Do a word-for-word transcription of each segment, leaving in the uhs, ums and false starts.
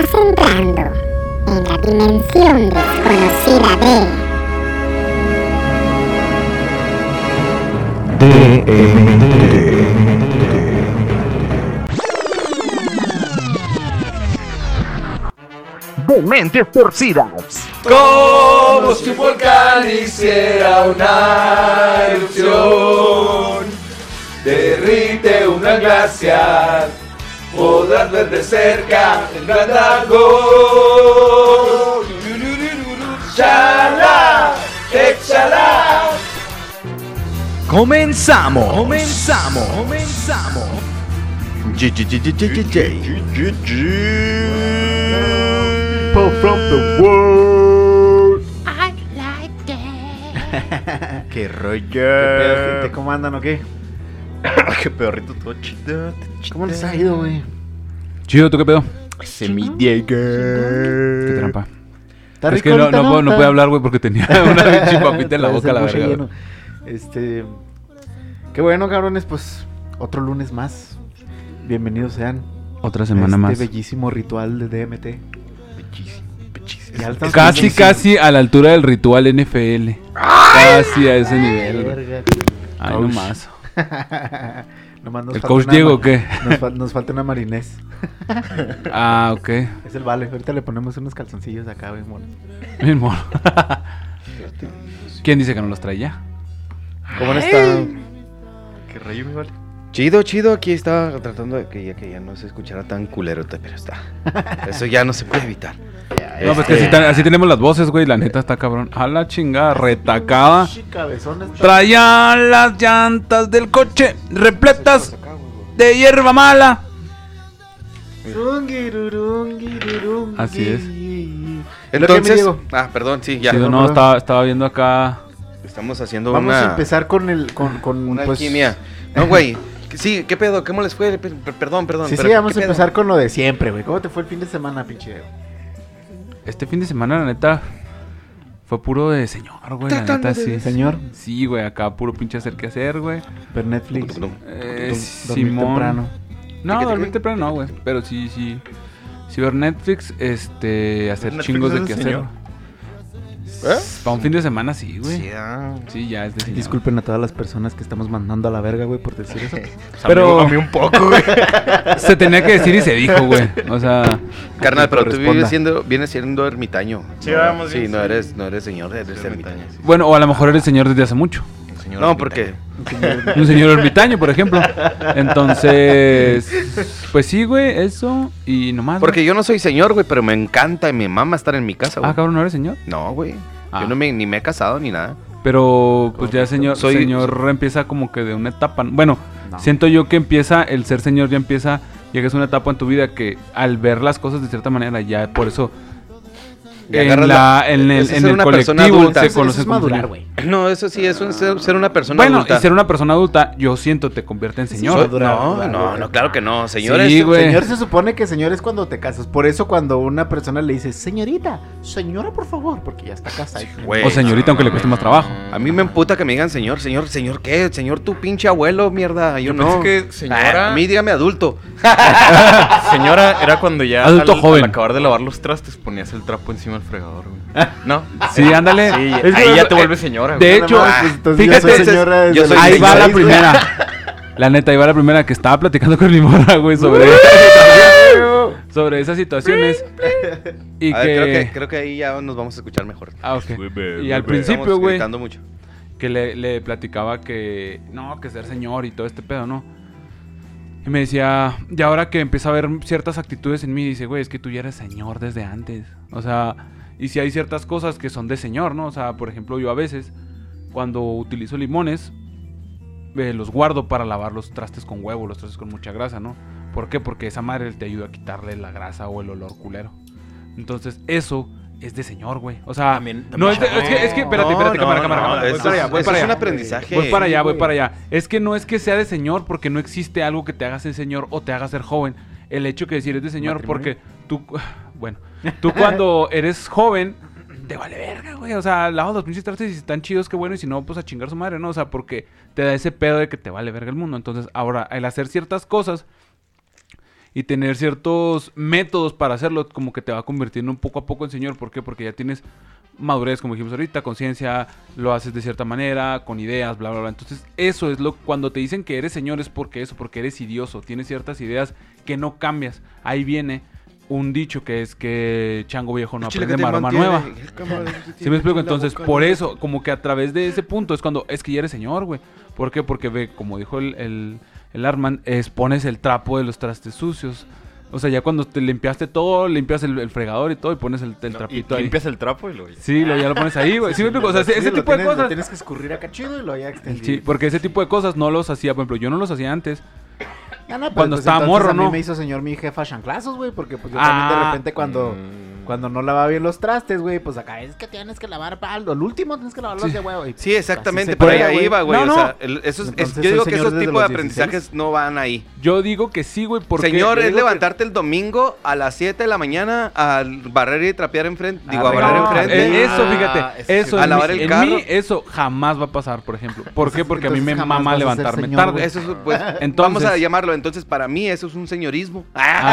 Estás entrando en la dimensión desconocida de D M T. Dementes torcidas. Como si un volcán hiciera una erupción, derrite un gran glaciar, podrás ver de cerca el gran dragón. ¡Chala! ¡Échala! Comenzamos. Comenzamos. Comenzamos. People from the world. I like it. Qué rollo. ¿Qué pedo, gente? ¿Cómo andan o qué? Qué pedorrito todo chido. ¿Cómo les ha ido, güey? Chido, ¿tú qué pedo? Ese mi Diego. Qué trampa. ¿Está Es rico que no, ahorita, no, puedo, no Está- puedo hablar, güey, porque tenía una pinche papita en la Traes boca, el la buche verga. lleno. Este... Qué bueno, cabrones, pues... Otro lunes más. Bienvenidos sean. Otra a semana este más. bellísimo ritual de D M T. Bellísimo, bellísimo. Ya estamos Casi, bellísimo. casi a la altura del ritual N F L. Casi a ese nivel, güey. Verga. Ay, Coach. no más. Nomás nos ¿El falta coach una Diego ma- o qué? Nos, fal- nos falta una marinés. Ah, ok. Es el vale. Ahorita le ponemos unos calzoncillos acá, güey, mono. Bien mono. ¿Quién dice que no los trae ya? ¿Cómo han estado? Qué rollo, mi vale. Chido, chido. Aquí estaba tratando de que ya, que ya no se escuchara tan culero, pero está. Eso ya no se puede evitar. No, pues que así, tan- así tenemos las voces, güey. La neta está cabrón. A la chingada, retacada. Sí, cabezón está- Traía las llantas del coche repletas de hierba mala. Zungirurungirurungi. Así es. Entonces, Diego. ah, perdón, sí, ya. Sí, no, perdón. estaba, estaba viendo acá. Estamos haciendo Vamos una, a empezar con el con, con una pues, alquimia. No, güey. Sí, ¿qué pedo? ¿Cómo les fue? Per- per- Perdón, perdón. Sí, pero sí, vamos ¿qué a pedo? empezar con lo de siempre, güey. ¿Cómo te fue el fin de semana, pinche Diego? Este fin de semana, la neta, fue puro de señor, güey. La Tratando neta, de- sí. Señor, Sí, güey, acá puro pinche hacer que hacer, güey. ver Netflix, Eh, dormir Simón. temprano. No, ¿Qué te dormir creen? temprano no, güey. Pero sí, sí. Sí ver Netflix, este, hacer Netflix chingos es de de que hacer. señor. ¿Eh? Para un fin de semana sí, güey. Sí, ah. Sí, ya es de señor. Disculpen a todas las personas que estamos mandando a la verga, güey, por decir eso. Pero- A mí un poco, güey. Se tenía que decir y se dijo, güey. O sea, Carnal, pero tú corresponda. vienes siendo, vienes siendo ermitaño. Sí, No, vamos Sí, bien, no sí. eres, no eres señor, eres Sí, ermitaño. ermitaño, sí. bueno, o a lo mejor eres señor desde hace mucho. El señor No, ermitaño. porque Un señor ermitaño, por ejemplo. Entonces, pues sí, güey, eso. Y nomás. porque güey. yo no soy señor, güey, pero me encanta y me mama estar en mi casa, güey. Ah, cabrón, ¿no eres señor? No, güey. Ah. Yo no me, ni me he casado ni nada. Pero pues ya señor, Soy- señor empieza como que de una etapa. Bueno, No. siento yo que empieza, el ser señor ya empieza, ya que es una etapa en tu vida que al ver las cosas de cierta manera ya por eso Y en, agarras la, la- en el, es en ser el una persona colectivo adulta. se Eso- Eso conoce es como madurar, señor. güey. No, eso sí, es un ser, ser una persona Bueno, adulta. y ser una persona adulta, yo siento te convierte en señor. Soy- madurar, no, madurar, no, madurar. no, claro que no. Señores, Sí, güey. Señor se supone que señor es cuando te casas. Por eso cuando una persona le dice, señorita, señora, por favor, porque ya está casada. güey. O señorita, aunque le cueste más trabajo. A mí me emputa que me digan señor, señor, señor, ¿qué? Señor, tu pinche abuelo, mierda. Yo, Yo no. pensé que señora- Ah, a mí dígame adulto. Señora, era cuando ya Adulto al, joven. al acabar de lavar los trastes ponías el trapo encima del fregador, güey. ¿No? Sí, ándale. Sí, Es que- ahí ya te eh, vuelves señora, de güey. hecho, No mames, pues, entonces fíjate, yo soy señora desde yo soy los ahí va la dieciséis, güey. primera. La neta, ahí va la primera que estaba platicando con mi morra, güey, sobre, sobre esas situaciones. Y A que... ver, creo que, creo que ahí ya nos vamos a escuchar mejor. Ah, ok. Muy bien, Y muy al bien. principio, Estamos güey, gritando mucho. que le, le platicaba que no, que ser señor y todo este pedo, ¿no? Y me decía, y ahora que empieza a ver ciertas actitudes en mí, dice, güey, es que tú ya eres señor desde antes. O sea, y si hay ciertas cosas que son de señor, ¿no? O sea, por ejemplo, yo a veces, cuando utilizo limones, eh, los guardo para lavar los trastes con huevo, los trastes con mucha grasa, ¿no? ¿Por qué? Porque esa madre te ayuda a quitarle la grasa o el olor culero. Entonces, eso es de señor, güey. O sea, También- no es, de- también- es que, es que, espérate, No, espérate, no, cámara, no, cámara, cámara. Voy eso para allá, es- voy eso para es allá. un aprendizaje. Voy para allá, Sí, voy güey. para allá. Es que no es que sea de señor porque no existe algo que te haga ser señor o te haga ser joven. El hecho que decir es de señor ¿Matrimonio? porque tú, bueno, tú cuando eres joven te vale verga, güey. O sea, lavas los pinches trastes y si están chidos, qué bueno. Y si no, pues a chingar su madre, ¿no? O sea, porque te da ese pedo de que te vale verga el mundo. Entonces, ahora, al hacer ciertas cosas y tener ciertos métodos para hacerlo, como que te va convirtiendo un poco a poco en señor. ¿Por qué? Porque ya tienes madurez, como dijimos ahorita, conciencia, lo haces de cierta manera, con ideas, bla, bla, bla. Entonces, eso es lo cuando te dicen que eres señor es porque eso, porque eres idioso, tienes ciertas ideas que no cambias. Ahí viene un dicho que es que chango viejo no aprende maroma nueva. ¿Sí me explico? Entonces, por eso, como que a través de ese punto es cuando es que ya eres señor, güey. ¿Por qué? Porque ve, como dijo el, el, el Arman, es pones el trapo de los trastes sucios. O sea, ya cuando te limpiaste todo, limpias el, el fregador y todo y pones el, el No, trapito y ahí. limpias el trapo y lo... Sí, lo, ya lo pones ahí, güey. ¿Sí me explico? O sea, ese, Sí, ese lo tipo de tienes- lo cosas. Tienes que escurrir acá chido y lo ya extendido. Sí, porque ese tipo de cosas no los hacía, por ejemplo, yo no los hacía antes. Ah, no, pero cuando pues estaba entonces morro, a mí ¿no? me hizo señor mi jefa chanclazos, güey, porque pues yo Ah. también de repente cuando, Mm. cuando no lavaba bien los trastes, güey, pues acá es que tienes que lavar algo, el último tienes que lavarlos Sí. de huevo. y Sí, exactamente, así se por ahí, pega, ahí güey. va, güey. No, o no. sea, el- esos, es- Entonces, yo soy digo que señor esos desde tipos de los aprendizajes dieciséis. no van ahí. Yo digo que sí, güey, porque... Señor, yo es digo que- levantarte el domingo a las siete de la mañana a barrer y trapear enfrente. Digo, a Ah, barrer no, enfrente. Eh, eso, Ah, fíjate, eso eso sí. A en, lavar mí, el en carro. mí eso jamás va a pasar, por ejemplo. ¿Por qué? Porque a mí me Entonces jamás mama vas a ser levantarme señor, tarde. güey. Eso es, pues, Entonces- vamos a llamarlo. Entonces, para mí, eso es un señorismo.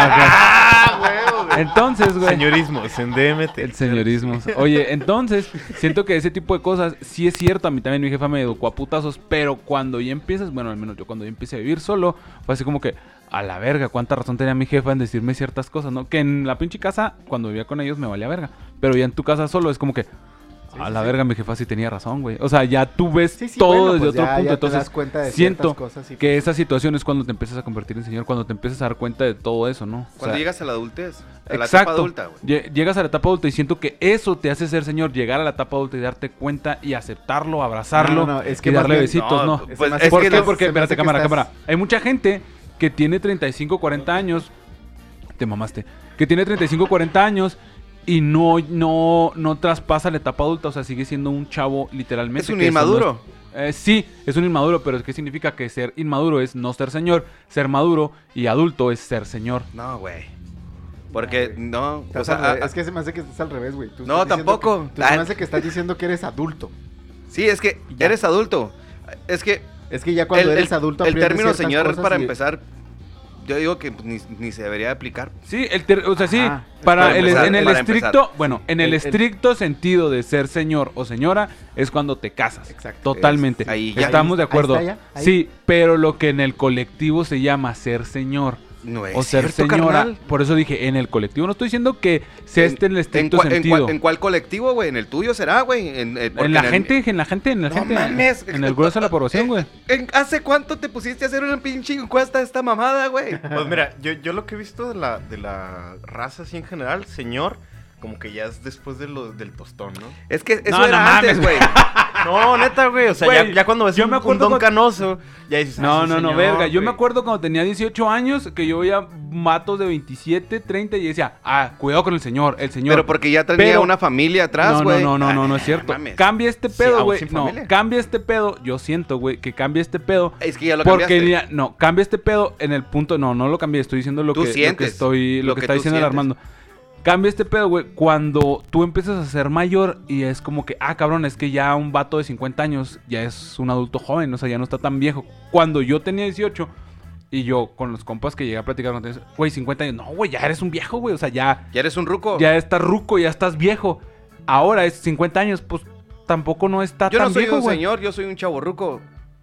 Ah, ok. Entonces, güey. Señorismo, es en D M T. El señorismo. Oye, entonces, siento que ese tipo de cosas, sí es cierto, a mí también mi jefa me educó a putazos, pero cuando ya empiezas, bueno, al menos yo cuando ya empecé a vivir solo, fue así como que, a la verga, cuánta razón tenía mi jefa en decirme ciertas cosas, ¿no? Que en la pinche casa, cuando vivía con ellos, me valía verga, pero ya en tu casa solo es como que, a sí, la sí. verga, mi jefa sí tenía razón, güey. O sea, ya tú ves Sí, sí, todo bueno, desde pues otro ya- punto, ya te entonces das cuenta de siento ciertas cosas y que pues- esa situación es cuando te empiezas a convertir en señor, cuando te empiezas a dar cuenta de todo eso, ¿no? O Cuando sea, llegas a la adultez, a la Exacto. etapa adulta, güey. Lle- Llegas a la etapa adulta y siento que eso te hace ser señor, llegar a la etapa adulta y darte cuenta y aceptarlo, abrazarlo, No, no, es que y más darle bien- besitos, no, ¿no? pues, Se me es hace ¿Por que qué? no- Porque, se me espérate, hace que cámara, estás- cámara. Hay mucha gente que tiene treinta y cinco, cuarenta años, te mamaste, que tiene treinta y cinco, cuarenta años y no, no, no traspasa la etapa adulta, o sea, sigue siendo un chavo literalmente. Es un que eso no inmaduro. es- eh, sí, es un inmaduro, pero ¿qué significa? Que ser inmaduro es no ser señor, ser maduro y adulto es ser señor. No, güey. Porque, no, Estás o sea, al a- revés. es que se me hace que estás al revés, güey. Tú No, estás diciendo tampoco. que- tú se Ah. me hace que estás diciendo que eres adulto. sí, es que Ya. eres adulto. Es que Es que ya cuando el, eres el- adulto el aprendes término ciertas señor es cosas para y- empezar. Yo digo que pues, ni, ni se debería aplicar. Sí, el ter- o sea, sí, Ajá. para, Para el, empezar, en el para estricto, empezar. bueno, en el, El- el- estricto sentido de ser señor o señora es cuando te casas. Exacto. Totalmente. Es- ahí ya- Estamos de ahí acuerdo. está ya, ahí. Sí, pero lo que en el colectivo se llama ser señor No es o ser cierto, señora, carnal. por eso dije en el colectivo. No estoy diciendo que sea este en el estricto cua- en sentido. cua- en cuál colectivo, güey? ¿En el tuyo será, güey? En, eh, porque En la el- gente, en la gente, en la No gente. mames. En el grueso de la población, güey. ¿En- ¿Hace cuánto te pusiste a hacer una pinche encuesta de esta mamada, güey? Pues mira, yo, yo lo que he visto de la, de la raza así en general, señor, como que ya es después de lo, del tostón, ¿no? Es que eso No, era no antes, mames. güey. No, neta, güey, o sea, Güey, ya, ya cuando ves yo un, me un acuerdo don cuando- canoso, ya dices, ah, No, sí, no, no, señor, verga. Yo me güey. acuerdo cuando tenía dieciocho años que yo veía matos de veintisiete, treinta y decía, ah, cuidado con el señor, el señor. Pero porque ya tenía Pero- una familia atrás, no, güey. no, no, no, no, no es Ah, cierto. mames. Cambia este Sí, pedo, aún güey. sin No, familia. cambia este pedo. Yo siento, güey, que cambia este pedo. Es que ya lo Porque cambiaste. ya- no, cambia este pedo en el punto, no, no lo cambié, estoy diciendo lo Tú que, lo que sientes, estoy, lo, lo que, que está tú diciendo el sientes. Armando. Cambia este pedo, güey, cuando tú empiezas a ser mayor y es como que, ah, cabrón, es que ya un vato de cincuenta años ya es un adulto joven, o sea, ya no está tan viejo. Cuando yo tenía dieciocho y yo con los compas que llegué a platicar con ellos, güey, cincuenta años, no, güey, ya eres un viejo, güey, o sea, ya, Ya eres un ruco. ya estás ruco, ya estás viejo. Ahora es cincuenta años, pues tampoco no está Yo tan no soy viejo, un güey. señor, yo soy un chavo ruco.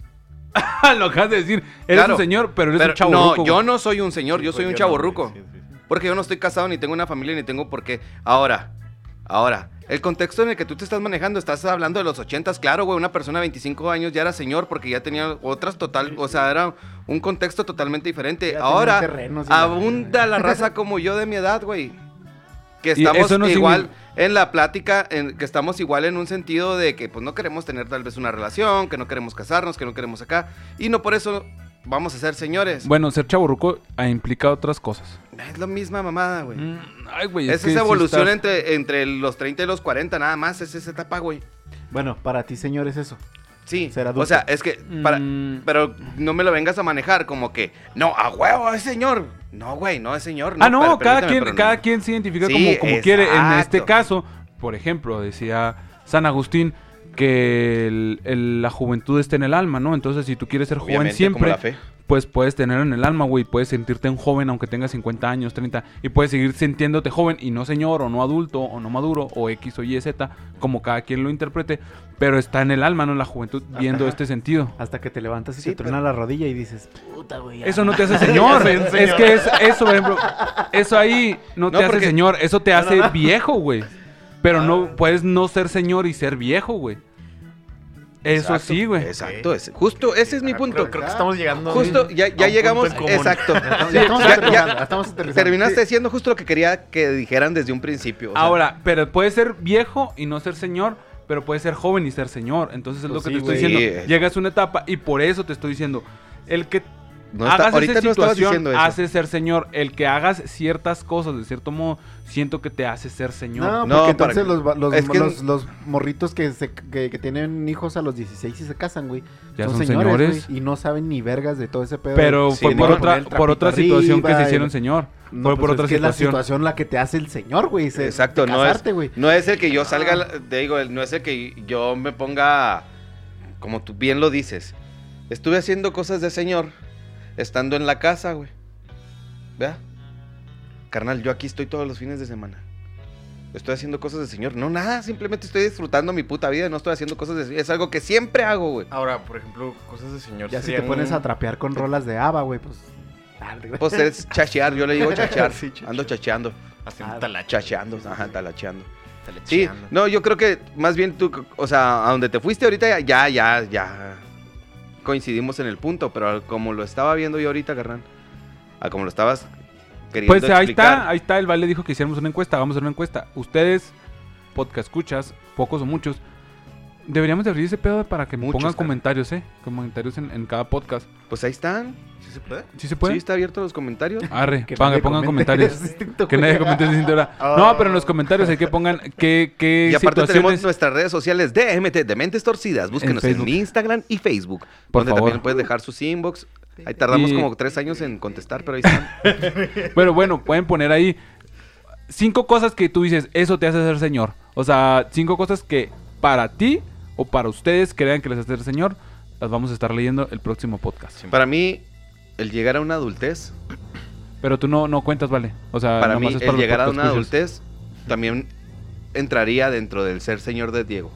Lo acabas de decir, eres Claro, un señor, pero eres Pero un chavo no, ruco, yo güey. no soy un señor, yo Sí, soy pues un yo chavo no, güey, ruco. sí, sí. Porque yo no estoy casado, ni tengo una familia, ni tengo por qué. Ahora, ahora, el contexto en el que tú te estás manejando, estás hablando de los ochentas, claro, güey, una persona de veinticinco años ya era señor porque ya tenía otras total, o sea, era un contexto totalmente diferente. Ya tenía Ahora, terrenos y la abunda verga. la raza como yo de mi edad, güey. Que Y estamos eso no igual significa- en la plática, en, que estamos igual en un sentido de que pues no queremos tener tal vez una relación, que no queremos casarnos, que no queremos acá, y no por eso vamos a ser señores. Bueno, ser chavorruco implica otras cosas. Es la misma mamada, güey. Mm, Ay, güey, Es que esa sí evolución estás- entre, entre los treinta y los cuarenta, nada más, es esa etapa, güey. Bueno, para ti, señor, es eso. Sí, Ser adulto. o sea, es que, para, Mm. pero no me lo vengas a manejar como que, no, a huevo, es señor. No, güey, no es señor. Ah, no, pero cada permíteme, quien, pero no. cada quien se identifica Sí, como, como quiere. En exacto. este caso, por ejemplo, decía San Agustín, que el- el- la juventud esté en el alma, ¿no? Entonces, si tú quieres ser joven Obviamente, siempre, como la fe. pues puedes tenerlo en el alma, güey. Puedes sentirte un joven aunque tengas cincuenta años, treinta. Y puedes seguir sintiéndote joven y no señor, o no adulto, o no maduro, o X o Y, Z, como cada quien lo interprete. Pero está en el alma, ¿no? La juventud viendo Ajá. este sentido. Hasta que te levantas y Sí, te truena la rodilla y dices, puta, güey. ya". Eso no te hace señor. Soy un Es señor. que es, eso, por ejemplo, eso ahí no te No, hace porque- señor. Eso te No, hace no, no. viejo, güey. Pero no puedes no ser señor y ser viejo, güey. Eso Exacto, sí, güey. Exacto, es- justo ese es mi Ah, punto. Creo, creo que estamos llegando. Justo, ya, a ya un llegamos. punto en común. Exacto. Ya Sí, estamos ya- aterrizando, ya estamos aterrizando. terminaste Sí. diciendo justo lo que quería que dijeran desde un principio. o sea, Ahora, pero puede ser viejo y no ser señor, pero puede ser joven y ser señor. Entonces es Pues lo que sí, te estoy güey. diciendo. Sí. Llegas a una etapa y por eso te estoy diciendo, el que no está- hagas ahorita esa no estabas situación diciendo eso. hace ser señor. El que hagas ciertas cosas de cierto modo, siento que te hace ser señor. No, No, porque para entonces que- los, va- los, es que- los, los morritos que, se, que, que tienen hijos a los dieciséis y se casan, güey. Ya son, son señores, señores. güey, y no saben ni vergas de todo ese pedo. Pero Sí, fue ni por modo otra, poner el por otra trapito situación que arriba se y- hicieron señor. No, fue pues por es otra que es la situación. situación la que te hace el señor, güey. se- Exacto, de no es, casarte, güey. no es el que yo salga, te digo, el- no es el que yo me ponga, como tú bien lo dices. Estuve haciendo cosas de señor, estando en la casa, güey. ¿Vea? Carnal, yo aquí estoy todos los fines de semana. Estoy haciendo cosas de señor. No, nada, simplemente estoy disfrutando mi puta vida. No estoy haciendo cosas de señor. Es algo que siempre hago, güey. Ahora, por ejemplo, cosas de señor. Ya si te serían pones un- a trapear con rolas de ABBA, güey, pues... dale, güey. Pues es chachear, yo le digo chachear. Sí, chachear. Ando chacheando. haciendo Ah, talacha. Chacheando, ajá, talacheando. Sí, Talacheando. no, yo creo que más bien tú, o sea, a donde te fuiste ahorita ya, ya, ya coincidimos en el punto, pero como lo estaba viendo yo ahorita, carnal, a como lo estabas queriendo Pues ahí explicar, está, ahí está, el Vale dijo que hiciéramos una encuesta, vamos a hacer una encuesta. Ustedes, podcast escuchas, pocos o muchos, deberíamos de abrir ese pedo para que me Muchos, pongan cara. comentarios, ¿eh? Comentarios en, en cada podcast. pues ahí están, ¿Sí se puede? ¿Sí se puede? sí está abierto los comentarios. Arre, Que pongan, nadie pongan comente. comentarios. Es distinto, Que güey. nadie comente sin hora. Oh. No, pero en los comentarios hay que pongan qué, qué Y aparte tenemos situaciones... nuestras redes sociales de M T, de Mentes Torcidas. Búsquenos en, Facebook. Instagram y Facebook. Por donde favor. también puedes dejar sus inbox. Ahí tardamos Y- como tres años en contestar, pero ahí están. Pero bueno, pueden poner ahí cinco cosas que tú dices, eso te hace ser señor. O sea, cinco cosas que para ti o para ustedes crean que les hace ser señor, las vamos a estar leyendo el próximo podcast. Para mí, el llegar a una adultez, Pero tú no, no cuentas, ¿vale? O sea, para nomás mí, es el los llegar a podcast una escuchas. adultez también entraría dentro del ser señor de Diego.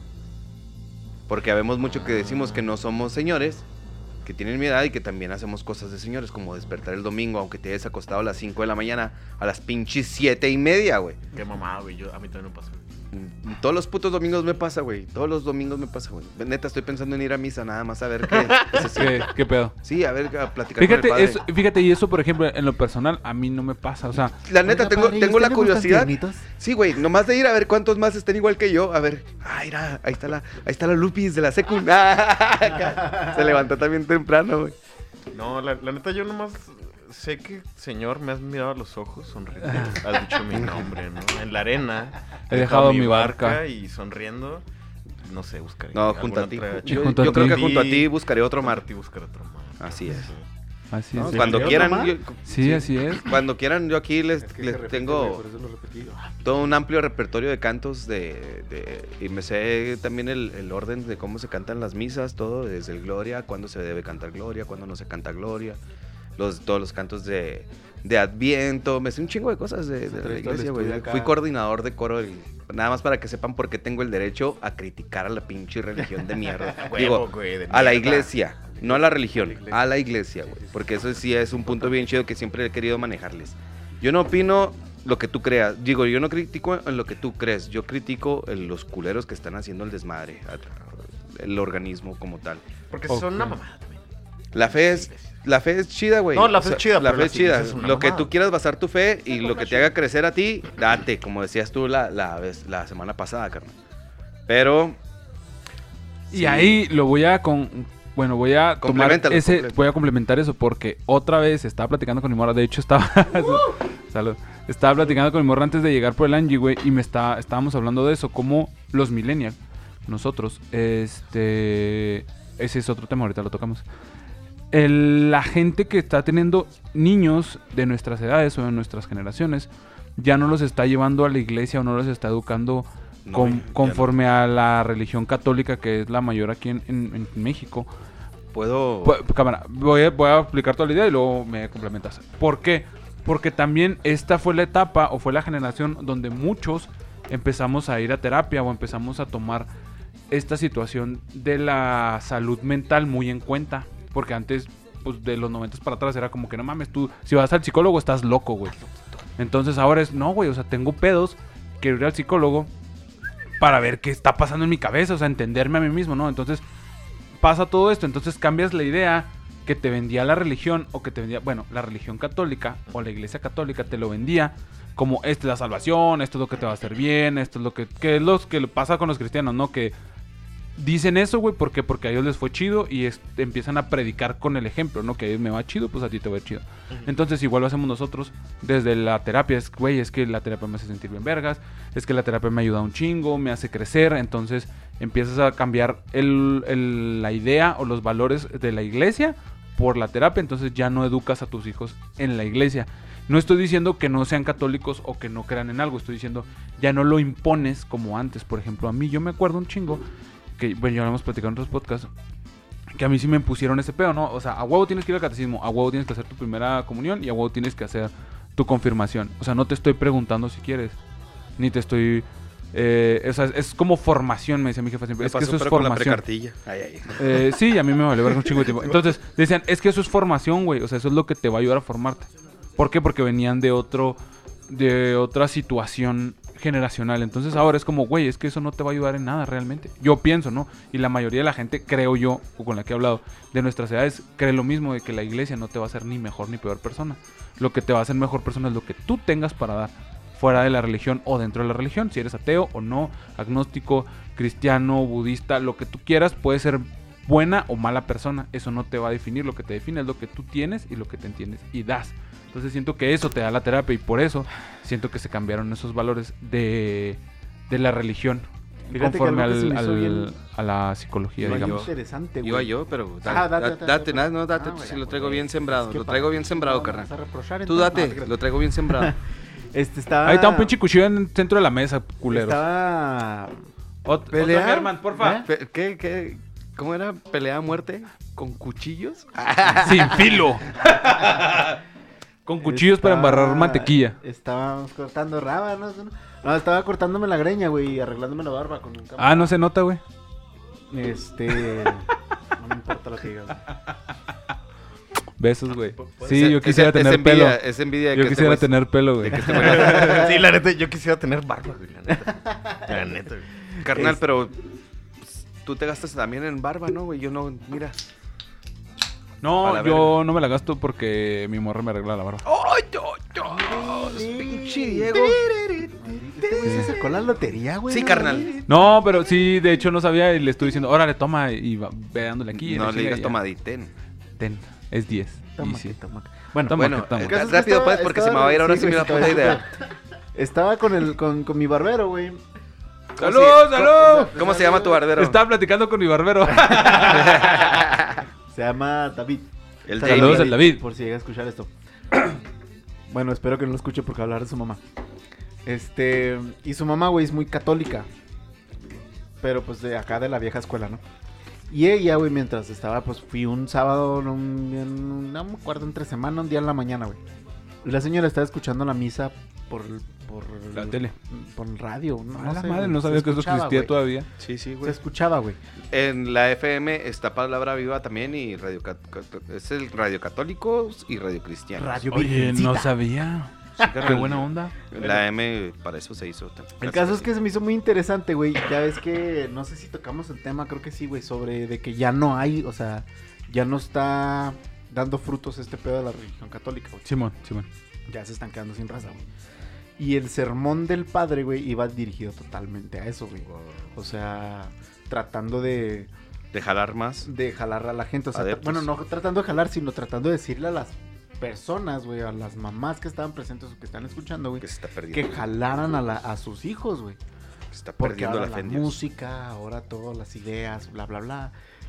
Porque habemos mucho que decimos que no somos señores, que tienen mi edad y que también hacemos cosas de señores, como despertar el domingo, aunque te hayas acostado a las cinco de la mañana, a las pinches siete y media, güey. Qué mamada, güey. Yo, a mí también me pasó. Mm, Todos los putos domingos me pasa, güey. Todos los domingos me pasa, güey. Neta, estoy pensando en ir a misa nada más a ver qué. qué se siente. ¿Qué, qué pedo? Sí, a ver, a platicar con el Fíjate, padre. eso, fíjate, y eso, por ejemplo, en lo personal, a mí no me pasa. O sea, La neta, Oiga, tengo, padre, ¿y tengo usted la le gustan curiosidad. tiernitos? Sí, güey, nomás de ir a ver cuántos más estén igual que yo. A ver, ah, mira, ahí está la, ahí está la Lupis de la secu. Ah, se levantó también temprano, güey. No, la, la neta, yo nomás sé que, señor, me has mirado a los ojos sonriendo. Has dicho mi nombre, ¿no? En la arena. He dejado mi barca. Y sonriendo. No sé, buscaré. No, alguna junto a ti. otra Yo, junto a yo creo ti. que junto a ti buscaré otro mar. Martí buscar otro mar. Así es. así ¿no? es. Cuando ¿otro quieran, mar? yo- Sí, así es. cuando quieran, yo aquí les, Es que les se repite, tengo güey, por eso lo repetí. todo un amplio repertorio de cantos de, de- y me sé también el, el orden de cómo se cantan las misas, todo desde el Gloria, cuándo se debe cantar Gloria, cuándo no se canta Gloria, los, todos los cantos de, de Adviento, me sé un chingo de cosas de, de trae la todo el iglesia, güey. estudio acá. Fui coordinador de coro y nada más para que sepan por qué tengo el derecho a criticar a la pinche religión de mierda. Huevo, Digo, güey, de a la mierda. iglesia, no a la religión, A la iglesia. a la iglesia, güey. Porque eso sí es un punto bien chido que siempre he querido manejarles. Yo no opino lo que tú creas. Digo, yo no critico en lo que tú crees. Yo critico en los culeros que están haciendo el desmadre. a- El organismo como tal. Porque Ok. son una mamada también. La fe es, la fe es chida, güey. No, la fe es chida, La pero fe es las chida. iglesias son una Lo que mamada. tú quieras basar tu fe y lo que te haga crecer a ti, date, como decías tú la, la, vez- la semana pasada, carnal. Pero... Y sí. ahí lo voy a con bueno, voy a tomar Compleméntalo, ese comple- voy a complementar eso porque otra vez estaba platicando con mi morra, de hecho estaba salud. Estaba platicando con mi morra antes de llegar por el Angie, güey, y me está estábamos hablando de eso, como los millennials, nosotros, este ese es otro tema, ahorita lo tocamos. El- la gente que está teniendo niños de nuestras edades o de nuestras generaciones ya no los está llevando a la iglesia o no los está educando No, con- ya no. conforme a la religión católica, que es la mayor aquí en, en- en México. Puedo... Pu- cámara, voy a, voy a explicar toda la idea y luego me complementas. ¿Por qué? Porque también esta fue la etapa o fue la generación donde muchos empezamos a ir a terapia o empezamos a tomar esta situación de la salud mental muy en cuenta. Porque antes, pues de los noventas para atrás era como que no mames, tú si vas al psicólogo estás loco, güey. Entonces ahora es, no, güey, o sea, tengo pedos, quiero ir al psicólogo para ver qué está pasando en mi cabeza, o sea, entenderme a mí mismo, ¿no? Entonces pasa todo esto, entonces cambias la idea que te vendía la religión o que te vendía, bueno, la religión católica o la iglesia católica te lo vendía como esta es la salvación, esto es lo que te va a hacer bien, esto es lo que, que es lo que pasa con los cristianos, ¿no? Que dicen eso, güey, ¿por qué? Porque a ellos les fue chido y es- empiezan a predicar con el ejemplo, ¿no? Que a ellos me va chido, pues a ti te va chido. Entonces igual lo hacemos nosotros desde la terapia, es, güey, es que la terapia me hace sentir bien vergas, es que la terapia me ayuda un chingo, me hace crecer, entonces empiezas a cambiar el, el- la idea o los valores de la iglesia por la terapia, entonces ya no educas a tus hijos en la iglesia. No estoy diciendo que no sean católicos o que no crean en algo, estoy diciendo ya no lo impones como antes. Por ejemplo, a mí yo me acuerdo un chingo, que bueno, ya lo hemos platicado en otros podcasts, que a mí sí me impusieron ese pedo, ¿no? O sea, a huevo tienes que ir al catecismo, a huevo tienes que hacer tu primera comunión y a huevo tienes que hacer tu confirmación. O sea, no te estoy preguntando si quieres, ni te estoy... Eh, o sea, es como formación, me decía mi jefa siempre. Me Es que pasó, eso es pero con la formación. precartilla. Ay, ay. Eh, sí, a mí me valió ver un chingo de tiempo. Entonces, decían, es que eso es formación, güey. O sea, eso es lo que te va a ayudar a formarte. ¿Por qué? Porque venían de otro, de otra situación generacional. Entonces ahora es como, güey, es que eso no te va a ayudar en nada realmente. Yo pienso, ¿no? Y la mayoría de la gente, creo yo, o con la que he hablado, de nuestras edades, cree lo mismo, de que la iglesia no te va a hacer ni mejor ni peor persona. Lo que te va a hacer mejor persona es lo que tú tengas para dar, fuera de la religión o dentro de la religión. Si eres ateo o no, agnóstico, cristiano, budista, lo que tú quieras, puede ser buena o mala persona. Eso no te va a definir. Lo que te define es lo que tú tienes y lo que te entiendes y das. Entonces siento que eso te da la terapia y por eso siento que se cambiaron esos valores de, de la religión Fíjate que conforme algo que se al, me hizo al- bien- a la psicología, Iba digamos. interesante, güey. Iba yo, pero da- Ah, date, da- date, date, date. nada, no, date, Ah, tú güey, sí lo ya, traigo güey. bien sembrado, Es que lo pa- traigo bien sembrado, no, carnal. vas a reprochar, Tú entonces. date, No, te creas. lo traigo bien sembrado. Este estaba... Ahí está un pinche cuchillo en el centro de la mesa, culero. Estaba... Ot- ¿Pelea? otro Germán, porfa. ¿Eh? Pe- ¿Qué, qué? ¿Cómo era? ¿Pelea a muerte? ¿Con cuchillos? Sin filo. Con cuchillos para Estaba- embarrar mantequilla. Estábamos cortando rábanos, ¿no? No, estaba cortándome la greña, güey, y arreglándome la barba con un cambio. Ah, no se nota, güey. Este... No me importa lo que digas. Besos, güey. Ese- Sí, yo Es- quisiera es tener envidia, pelo. Es envidia de Yo que este quisiera güey- tener pelo, güey. de que este güey- Sí, la neta, yo quisiera tener barba, güey, la neta. La neta, güey. Carnal, Es- pero pues, tú te gastas también en barba, ¿no, güey? Yo no, mira. A No, la yo no me la gasto porque mi morra me arregla la barba. ¡Ay, yo, yo! Pinche Diego. Este güey se sacó la lotería, güey. Sí, ¿no? carnal. No, pero sí, de hecho no sabía y le estoy diciendo, órale, toma y va ve dándole aquí. y No la le chinga digas y ya. tomaditen. Ten, es diez. Toma, Y sí. que toma. Bueno, Toma, Bueno, que toma. eh, el caso es que rápido, estaba- pues, porque se estaba- me va a ir ahora sí, sí, güey, mira, estaba- puta idea. Estaba con el con, con mi barbero, güey. ¡Salud, se- salud! ¿Cómo se llama tu barbero? Estaba platicando con mi barbero. Se llama David. El Saludos David. al David. Por si llega a escuchar esto. Bueno, espero que no lo escuche porque va a hablar de su mamá. Este, y su mamá, güey, es muy católica. Pero pues de acá de la vieja escuela, ¿no? Y ella, güey, mientras estaba, pues fui un sábado, no, un- no me acuerdo, entre semana, un día en la mañana, güey. Y la señora estaba escuchando la misa por, por La tele. por el radio. No, A no la sé, madre, güey, no se sabía que eso escuchaba, existía güey. todavía. Sí, sí, Se güey. escuchaba, güey. En la F M está Palabra Viva también y Radio Cat- Cat- es el Radio Católicos y Radio Cristianos. Radio Oye, Virgencita. no sabía. Sí, carnal. Qué buena onda. La M para eso se hizo. El caso es que se me hizo muy interesante, güey. Ya ves que, no sé si tocamos el tema, creo que sí, güey, sobre de que ya no hay, o sea, ya no está dando frutos este pedo de la religión católica, güey. Simón, Simón. Ya se están quedando sin raza, güey. Y el sermón del padre, güey, iba dirigido totalmente a eso, güey. O sea, tratando de, De jalar más. de jalar a la gente. O sea, tra- Adeptos. bueno, no tratando de jalar, sino tratando de decirle a las personas, güey, a las mamás que estaban presentes o que están escuchando, güey, Que se está que perdiendo. jalaran a, la, a sus hijos, güey. Se está Porque perdiendo ahora la la fe en Dios. música, ahora todas las ideas, bla, bla, bla.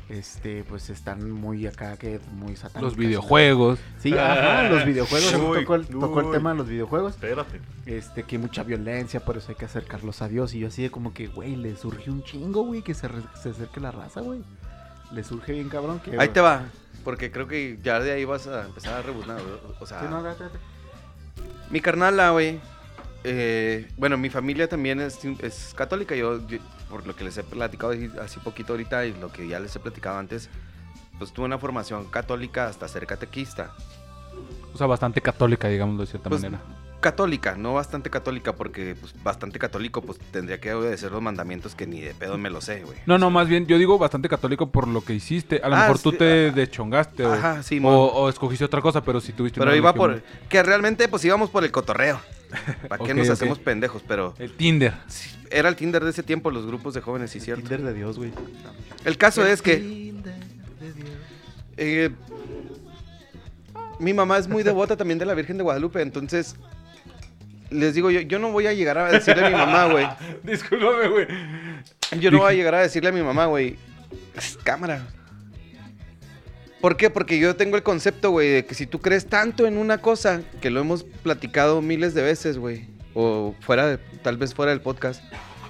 este, pues están muy acá, que muy satánicas. Los videojuegos. Sí, ajá, los videojuegos. Uy, tocó el, tocó el uy. tema de los videojuegos. Espérate. Este, que hay mucha violencia, por eso hay que acercarlos a Dios. Y yo así de como que, güey, le surge un chingo, güey, que se, re- se acerque la raza, güey. Le surge bien cabrón que... Ahí te va, porque creo que ya de ahí vas a empezar a rebuznar, güey. O sea, Sí, no, date, date. mi carnala, güey. eh, bueno, mi familia también es, es católica. Yo, yo, por lo que les he platicado así, así poquito ahorita y lo que ya les he platicado antes, pues tuve una formación católica hasta ser catequista. O sea, bastante católica, digamos de cierta Pues, manera. católica, no bastante católica, porque pues bastante católico, pues tendría que obedecer los mandamientos que ni de pedo me lo sé, güey. No, no, más bien, yo digo bastante católico por lo que hiciste. A lo Ah, mejor tú sí, te ajá. deschongaste o, Ajá, sí, o, mon. o escogiste otra cosa, pero si tuviste Pero una iba por... religión- Que realmente pues íbamos por el cotorreo. ¿Para qué Ok, nos ok. hacemos pendejos? Pero El Tinder. sí, era el Tinder de ese tiempo, los grupos de jóvenes, sí, cierto. Tinder de Dios, güey. El caso es que Tinder de Dios. eh, mi mamá es muy devota también de la Virgen de Guadalupe, entonces les digo, yo, yo no voy a llegar a decirle a mi mamá, güey. Discúlpame, güey. Yo no voy a llegar a decirle a mi mamá, güey. Cámara. ¿Por qué? Porque yo tengo el concepto, güey, de que si tú crees tanto en una cosa, que lo hemos platicado miles de veces, güey, o fuera, de- tal vez fuera del podcast,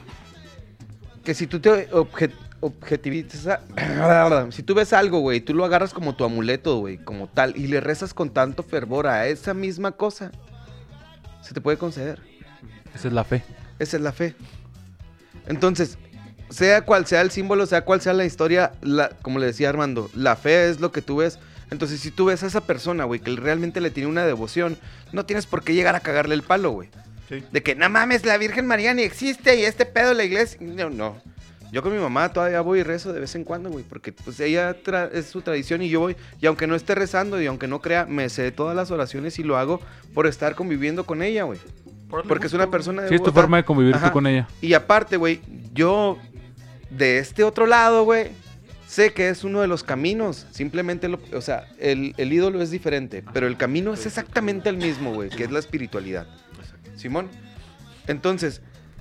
que si tú te obje- objetivizas, si tú ves algo, güey, tú lo agarras como tu amuleto, güey, como tal, y le rezas con tanto fervor a esa misma cosa, se te puede conceder. Esa es la fe. Esa es la fe. Entonces, sea cual sea el símbolo, sea cual sea la historia, la, como le decía Armando, la fe es lo que tú ves. Entonces, si tú ves a esa persona, güey, que realmente le tiene una devoción, no tienes por qué llegar a cagarle el palo, güey. Sí. De que, no mames, la Virgen María ni existe y este pedo de la iglesia. No, no. Yo con mi mamá todavía voy y rezo de vez en cuando, güey, porque pues ella tra- es su tradición y yo voy, y aunque no esté rezando y aunque no crea, me sé todas las oraciones y lo hago por estar conviviendo con ella, güey. Porque es una persona Sí, es tu devota. forma de convivir Ajá. tú con ella. Y aparte, güey, yo de este otro lado, güey, sé que es uno de los caminos. Simplemente, lo, o sea, el, el ídolo es diferente, pero el camino es exactamente el mismo, güey, que es la espiritualidad. Simón. Entonces,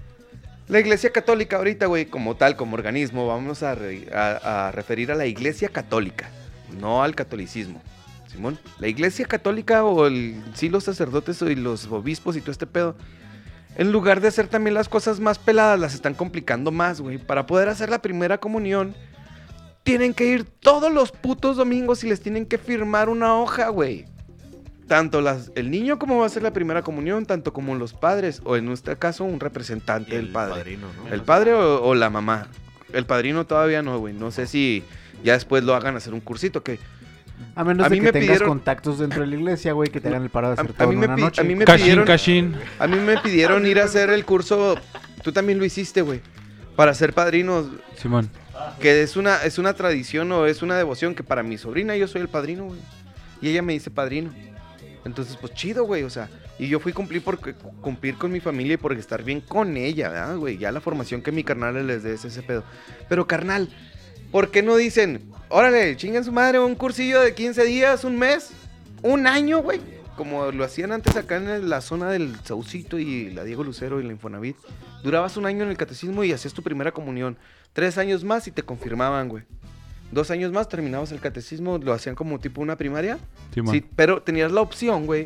la Iglesia Católica ahorita, güey, como tal, como organismo, vamos a, re- a- a referir a la Iglesia Católica, no al catolicismo. Simón, la Iglesia Católica o el, sí los sacerdotes y los obispos y todo este pedo, en lugar de hacer también las cosas más peladas, las están complicando más, güey. Para poder hacer la primera comunión, tienen que ir todos los putos domingos y les tienen que firmar una hoja, güey. Tanto las, el niño como va a hacer la primera comunión, tanto como los padres, o en este caso un representante del padre. Padrino, ¿no? El padre o, o la mamá. El padrino todavía no, güey. No sé si ya después lo hagan hacer un cursito, que... A menos A de mí que me tengas pidieron- contactos dentro de la iglesia, güey, que te hagan el paro de A, hacer a todo mí en me una pi- noche. a mí me Cachín, pidieron... cachín. A mí me pidieron ir a hacer el curso, tú también lo hiciste, güey, para ser padrinos, Simón. que es una, es una tradición o es una devoción que para mi sobrina yo soy el padrino, güey. Y ella me dice padrino. Entonces, pues chido, güey, o sea, y yo fui a cumplir, por, cumplir con mi familia y por estar bien con ella, ¿verdad, güey? Ya la formación que mi carnal les dé es ese pedo. Pero, carnal, ¿por qué no dicen, órale, chingan su madre, un cursillo de quince días, un mes, un año, güey? Como lo hacían antes acá en la zona del Saucito y la Diego Lucero y la Infonavit. Durabas un año en el catecismo y hacías tu primera comunión. Tres años más y te confirmaban, güey. Dos años más terminabas el catecismo, lo hacían como tipo una primaria. Simón. Sí, pero tenías la opción, güey,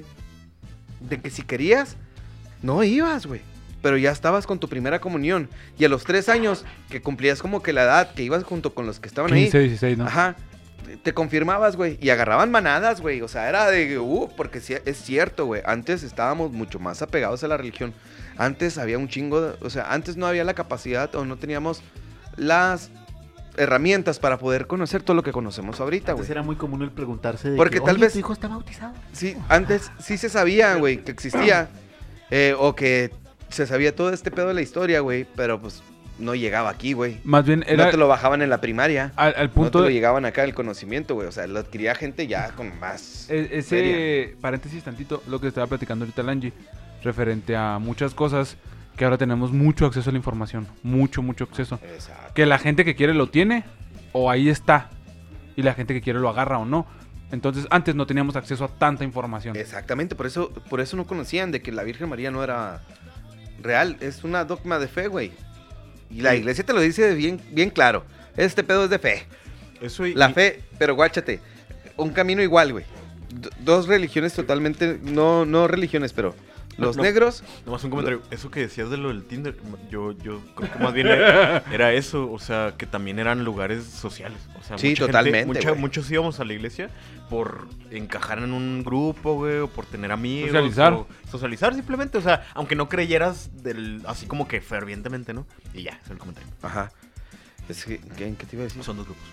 de que si querías, no ibas, güey. Pero ya estabas con tu primera comunión. Y a los tres años, que cumplías como que la edad, que ibas junto con los que estaban quince, ahí. dieciséis, ¿no? Ajá. te- Te confirmabas, güey. Y agarraban manadas, güey. O sea, era de, uh, porque sí, es cierto, güey. Antes estábamos mucho más apegados a la religión. Antes había un chingo, de- o sea, antes no había la capacidad o no teníamos las herramientas para poder conocer todo lo que conocemos ahorita, Antes güey. era muy común el preguntarse de Porque que, tal "Oye, vez- tu hijo está bautizado". Sí, antes sí se sabía, güey, que existía. eh, o que se sabía todo este pedo de la historia, güey. Pero pues no llegaba aquí, güey. Más bien era No te lo bajaban en la primaria. al, al No punto te lo de... llegaban acá el conocimiento, güey. O sea, lo adquiría gente ya con más. E- Ese feria. paréntesis tantito, lo que estaba platicando ahorita el Angie, referente a muchas cosas que ahora tenemos mucho acceso a la información, mucho, mucho acceso. Exacto. Que la gente que quiere lo tiene o ahí está y la gente que quiere lo agarra o no. Entonces antes no teníamos acceso a tanta información. Exactamente, por eso, por eso no conocían de que la Virgen María no era real. Es una dogma de fe, güey. Y la Sí. iglesia te lo dice bien, bien claro. Este pedo es de fe. Eso y, La y- fe, pero guáchate, un camino igual, güey. D- dos religiones totalmente, no, no religiones, pero los No. negros, Nomás un comentario. Eso que decías de lo del Tinder, yo, yo creo que más bien era, era eso. O sea, que también eran lugares sociales. O sea, Sí, mucha gente- totalmente, mucha- güey. muchos íbamos a la iglesia por encajar en un grupo, güey, o por tener amigos. Socializar. o socializar simplemente. O sea, aunque no creyeras del, así como que fervientemente, ¿no? Y ya, ese es el comentario. ajá. Es que, ¿qué, qué te iba a decir? Son dos grupos.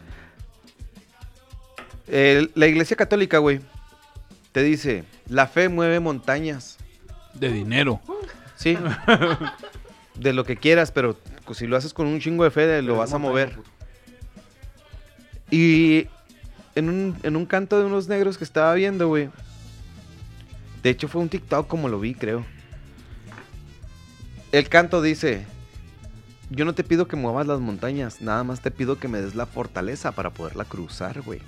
El- la iglesia católica, güey, te dice, la fe mueve montañas. De dinero. Sí. De lo que quieras, pero pues, si lo haces con un chingo de fe, lo vas a mover. Y en un, en un canto de unos negros que estaba viendo, güey. De hecho, fue un TikTok como lo vi, creo. El canto dice: yo no te pido que muevas las montañas, nada más te pido que me des la fortaleza para poderla cruzar, güey.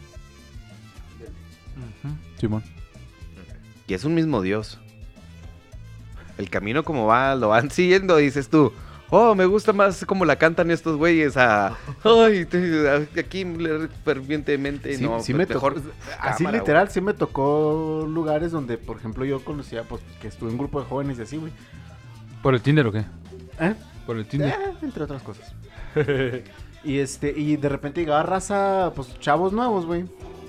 Ujú. Simón. Y es un mismo Dios. El camino como va, lo van siguiendo, dices tú. Oh, me gusta más como la cantan estos güeyes a... Ay, te- aquí leer fervientemente, Sí, no, sí pues me tocó, mejor así cámara, literal, sí me tocó lugares donde, por ejemplo, yo conocía, pues, que estuve en un grupo de jóvenes y así, güey. ¿Por el Tinder o qué? ¿Eh? Por el Tinder. Eh, entre otras cosas. y este, y de repente llegaba raza, pues, chavos nuevos, güey.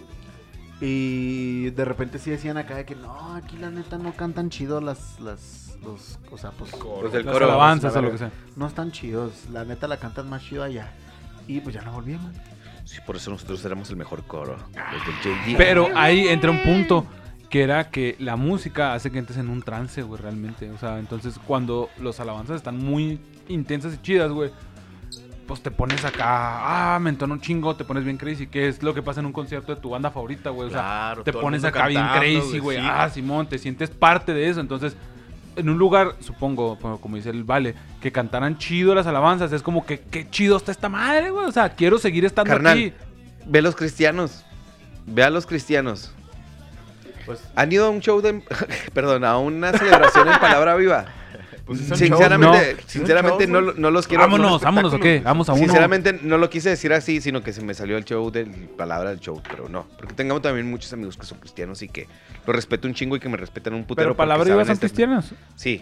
Y de repente sí decían acá de que no, aquí la neta no cantan chido las, las, los, o sea, pues, Los del Las coro. alabanzas la o lo verga. que sea. no están chidos, la neta la cantan más chido allá. Y pues ya no volvieron. Sí, por eso nosotros éramos el mejor coro. Los del J D. Pero ahí entra un punto que era que la música hace que entres en un trance, güey, realmente. O sea, entonces cuando los alabanzas están muy intensas y chidas, güey, pues te pones acá, ah, me entono un chingo, te pones bien crazy, que es lo que pasa en un concierto de tu banda favorita, güey. O sea, Claro, te todo el pones mundo acá bien cantando, crazy, güey, güey. sí. Ah, Simón, te sientes parte de eso. Entonces, en un lugar, supongo, como como dice el Vale, que cantaran chido las alabanzas, es como que qué chido está esta madre, güey. O sea, quiero seguir estando Carnal, aquí. ve a los cristianos. Ve a los cristianos. Pues, ¿Han ido a un show de... Perdón, a una celebración en Palabra Viva? Pues son Sinceramente, shows, ¿no? sinceramente Son no, shows, lo- no los quiero... Vámonos, vámonos, ¿o qué? Vamos a uno. Sinceramente no lo quise decir así, sino que se me salió el show del palabra del show, pero no. Porque tengo también muchos amigos que son cristianos y que los respeto un chingo y que me respetan un putero. Pero porque palabra iba saben son este- cristianos. Sí.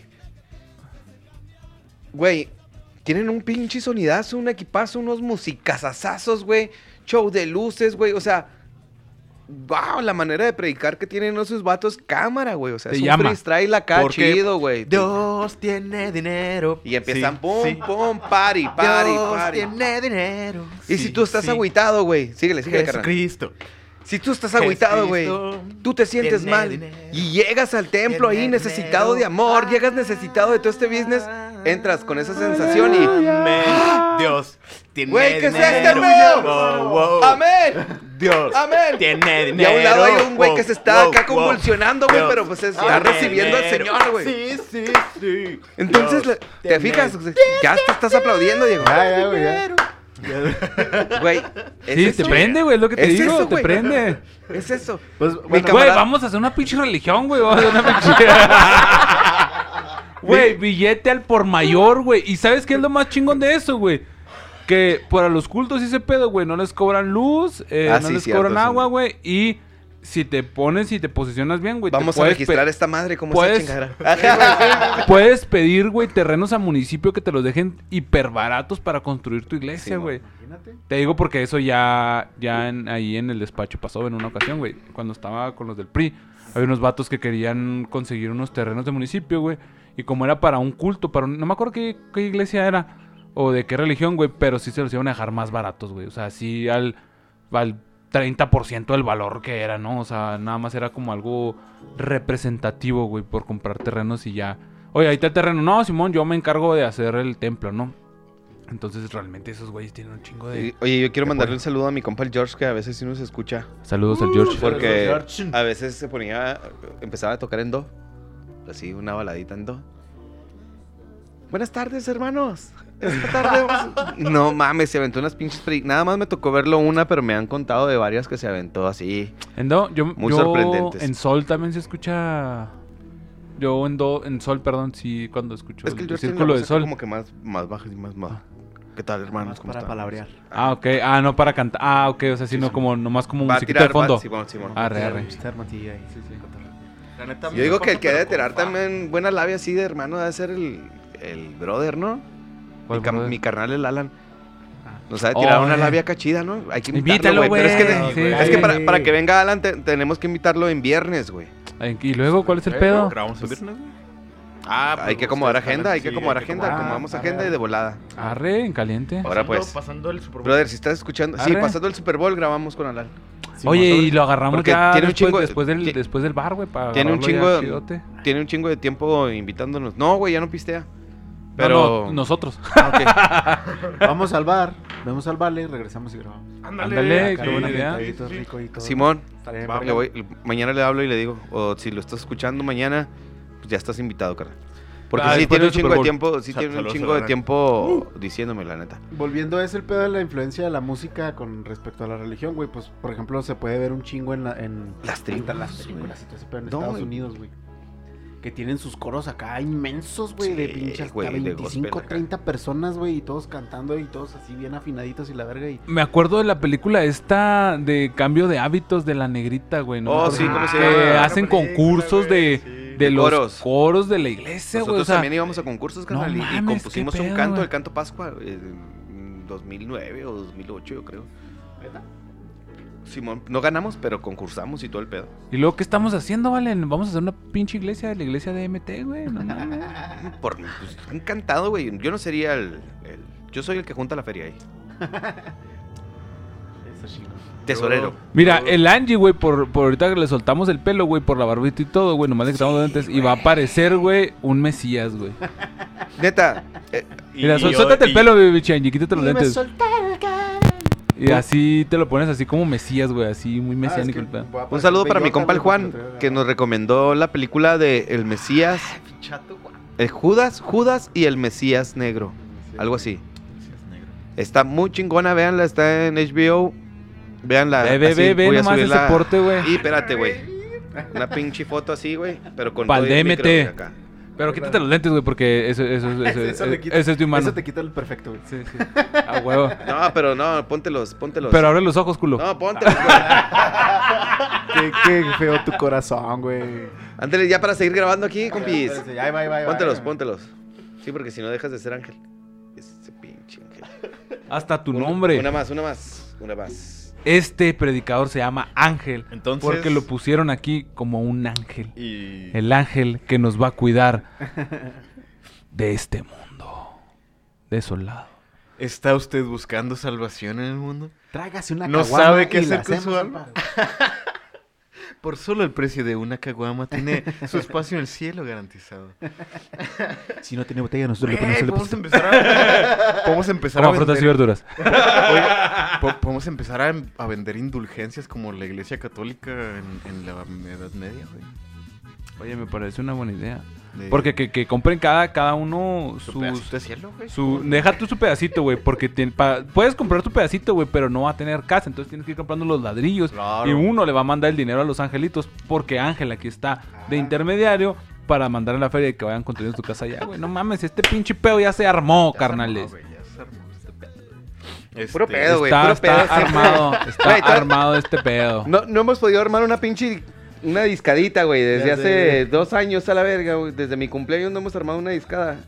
Güey, tienen un pinche sonidazo, un equipazo, unos musicazazazos, güey. Show de luces, güey. O sea, wow, la manera de predicar que tienen esos vatos, cámara, güey. O sea, Te es un llama. freestyle acá Porque chido, güey. Dios tiene dinero. Y empiezan Sí, pum, sí. pum, party, party, Dios party. tiene dinero. Y si tú estás agüitado, güey, síguele, síguele, carnal. Jesucristo. Si tú estás agüitado, güey, Jesucristo tú te sientes tiene mal dinero, y llegas al templo ahí tiene necesitado de dinero. amor, llegas necesitado de todo este business, entras con esa sensación y... Amén. Dios tiene Güey, ¿qué es dinero. este pedo? Wow, wow. ¡Amén! Dios ¡Amén! tiene Y dinero. a un lado hay un güey que se está Wow, acá wow. convulsionando, güey, Dios pero pues está tiene recibiendo al dinero. Señor, güey. Sí, sí, sí. Entonces, Dios le- ¿te tiene fijas? Ya te estás aplaudiendo, Diego. ya, ya, güey, ya. Güey, es Sí, eso. te prende, güey, es lo que te Es digo, eso, te güey. prende. Es eso. Pues, Mi bueno, Güey, camarada- vamos a hacer una pinche religión, güey. Vamos a hacer una pinche... Güey, billete al por mayor, güey. ¿Y sabes qué es lo más chingón de eso, güey? Que para los cultos y ese pedo, güey, no les cobran luz, eh, Ah, no sí, les cierto, cobran sí. agua, güey. Y si te pones y te posicionas bien, güey, te Vamos a puedes registrar pe- esta madre como puedes- esa chingadera. Puedes pedir, güey, terrenos a municipio que te los dejen hiper baratos para construir tu iglesia, Sí, güey. imagínate. Te digo porque eso ya, ya en- ahí en el despacho pasó en una ocasión, güey. Cuando estaba con los del P R I, había unos vatos que querían conseguir unos terrenos de municipio, güey. Y como era para un culto, para un- no me acuerdo qué, qué iglesia era o de qué religión, güey, pero sí se los iban a dejar más baratos, güey. O sea, sí al, al treinta por ciento del valor que era, ¿no? O sea, nada más era como algo representativo, güey, por comprar terrenos y ya. Oye, ahí está el terreno. No, Simón, yo me encargo de hacer el templo, ¿no? Entonces, realmente esos güeyes tienen un chingo de... Sí, Oye, yo quiero de mandarle apoyo. un saludo a mi compa el George, que a veces sí nos escucha. Saludos al George. Porque George. a veces se ponía, empezaba a tocar en do. Así, una baladita en do. Buenas tardes, hermanos. Esta tarde vamos- No mames, se aventó unas pinches... peri- Nada más me tocó verlo una, pero me han contado de varias que se aventó así. En do, yo, Muy yo sorprendentes. en sol también se escucha. Yo en do, en sol, perdón, sí, cuando escucho Es que el el, George tiene la círculo voz de acá sol. como que más, más baja y más... más. ¿Qué tal, hermanos? Más ¿Cómo para están? palabrear. Ah, ok. Ah, no para cantar. Ah, ok. O sea, sino como, nomás como Va a musiquita tirar, de fondo. va- Simón, Simón. Arre, arre. Estar matilla ahí. Sí, sí. La neta, Yo digo que el que debe pero tirar con fa. también buena labia así de hermano debe ser el, el brother, ¿no? Mi, ¿Cuál cam- brother? mi carnal, el Alan. Ah. Nos ha de tirar Oh, una eh. labia cachida, ¿no? Hay que Invítalo, invitarlo, güey. Pero es que, güey. de- Sí. es que para, para que venga Alan te- tenemos que invitarlo en viernes, güey. Ay, ¿y luego cuál es el Eh, pedo? ¿Grabamos el viernes, güey? Ah, hay pues, que acomodar ustedes agenda, jalan, hay que sí, acomodar hay que agenda, acomodar. acomodamos Ah, agenda arre. y de volada. Arre, en caliente. Ahora Pasando- pues. Pasando el Super Bowl. Brother, si estás escuchando, sí, Arre. pasando el Super Bowl grabamos con Alan. Oye, y lo agarramos Porque ya tiene un después, chingo de- después, del, ti- después del bar, güey, para tiene un agarrarlo ya chingo- chidote. Tiene un chingo de tiempo invitándonos. No, güey, ya no pistea. No, Pero no, nosotros. Ah, ok. Vamos al bar, vemos al vale, regresamos y grabamos. Ándale, Acá qué buena bien idea. cantadito, rico y todo. Simón, Estaría bien Va, verga. le voy- mañana le hablo y le digo, o si lo estás escuchando mañana, pues ya estás invitado, carnal. Porque Ah, sí después tiene un del Super chingo de Bowl. tiempo, sí Sa- tiene un saludos chingo a de la tiempo diciéndome, la neta. Volviendo a ese el pedo de la influencia de la música con respecto a la religión, güey, pues por ejemplo se puede ver un chingo en, la, en Las en tribus, las güey. películas y todo ese pedo en No, Estados güey. Unidos, güey. Que tienen sus coros acá inmensos, güey, de Sí, pinches hasta güey, de veinticinco, gospel acá. treinta personas, güey, y todos cantando y todos así bien afinaditos y la verga y Me acuerdo de la película esta de cambio de hábitos de la negrita, güey. ¿no? Oh, Me sí, acuerdo ¿cómo se que llama? hacen Buena película, concursos güey, de, sí. de De los coros. coros de la iglesia, güey. Nosotros O sea, también íbamos a concursos, carnal, y- y, mames, compusimos qué un pedo, canto, güey. el canto Pascua, en dos mil nueve o dos mil ocho, yo creo. Simón, no ganamos, pero concursamos y todo el pedo. ¿y luego qué estamos haciendo, Valen? Vamos a hacer una pinche iglesia, la iglesia de M T, güey. No mames. Por pues, un cantado, güey. Yo no sería el, el- Yo soy el que junta la feria ahí. eso chingón. Tesorero. Mira, el Angie, güey, por, por ahorita que le soltamos el pelo, güey, por la barbita y todo, güey, nomás le quitamos los lentes. Y va a aparecer, güey, un Mesías, güey. Neta, eh, Mira, Y sol- yo- suéltate el y- pelo, baby Angie, quítate los Y me lentes. solté el cara. Y así te lo pones así como Mesías, güey, así muy mesiánico Ah, el es que pedo. voy a un parecer saludo para mi bellota, compa el güey, Juan, porque lo traigo que agarrado. nos recomendó la película de El Mesías, Chato, güey. el Judas, Judas y el Mesías Negro. Algo así. Está muy chingona, véanla, está en H B O. Véanla. Ve, ve, así ve, ve voy a nomás subirla. ese porte, güey. Y espérate, güey. Una pinche foto así, güey, pero con Pa'l todo el micro, D M T. güey, acá. Pero quítate los lentes, güey, porque eso, eso, eso, Eso, le quita- eso es de humano. Eso te quita el perfecto, güey. Sí, sí. A huevo. No, pero no, póntelos, póntelos. Pero abre los ojos, culo. No, póntelos, güey. Qué, qué feo tu corazón, güey. Ándale, ya para seguir grabando aquí, compis. Espérense, ya, ahí va, ahí va, ahí va, Póntelos, ahí va. póntelos. Sí, porque si no dejas de ser ángel. Ese pinche ángel. Hasta tu Un- nombre. Una más, una más, una más. Este predicador se llama Ángel. Entonces- Porque lo pusieron aquí como un ángel. Y... El ángel que nos va a cuidar de este mundo desolado. ¿Está usted buscando salvación en el mundo? Trágase una No caguama sabe qué y la hacer con su hacemos alma. al paro. Por solo el precio de una caguama tiene su espacio en el cielo garantizado. Si no tiene botella, nosotros le Güey, ponemos el podemos depósito. empezar a... podemos empezar Como a frutas y vender... verduras. Oye, po- podemos empezar a, a vender indulgencias como la iglesia católica en, en la Edad Media, güey. Oye, me parece una buena idea. De- Porque que, que compren cada, cada uno su sus... pedacito de cielo, güey. Su, deja tú su pedacito, güey, porque tien- pa- puedes comprar tu pedacito, güey, pero no va a tener casa, entonces tienes que ir comprando los ladrillos Claro. y uno le va a mandar el dinero a los angelitos porque Ángel aquí está de intermediario para mandar en la feria y que vayan construyendo tu casa allá, güey. No mames, este pinche pedo ya se armó, Ya se carnales. armó, güey, ya se armó este pedo. Puro Este, pedo, güey. Está, puro está pedo siempre. armado, está Güey, todo- armado este pedo. No, no hemos podido armar una pinche. Una discadita, güey. Desde Ya hace sé. dos años a la verga, güey. Desde mi cumpleaños no hemos armado una discada.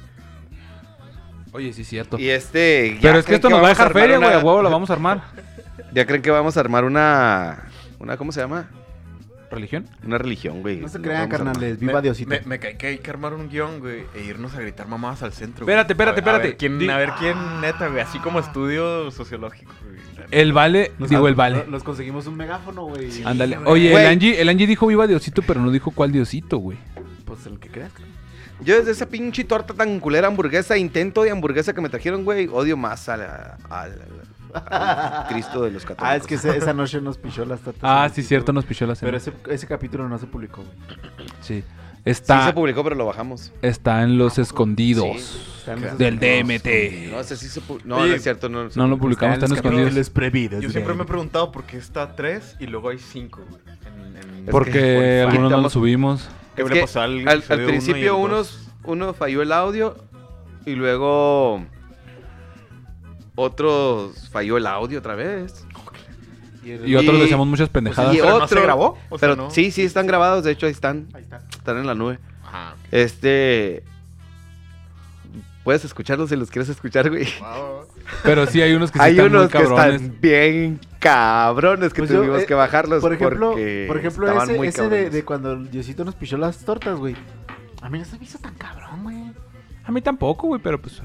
Oye, sí es cierto. Y este. ya Pero es que creen esto nos va a vamos dejar armar feria, güey, una- a huevo la vamos a armar. Ya creen que vamos a armar una. Una, ¿cómo se llama? ¿Religión? Una religión, güey. No se Nos crean, vamos a armar. carnales. me- Viva Diosito. Me, me cae que hay que armar un guión, güey, e irnos a gritar mamadas al centro. güey. Espérate, espérate, A ver- a ver espérate. quién- Di- A ver quién, neta, güey. Así como estudio sociológico, güey. la neta. El vale, Nos- digo el vale. Nos, nos conseguimos un megáfono, güey. Ándale. güey. Oye, Güey. el Angie, el Angie dijo viva Diosito, pero no dijo cuál Diosito, güey. Pues el que creas. Yo desde esa pinche torta tan culera hamburguesa, intento de hamburguesa que me trajeron, güey, odio más a la- al, al Cristo de los católicos. Ah, es que ese- esa noche nos pichó las tatas. Ah, en el sí, sitio, cierto, güey. nos pichó la cena. Pero ese, ese capítulo no se publicó, güey. Sí. Sí Está, se publicó, pero lo bajamos. está en los escondidos Están esos del escondidos. D M T. No, ese sí se pu- No, Oye, no es cierto. No, No lo publicamos, Están están los escondidos. capítulos prohibidos. Yo siempre me he preguntado por qué está tres y luego hay cinco, güey. En, en- Porque Spotify. algunos no lo Quitamos- subimos. ¿Qué Es le que pasó al, Al, al episodio uno y principio el unos, dos? uno falló el audio y luego otros falló el audio otra vez. Y otros Y- decíamos muchas pendejadas. y ¿Pero no otro- se grabó? O sea, Pero no. sí, sí están grabados, de hecho ahí están, Ahí está. están en la nube. Ajá, ok. Este... Puedes escucharlos si los quieres escuchar, güey. Wow. Pero sí hay unos que sí Hay están muy unos que cabrones. están bien cabrones que Pues yo, tuvimos eh, que bajarlos Por ejemplo, porque por ejemplo estaban ese, muy ese de, cabrones. de cuando Diosito nos pichó las tortas, güey. A mí no se me hizo tan cabrón, güey. A mí tampoco, güey, pero pues...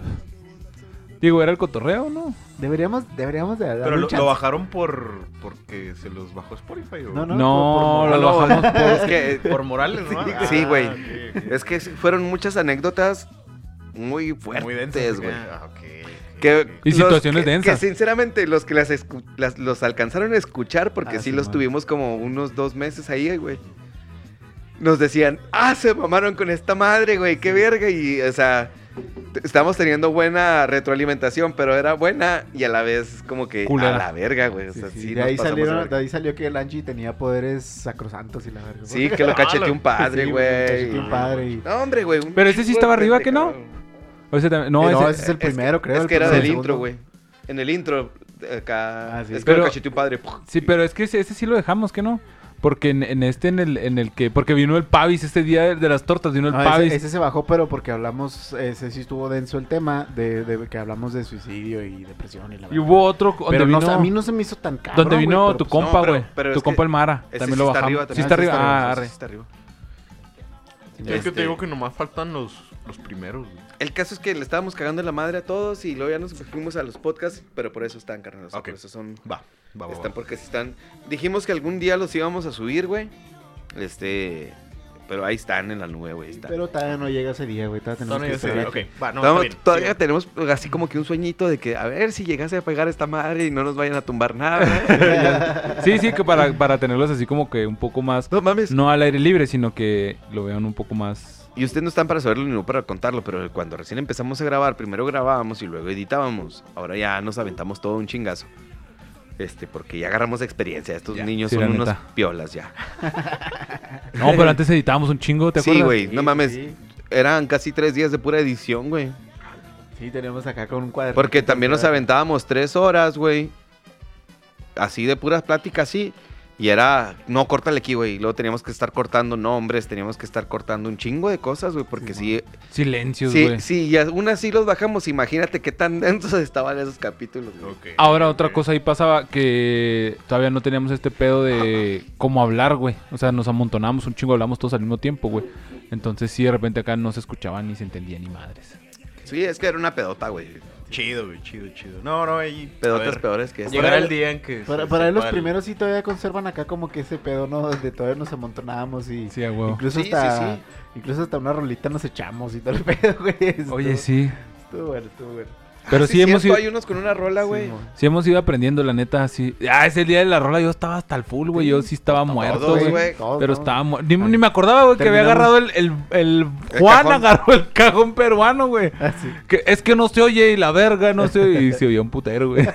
Digo, era el cotorreo, ¿no? Deberíamos, deberíamos de darle Pero un lo, chance. lo bajaron por porque se los bajó Spotify o No, no, No, por- por lo moral. bajamos por... Es que... por Morales, ¿no? Sí, Ah, sí, güey. ok, ok. Es que fueron muchas anécdotas muy fuertes, Muy densas, güey. Ah, ok, ok, Que ok. Y los situaciones que- densas. Que sinceramente los que las, escu- las- los alcanzaron a escuchar, porque Ah, sí sí, los man. tuvimos como unos dos meses ahí, güey. Nos decían, ah, se mamaron con esta madre, güey, qué verga. Y, o sea, t- estamos teniendo buena retroalimentación, pero era buena y a la vez como que Culera. a la verga, güey. O Sí, sea, sí, sí, de, nos ahí pasamos de salieron, verga. de ahí salió que el Angie tenía poderes sacrosantos y la verga. Sí, que lo cacheteó un padre, Sí, güey. cacheteó un padre y- No, hombre, güey. un Pero ese sí chingo de estaba arriba, ¿que no? pendejada. O ese también- no, Eh, no, ese... ese es el Es que- primero, creo. Es el que era primero, del el intro, segundo. güey. En el intro, acá. Ah, sí. Es que Pero- lo cacheteó un padre. Sí, pero es que ese, ese sí lo dejamos, ¿que no? Porque en, en este, en el, en el que... Porque vino el Pavis este día de, de las tortas, vino el No, Pavis. ese, ese se bajó, pero porque hablamos, ese sí estuvo denso el tema de, de que hablamos de suicidio y depresión y la Y verdad. hubo otro donde Pero no, vino... a mí no se me hizo tan caro. donde vino tu pues, no, compa, pero- güey. pero Tu es compa que el Mara. Ese También sí lo está bajamos. arriba Sí también. está Ah, sí arriba. está Ah, arriba, arre. Sí, está arriba. Es que Este- te digo que nomás faltan los, los primeros, güey. El caso es que le estábamos cagando la madre a todos y luego ya nos fuimos a los podcasts, pero por eso están, carnal. O sea, Ok. por eso son. Va, va, va. Están va. porque si están. Dijimos que algún día los íbamos a subir, güey. Este. Pero ahí están en la nube, güey. están. Pero todavía no llega ese día, güey. Todavía No, tenemos no, que ya sé, esperar. ok. Va, no, Estamos- está bien. todavía Sí. tenemos así como que un sueñito de que a ver si llegase a pegar esta madre y no nos vayan a tumbar nada. Sí, sí, que para, para tenerlos así como que un poco más... No mames. No al aire libre, sino que lo vean un poco más... Y ustedes no están para saberlo ni no para contarlo, pero cuando recién empezamos a grabar, primero grabábamos y luego editábamos. Ahora ya nos aventamos todo un chingazo. Este, porque ya agarramos experiencia. Estos Ya. niños Sí, son la unos neta. piolas ya. No, pero antes editábamos un chingo, ¿te Sí, acuerdas? güey, no Sí, mames. Sí, Eran casi tres días de pura edición, güey. sí, tenemos acá con un cuadro. Porque también nos aventábamos tres horas, güey. Así de puras pláticas, sí. Y era, no, córtale aquí, güey. Y luego teníamos que estar cortando nombres, teníamos que estar cortando un chingo de cosas, güey. Porque sí, Silencios, sí, güey. sí, y aún así los bajamos. Imagínate qué tan densos estaban esos capítulos, güey. Ok, Ahora ok. otra cosa ahí pasaba que todavía no teníamos este pedo de cómo hablar, güey. O sea, nos amontonamos un chingo, hablamos todos al mismo tiempo, güey. Entonces sí, de repente acá no se escuchaban ni se entendían ni madres. Sí, es que era una pedota, güey. Chido, güey, chido, chido. No, no, ahí. a Pedotas ver, peores que esta. Llegará Para- el día en que. Para, se para él los sepa el- primeros sí todavía conservan acá como que ese pedo, ¿no? Donde todavía nos amontonábamos y... Sí, a huevo. Incluso Sí, hasta... sí, sí. Incluso hasta una rolita nos echamos y todo el pedo, güey. Estuvo- Oye, sí. Estuvo bueno, estuvo bueno. Pero Ah, sí, hemos cierto, ido... hay unos con una rola, güey. Sí, mo. Sí hemos ido aprendiendo, la neta, así. Ah, ese día de la rola yo estaba hasta el full, güey. Yo sí estaba muerto, todos, güey. güey. Todos, Pero ¿no? estaba muerto. Ni, ni me acordaba, güey, que había Terminamos- agarrado el... El, el Juan cajón. agarró el cajón peruano, güey. Ah, sí. Que, es que no se oye y la verga no se oye. Y se oía un putero, güey.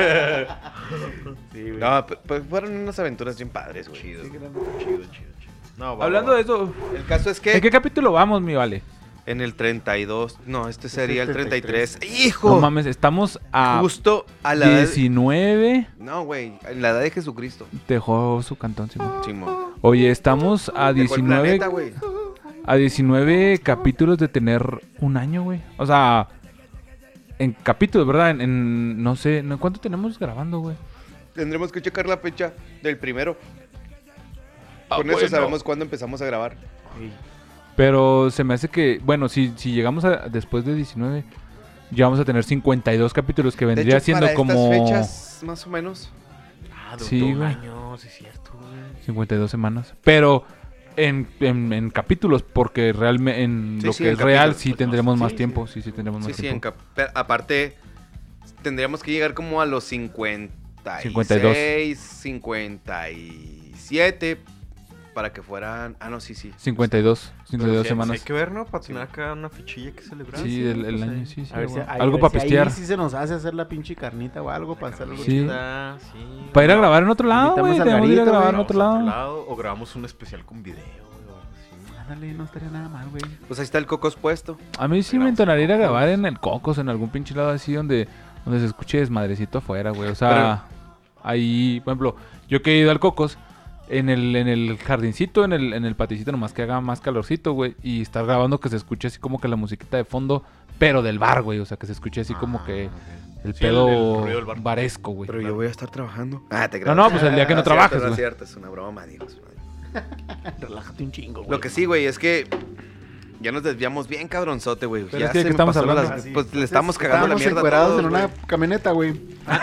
Sí, güey. No, pues pues fueron unas aventuras bien padres, güey. Chido, Sí, chido, que chido, chido. No, va, Hablando va, de va. eso, El caso es ¿en que qué capítulo vamos, mi vale? en el treinta y dos, no, este Es sería el el treinta y tres. treinta ¡Hijo! No mames, estamos a Justo a la edad... diecinueve. No, güey, en la edad de Jesucristo. Dejó su cantón, Simón. Simón. Oye, estamos a Dejó el diecinueve, planeta, güey. a diecinueve capítulos de tener un año, güey. O sea, en capítulos, ¿verdad? En, en- no sé, ¿no? ¿Cuánto tenemos grabando, güey? Tendremos que checar la fecha del primero. Ah, Con eso bueno. sabemos cuándo empezamos a grabar. Sí. Pero se me hace que, bueno, si, si llegamos a después de diecinueve, ya vamos a tener cincuenta y dos capítulos que De vendría hecho, siendo para como estas fechas, más o menos. Ah, de Sí, un güey. año, sí es cierto, güey. cincuenta y dos semanas. Pero en, en, en capítulos, porque realmente en Sí, lo sí, que en es real capítulos, sí pues, tendremos más. más Sí, tiempo. Sí, sí, tendremos Sí, más sí, en tiempo. cap- pero aparte, tendríamos que llegar como a los cincuenta y cincuenta y dos. seis, cincuenta y siete para que fueran... Ah, no, sí, sí. cincuenta y dos, cincuenta y dos Sí, semanas. Hay que ver, ¿no? Para tener acá una fichilla que celebrar. Sí, el, el pues, año, ahí. sí, sí. A ver si, güey. a Algo ver para si pistear. Ahí sí se nos hace hacer la pinche carnita o algo para hacer algo Sí. chido. Está, sí. Para ir a grabar en otro lado, Invitamos güey. al Tenemos que ir a Garito, grabar en Vamos otro a otro lado. lado o grabamos un especial con video, güey, o algo así. Ándale, no estaría nada mal, güey. Pues ahí está el cocos puesto. A mí sí me Grabamos entonaría ir a en grabar en el Cocos, en algún pinche lado así donde, donde se escuche desmadrecito afuera, güey. O sea, ahí, por ejemplo, yo que he ido al Cocos, en el, en el jardincito, en el, en el paticito, nomás que haga más calorcito, güey. Y estar grabando que se escuche así como que la musiquita de fondo, pero del bar, güey. O sea, que se escuche así como que el Sí, el- pedo el ruido del bar. baresco, güey. Pero yo voy a estar trabajando. Ah, te No, no, pues el día que no es trabajes, cierto, no güey. es cierto, es una broma, Dios. Relájate un chingo, güey. Lo que sí, güey, es que ya nos desviamos bien cabronzote, güey. Pero Ya es que, se ¿qué me estamos pasaron hablando? las- Ah, sí. Pues le estamos cagando la Estábamos mierda a encuerados todos, en una güey. camioneta, güey.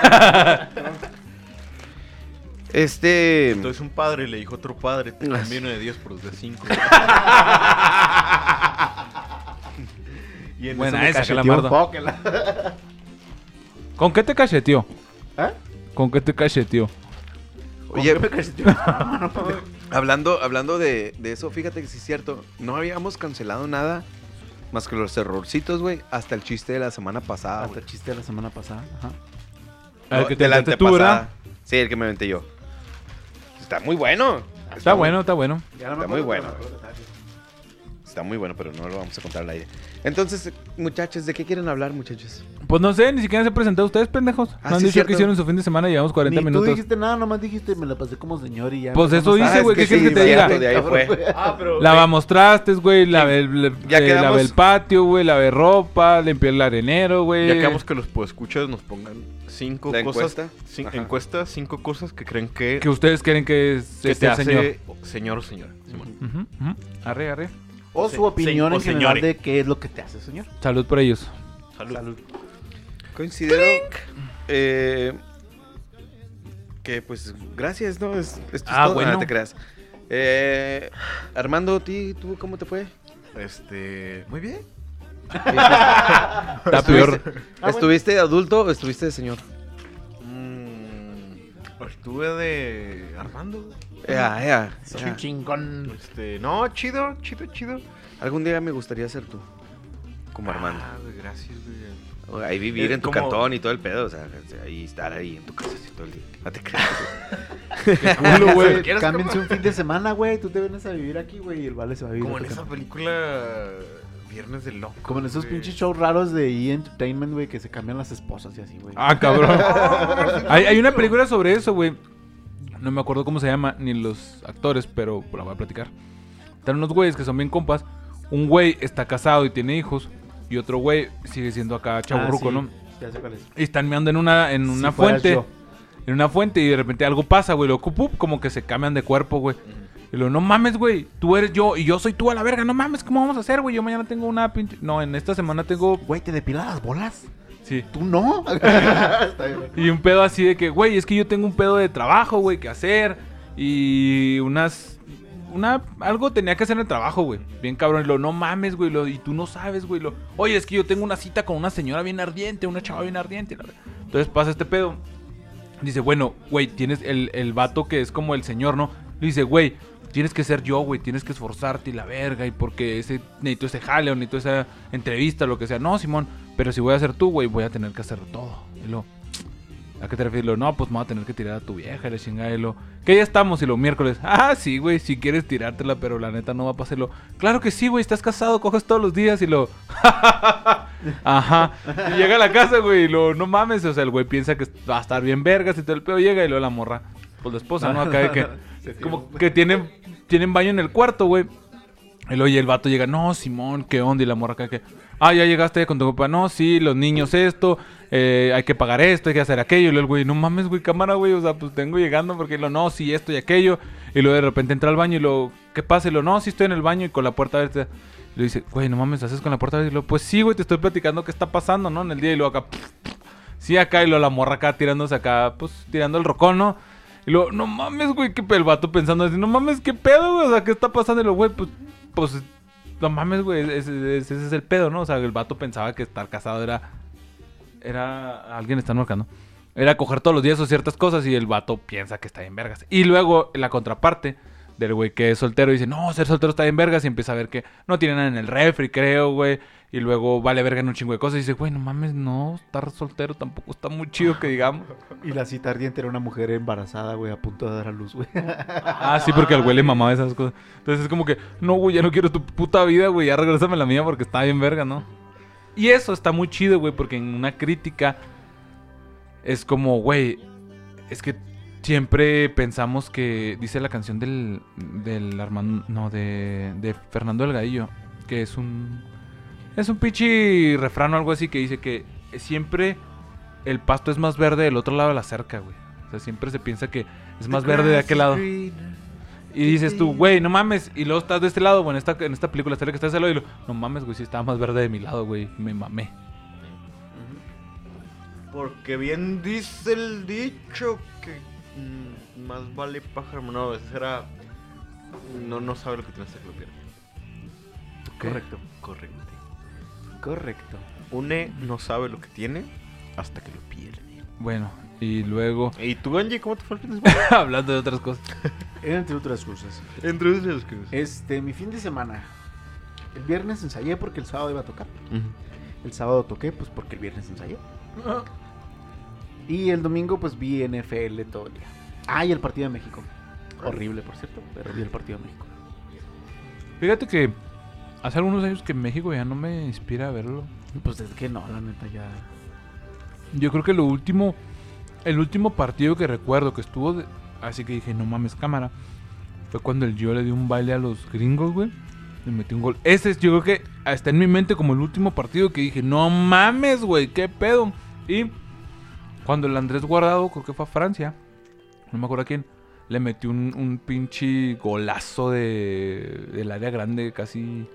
Este... Entonces un padre le dijo a otro padre, te conviene de diez por los de cinco. Y en Buena eso me esa, cacheteó Calamardo. un poco, la- ¿Con qué te cacheteó? ¿Eh? ¿Con qué te cacheteó? Oye, ¿Con qué me cacheteó? hablando, hablando de, de eso, fíjate que sí es cierto. No habíamos cancelado nada más que los errorcitos, güey. Hasta el chiste de la semana pasada, Hasta güey. el chiste de la semana pasada. Ajá. El No, que te de la aventaste tú, antepasada. ¿verdad? Sí, el que me aventé yo. Está muy bueno. Está bueno, está bueno. Ya no me Está muy acuerdo, bueno. pero me acuerdo detalles. Está muy bueno, pero no lo vamos a contar al aire. Entonces, muchachos, ¿de qué quieren hablar, muchachos? Pues no sé, ni siquiera se han presentado ustedes, pendejos. Ah, No han sí, dicho cierto. que hicieron su fin de semana y llevamos cuarenta Ni tú minutos. dijiste nada, nomás dijiste, me la pasé como señor y ya. Pues eso empezamos a- dice, güey, Ah, es ¿qué quieres que te sí, diga? cierto, de ahí fue. Ah, pero... Lavamos trastes, güey, lavé, le- Ya eh, quedamos- lavé el patio, güey, lavé ropa, limpié el arenero, güey. Ya quedamos que los podescuchas nos pongan cinco La cosas. encuesta. cin- Ajá. encuesta, cinco cosas que creen que, Que ustedes quieren que, que sea te hace señor. señor o señora. Simón. Ujú, ujú. Arre, arre. O Sí, su opinión sí, en o general señore. de qué es lo que te hace, señor. Salud por ellos. Salud. Considero eh, que, pues, gracias, ¿no? Es, esto es Ah, todo. bueno. No te creas. Eh, Armando, ¿tú, ¿tú cómo te fue? Este... Muy bien. Está peor. ¿Estuviste de adulto o estuviste de señor? Mm, estuve de Armando. Ea, ea, Soy ea. un chingón. Este... No, chido, chido, chido. Algún día me gustaría ser tú, como Armando. Ah, güey, gracias, güey. O ahí vivir Eh, en tu como- cantón y todo el pedo, o sea, ahí estar ahí en tu casa así todo el día. No te creas. Qué culo, güey. ¿Quieres Cámbiense comer? un fin de semana, güey. Tú te vienes a vivir aquí, güey, y el Vale se va a vivir. Como a en tu esa casa. película Viernes del Loco. Como en esos güey. pinches shows raros de E! Entertainment, güey, que se cambian las esposas y así, güey. Ah, cabrón. hay, hay una película sobre eso, güey. No me acuerdo cómo se llama, ni los actores, pero la voy a platicar. Están unos güeyes que son bien compas. Un güey está casado y tiene hijos. Y otro güey sigue siendo acá chaburruco, Ah, sí. ¿no? Ya sé cuál es. Y están meando en una, en una Si fueras fuente. yo. En una fuente y de repente algo pasa, güey. Lo cupup, como que se cambian de cuerpo, güey. Y luego, no mames, güey. Tú eres yo y yo soy tú a la verga. No mames, ¿cómo vamos a hacer, güey? Yo mañana tengo una pinche. No, en esta semana tengo. Güey, ¿te depilas las bolas? Sí. ¿Tú no? Está bien. Y un pedo así de que, güey, es que yo tengo un pedo de trabajo, güey, que hacer. Y unas. Una. Algo tenía que hacer en el trabajo, güey. Bien cabrón. Y lo, no mames, güey. Lo, y tú no sabes, güey. Lo, oye, es que yo tengo una cita con una señora bien ardiente, una chava bien ardiente. la verdad. Entonces pasa este pedo. Dice, bueno, güey, tienes el, el vato que es como el señor, ¿no? Le dice, güey, tienes que ser yo, güey, tienes que esforzarte y la verga. Y porque ese necesito ese jale o necesito esa entrevista, lo que sea. No, Simón, pero si voy a ser tú, güey, voy a tener que hacer todo. Y lo, ¿a qué te refieres? Lo, no, pues me voy a tener que tirar a tu vieja, y la chingada. Y lo, ¿qué ya estamos? Y lo, miércoles. Ah, sí, güey, si quieres tirártela, pero la neta no va a pasarlo. Claro que sí, güey, estás casado, coges todos los días. Y lo, ajá. Y llega a la casa, güey, y lo, no mames. O sea, el güey piensa que va a estar bien vergas y todo el pedo llega. Y luego la morra, pues la esposa, ¿no? Acá de que, como que tienen, tienen baño en el cuarto, güey. Y luego y el vato llega, no, Simón, ¿qué onda? Y la morra acá que, ah, ya llegaste con tu papá. No, sí, los niños esto, eh, hay que pagar esto, hay que hacer aquello. Y luego el güey, no mames, güey, cámara, güey, o sea, pues tengo llegando porque lo, no, sí, esto y aquello. Y luego de repente entra al baño y lo, ¿qué pasa? Y lo, no, sí estoy en el baño y con la puerta abierta. Y le dice, güey, no mames, ¿haces con la puerta abierta? Y lo, pues sí, güey, te estoy platicando qué está pasando, ¿no? En el día. Y luego acá, sí, acá, y luego la morra acá tirándose acá, pues tirando el rocón, ¿no? Y luego, no mames, güey, qué pedo. El vato pensando así, no mames, qué pedo, güey, o sea, ¿qué está pasando? Y luego, güey, pues, pues, no mames, güey, ese, ese, ese es el pedo, ¿no? O sea, el vato pensaba que estar casado era, era, alguien está marcando, era coger todos los días o ciertas cosas y el vato piensa que está bien vergas. Y luego, la contraparte del güey que es soltero dice, no, ser soltero está bien vergas y empieza a ver que no tiene nada en el refri, creo, güey. Y luego vale verga en un chingo de cosas y dice, güey, no mames, no, estar soltero tampoco está muy chido que digamos. Y la cita ardiente era una mujer embarazada, güey, a punto de dar a luz, güey. Ah, sí, porque al güey le mamaba esas cosas. Entonces es como que, no, güey, ya no quiero tu puta vida, güey, ya regrésame la mía porque está bien verga, ¿no? Y eso está muy chido, güey, porque en una crítica es como, güey, es que siempre pensamos que, dice la canción del, del Armando, no, de, de Fernando Delgadillo, que es un, es un pinche refrán o algo así que dice que siempre el pasto es más verde del otro lado de la cerca, güey. O sea, siempre se piensa que es más verde de aquel lado. Y dices tú, güey, no mames. Y luego estás de este lado, bueno, en esta, en esta película, esta que está de ese lado, y lo, no mames, güey, sí estaba más verde de mi lado, güey. Me mamé. Porque bien dice el dicho que mm, más vale pájaro. No, ese era. No, no sabe lo que tiene hasta que lo pierde. ¿Qué? Correcto. Correcto. Correcto. Une no sabe lo que tiene hasta que lo pierde. Bueno, y luego, ¿Y tú, Angie, cómo te fue el fin de semana? hablando de otras cosas. Entre otras cosas. Entre los que. Este, mi fin de semana. El viernes ensayé porque el sábado iba a tocar. El sábado toqué, pues porque el viernes ensayé. Y el domingo, pues vi N F L todo el día. Ah, y el partido de México. Horrible, por cierto, pero vi el partido de México. Fíjate que hace algunos años que México ya no me inspira a verlo. Pues es que no, la neta ya. Yo creo que lo último, el último partido que recuerdo que estuvo, de- así que dije, no mames, cámara, fue cuando el Gio le dio un baile a los gringos, güey. Le metió un gol. Ese es, yo creo que está en mi mente como el último partido que dije, no mames, güey, qué pedo. Y cuando el Andrés Guardado, creo que fue a Francia, no me acuerdo a quién, le metió un, un pinche golazo de, del área grande, casi...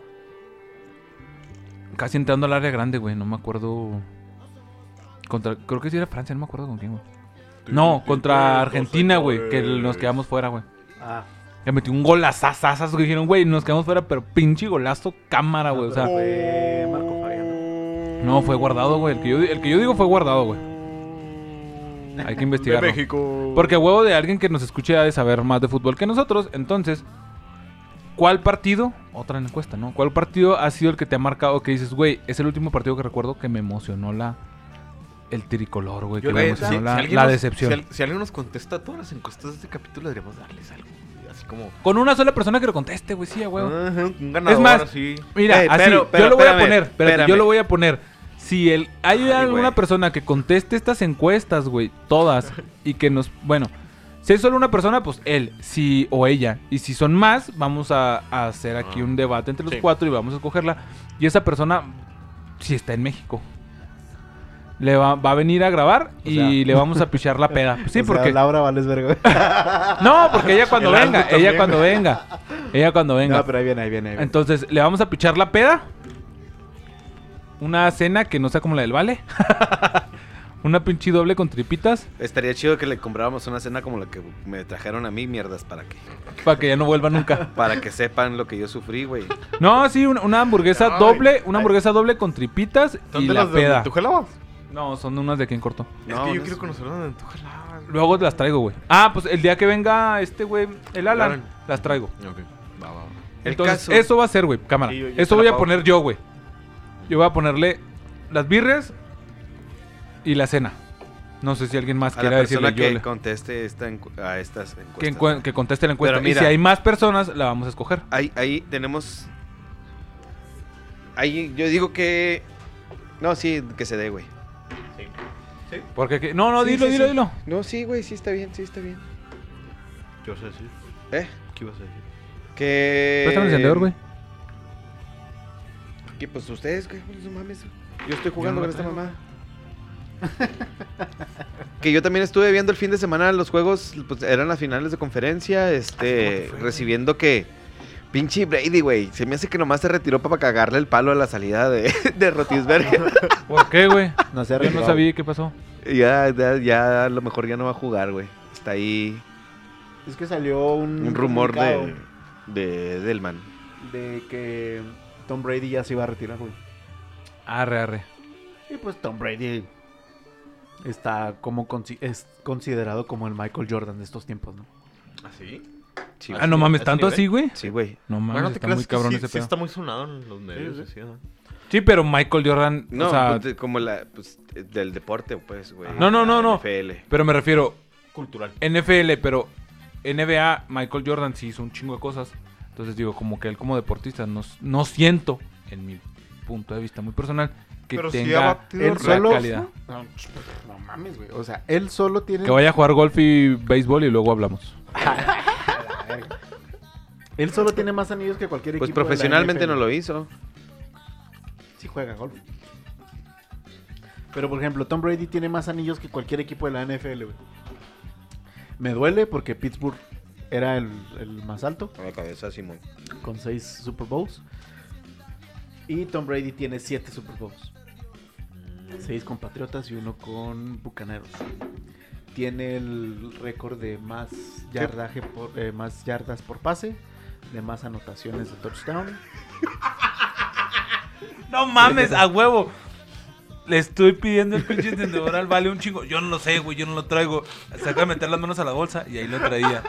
Casi entrando al área grande, güey, no me acuerdo... Contra, creo que sí era Francia, no me acuerdo con quién, güey. No, contra Argentina, güey, que nos quedamos fuera, güey. Ah, Le metió un golazazazas, que dijeron, güey, nos quedamos fuera, pero pinche golazo cámara, güey, o sea... fue Marco Fabián. No, fue Guardado, güey, el que yo, el que yo digo fue Guardado, güey. Hay que investigarlo. De México. Porque a huevo de alguien que nos escuche ha de saber más de fútbol que nosotros. Entonces, ¿cuál partido? Otra encuesta, ¿no? ¿Cuál partido ha sido el que te ha marcado que dices, güey, es el último partido que recuerdo que me emocionó la... El tricolor, güey, que Yo, me güey, emocionó si- si la, alguien la nos- decepción. Si, al- si alguien nos contesta todas las encuestas de este capítulo, deberíamos darles algo. Así como. Con una sola persona que lo conteste, güey, sí, a huevo. Ajá, un ganador Es más, así. Mira, Ey, así, pero- pero yo lo voy a espérame, poner, espérate, espérame. yo lo voy a poner. Si el, hay Ay, alguna güey. persona que conteste estas encuestas, güey, todas, y que nos, bueno, si hay solo una persona, pues él, si o ella, y si son más, vamos a, a hacer aquí Ah. un debate entre los Sí. cuatro y vamos a escogerla. Y esa persona, si está en México, le va, va a venir a grabar O y sea- le vamos a pichar la peda. Sí, O sea, porque, Laura Vales Verga. no, porque ella cuando El venga, Aldo ella también. cuando venga, ella cuando venga. No, pero ahí viene, ahí viene. Ahí viene. Entonces, le vamos a pichar la peda. Una cena que no sea como la del Vale. Una pinche doble con tripitas. Estaría chido que le compráramos una cena como la que me trajeron a mí, mierdas, ¿para qué? Para que ya no vuelva nunca. Para que sepan lo que yo sufrí, güey. No, sí, una, una hamburguesa Ay, doble. Una ay. hamburguesa doble con tripitas y ¿Dónde la las de peda. donde tú jalabas? No, son unas de aquí en corto. Es No, que yo no quiero es- conocer donde tú jalabas. Luego las traigo, güey. Ah, pues el día que venga este güey, el Alan, Alan. las traigo. Ok, va, va, va. El Entonces, caso- eso va a ser, güey, cámara. Sí, yo- yo Eso te la voy a pago. poner yo, güey. Yo voy a ponerle las birres y la cena. No sé si alguien más A la quiera decirle persona yo. que le- conteste esta encu- a estas encuestas. Que, encue- que conteste la encuesta. Pero Y mira. si hay más personas, la vamos a escoger. Ahí, ahí tenemos... Ahí yo digo que... No, sí, que se dé, güey. Porque que- no, no, Sí, dilo, sí, dilo, sí. dilo. No, sí, güey, sí está bien, sí está bien. ¿Qué vas a decir? ¿Eh? ¿Qué ibas a decir? Que... Préstame el encendedor, güey. Que pues ustedes, güey, pues, no mames. Yo estoy jugando Yo con no esta la mamá. Que yo también estuve viendo el fin de semana los juegos, pues eran las finales de conferencia, este, recibiendo que pinche Brady, güey, se me hace que nomás se retiró para cagarle el palo a la salida de, de Roethlisberger. ¿Por qué, güey? No sé, Yo no sabía qué pasó. ya, ya, ya a lo mejor ya no va a jugar, güey. Está ahí Es que salió un, un rumor de, comunicado de Delman. de que Tom Brady ya se iba a retirar, güey. Arre, arre. Y pues Tom Brady está como consi- es considerado como el Michael Jordan de estos tiempos, ¿no? ¿Ah, sí? Sí, Ah, no mames, ¿Ese ¿tanto nivel? así, güey? sí, güey. No mames, Bueno, no te está creas muy que cabrón sí, ese sí pedo. está muy sonado en los medios. Sí, así, ¿no? Sí, pero Michael Jordan, No, o sea... pues, de- como la, pues, del deporte, pues, güey. No, no, no, no. N F L. Pero me refiero, Cultural. N F L, pero N B A, Michael Jordan sí hizo un chingo de cosas. Entonces digo, como que él como deportista, no, no siento, en mi punto de vista muy personal, que Pero sí ha tenga batido Él la solo... calidad. No, no mames, güey. O sea, él solo tiene... Que vaya a jugar golf y béisbol y luego hablamos. Él solo tiene más anillos que cualquier Pues equipo de la profesionalmente N F L. no lo hizo. Sí juega golf. Pero, por ejemplo, Tom Brady tiene más anillos que cualquier equipo de la N F L, güey. Me duele porque Pittsburgh era el, el más alto, A la cabeza, Simón. con seis Super Bowls. Y Tom Brady tiene siete Super Bowls. Seis con Patriotas y uno con Bucaneros. Tiene el récord de más yardaje por, eh, más yardas por pase, de más anotaciones de touchdown. No mames, a huevo. Le estoy pidiendo el pinche encendedor al vale un chingo. Yo no lo sé, güey, yo no lo traigo. Se acaba de meter las manos a la bolsa y ahí lo traía.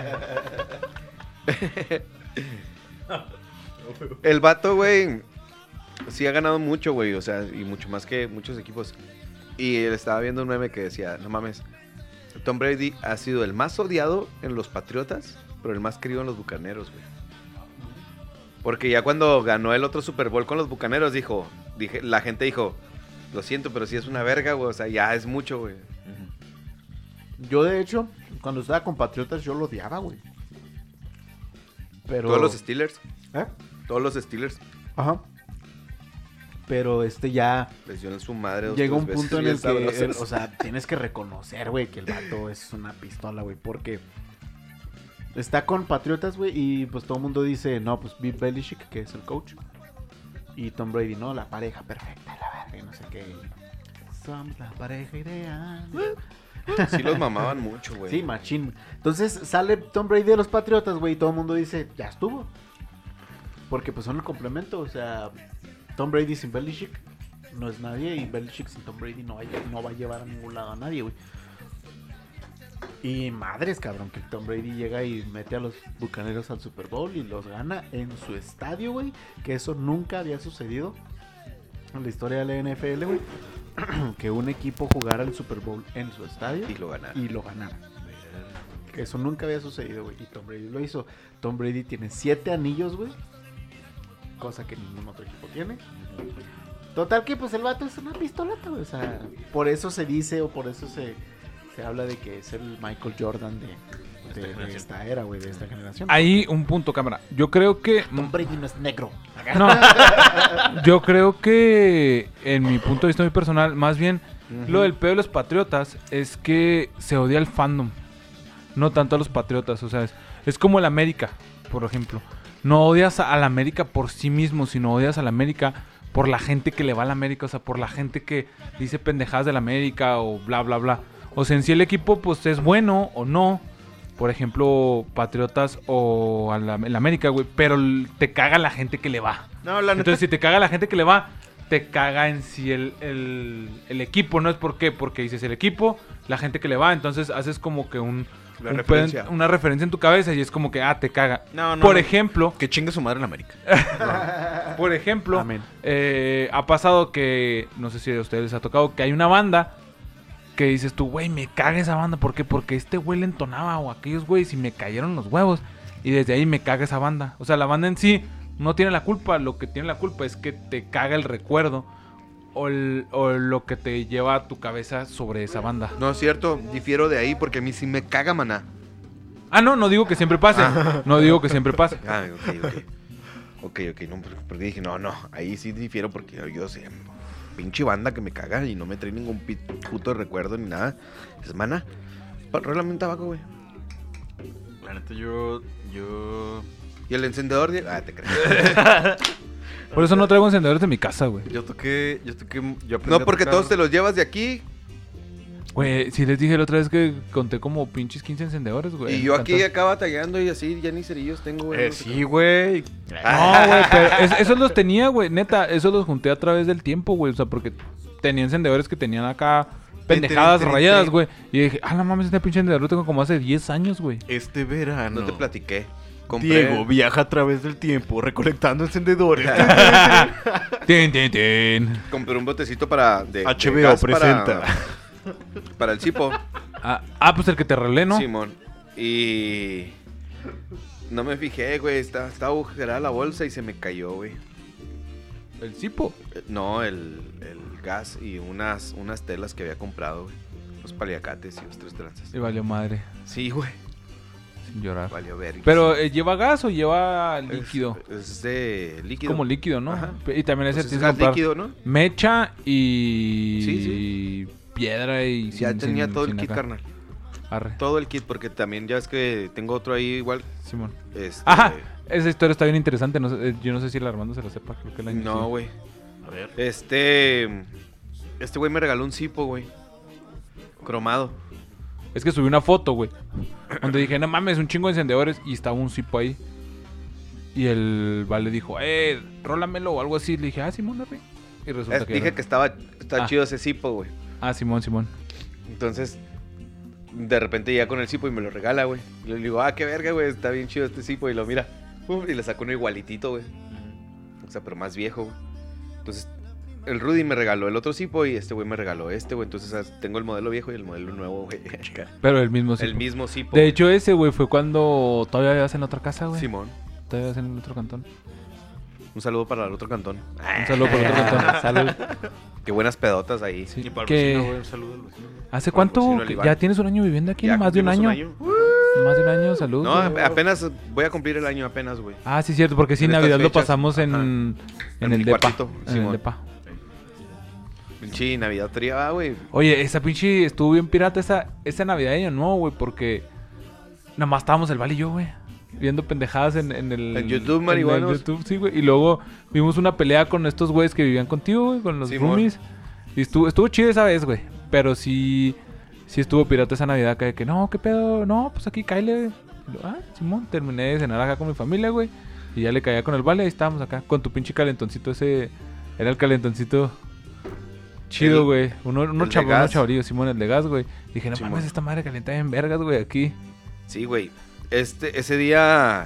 El vato, güey, sí ha ganado mucho, güey, o sea, y mucho más que muchos equipos. Y él estaba viendo un meme que decía, no mames, Tom Brady ha sido el más odiado en los Patriotas, pero el más querido en los Bucaneros, güey. Porque ya cuando ganó el otro Super Bowl con los Bucaneros, dijo, dije, la gente dijo, lo siento, pero sí es una verga, güey, o sea, ya es mucho, güey. Yo, de hecho, cuando estaba con Patriotas, yo lo odiaba, güey. Pero... Todos los Steelers, ¿Eh? todos los Steelers, Ajá. Pero este ya... les dio en su madre dos, Llega un tres punto en veces el bien que, sabrosas. el- o sea, tienes que reconocer, güey, que el vato es una pistola, güey, porque está con Patriotas, güey, y pues todo el mundo dice, no, pues Bill Belichick, que es el coach, y Tom Brady, no, la pareja perfecta, la verga, y no sé qué. Somos la pareja ideal. Sí los mamaban mucho, güey. Sí, machín. Entonces sale Tom Brady de los Patriotas, güey, y todo el mundo dice, ya estuvo. Porque pues son el complemento, o sea, Tom Brady sin Belichick no es nadie, y Belichick sin Tom Brady no va, a- no va a llevar a ningún lado a nadie, güey. Y madres, cabrón, que Tom Brady llega y mete a los Bucaneros al Super Bowl y los gana en su estadio, güey. Que eso nunca había sucedido en la historia de la N F L, güey. Que un equipo jugara el Super Bowl en su estadio Y lo ganaron. y lo ganara. Que eso nunca había sucedido, güey. Y Tom Brady lo hizo. Tom Brady tiene siete anillos, güey. Cosa que ningún otro equipo tiene. Total que pues el vato es una pistolata, güey. O sea, por eso se dice o por eso se, se habla de que es el Michael Jordan de, de- de esta era, güey, de esta generación. Ahí un punto, cámara. Yo creo que... Tom Brady no es negro. No, yo creo que en mi punto de vista muy personal, más bien lo del pedo de los Patriotas es que se odia al fandom, no tanto a los Patriotas, o sea, es, es como el América, por ejemplo. No odias a la América por sí mismo, sino odias a la América por la gente que le va a la América, o sea, por la gente que dice pendejadas de la América o bla, bla, bla. O sea, en sí el equipo pues es bueno o no. Por ejemplo, Patriotas o a la, el América, güey. Pero l- te caga la gente que le va. No, la neta. Entonces, si te caga la gente que le va, te caga en sí el, el, el equipo. ¿No es por qué? Porque dices el equipo, la gente que le va. Entonces, haces como que un... La un referencia. pedo en- una referencia en tu cabeza y es como que, ah, te caga. No, no, por no. ejemplo, Que chingue su madre en América. por ejemplo, Amén. eh, ha pasado que, no sé si a ustedes les ha tocado, que hay una banda que dices tú, güey, me caga esa banda. ¿Por qué? Porque este güey le entonaba o aquellos güeyes y me cayeron los huevos. Y desde ahí me caga esa banda. O sea, la banda en sí no tiene la culpa. Lo que tiene la culpa es que te caga el recuerdo o, el- o lo que te lleva a tu cabeza sobre esa banda. No es cierto, difiero de ahí porque a mí sí me caga Maná. Ah, no, no digo que siempre pase. No digo que siempre pase. Ah, ok, ok. Ok, ok, no, porque- porque dije, no, no, ahí sí difiero porque yo sé, pinche banda que me caga y no me trae ningún pi- puto de recuerdo ni nada. Es Maná. Regálame un tabaco, güey. La neta, yo. Yo. Y el encendedor de... Ah, te crees. Por eso no traigo encendedores de mi casa, güey. Yo toqué. Yo toqué. Yo aprendí No, a porque tocar- todos te los llevas de aquí. Güey, si les dije la otra vez que conté como pinches quince encendedores, güey. Y yo aquí Tantas- acá batallando y así, ya ni cerillos tengo, güey. Eh, no sé sí, güey. No, güey, pero es- esos los tenía, güey. Neta, esos los junté a través del tiempo, güey. O sea, porque tenía encendedores que tenían acá pendejadas Ten, ten, ten, rayadas, ten. güey. Y dije, ah, no mames, este pinche encendedor lo tengo como hace diez años, güey. Este verano. No te platiqué. Compré... Diego viaja a través del tiempo recolectando encendedores. Tin, tin, tin. Compré un botecito para... De, de H B O gas presenta. Para, para el cipo. Ah, ah, pues el que te relé, ¿no? Simón. Y... No me fijé, güey. Estaba, estaba agujerada la bolsa y se me cayó, güey. El cipo. Eh, No, el, el gas y unas, unas telas que había comprado, güey. Los paliacates y los tres tranzas. Y valió madre. Sí, güey. Sin llorar. Valió ver. Pero, eh, ¿lleva gas o lleva líquido? Es, es de líquido. Como líquido, ¿no? Ajá. Y también ese Pues es tienes que gas comprar líquido, ¿no? mecha y... Sí, piedra y... Ya sin- tenía sin- todo el sin kit, acá. carnal. Arre, Todo el kit, porque también ya es que tengo otro ahí igual. Simón. Este, Ajá, esa historia está bien interesante. No sé- eh, yo no sé si el Armando se lo sepa. Creo que la No, güey. A ver. Este. Este güey me regaló un cipo, güey. Cromado. Es que subí una foto, güey. Donde dije, no mames, un chingo de encendedores. Y estaba un cipo ahí. Y el vale dijo, eh, rólamelo o algo así. Le dije, ah, Simón, arre. Y resulta Es- que. dije era- que estaba, está Ah. chido ese cipo, güey. Ah, Simón, Simón. Entonces, de repente ya con el cipo y me lo regala, güey. Y le digo, ah, qué verga, güey, está bien chido este cipo. Y lo mira. Pum, y le sacó uno igualitito, güey. O sea, pero más viejo, güey. Entonces, el Rudy me regaló el otro cipo y este güey me regaló este, güey. Entonces, ah, tengo el modelo viejo y el modelo nuevo, güey. Acá. Pero el mismo cipo. El mismo cipo. De hecho, ese, güey, fue cuando todavía vivías en la otra casa, güey. Simón. Todavía vivías en el otro cantón. Un saludo para el otro cantón. Un saludo por el otro cantón. Salud. Qué buenas pedotas ahí. Sí. Y para el Que- vecino, güey, un saludo al vecino. ¿Hace Para el cuánto? vecino, el que Iván. ¿Ya tienes un año viviendo aquí? Ya ¿Más de un cumplimos año? Más de un año, salud. No, güey. apenas voy a cumplir el año apenas, güey. Ah, sí, cierto, porque sí, en estas Navidad lo fechas, pasamos en, ajá. en, En el mi depa. cuartito, En el Simón. depa. Pinche Navidad fría, güey. Oye, esa pinche estuvo bien pirata esa, esa navideña, ¿no, güey? Porque nada más estábamos el Val y yo, güey. Viendo pendejadas en, en el... En YouTube, en marihuanos. el YouTube, sí, güey. Y luego vimos una pelea con estos güeyes que vivían contigo, güey, con los Simón. roomies. Y estuvo, estuvo chido esa vez, güey. Pero sí, sí estuvo pirata esa Navidad acá de que, no, ¿qué pedo? No, pues aquí cáele, güey. Y yo, ah, Simón, terminé de cenar acá con mi familia, güey. Y ya le caía con el Vale, ahí estábamos acá. Con tu pinche calentoncito ese... Era el calentoncito... Chido, El- güey. Uno, uno el de chavo, uno gas. chavarillo, Simón, el de gas, güey. Dije, no Simón. mames, esta madre calienta en vergas, güey, aquí. Sí, güey. Este, ese día.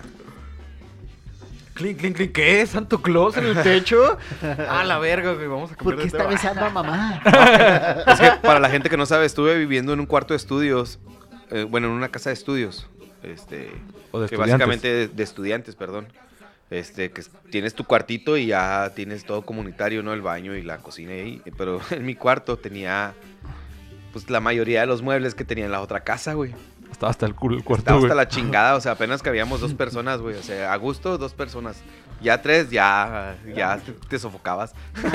Clink, clink, clink. ¿Qué? ¿Santo Claus en el techo? Ah, la verga, güey. Vamos a cambiar ¿Por qué de está tema. besando a mamá? Es que para la gente que no sabe, estuve viviendo en un cuarto de estudios. eh, bueno, en una casa de estudios. Este. O de que estudiantes. básicamente de, de estudiantes, perdón. Este, que es- tienes tu cuartito y ya tienes todo comunitario, ¿no? El baño y la cocina ahí. Pero en mi cuarto tenía. Pues la mayoría de los muebles que tenía en la otra casa, güey. Estaba hasta el culo el cuarto, Estaba güey. hasta la chingada, o sea, apenas cabíamos dos personas, güey. O sea, a gusto, dos personas. Ya tres, ya, ya te, te sofocabas.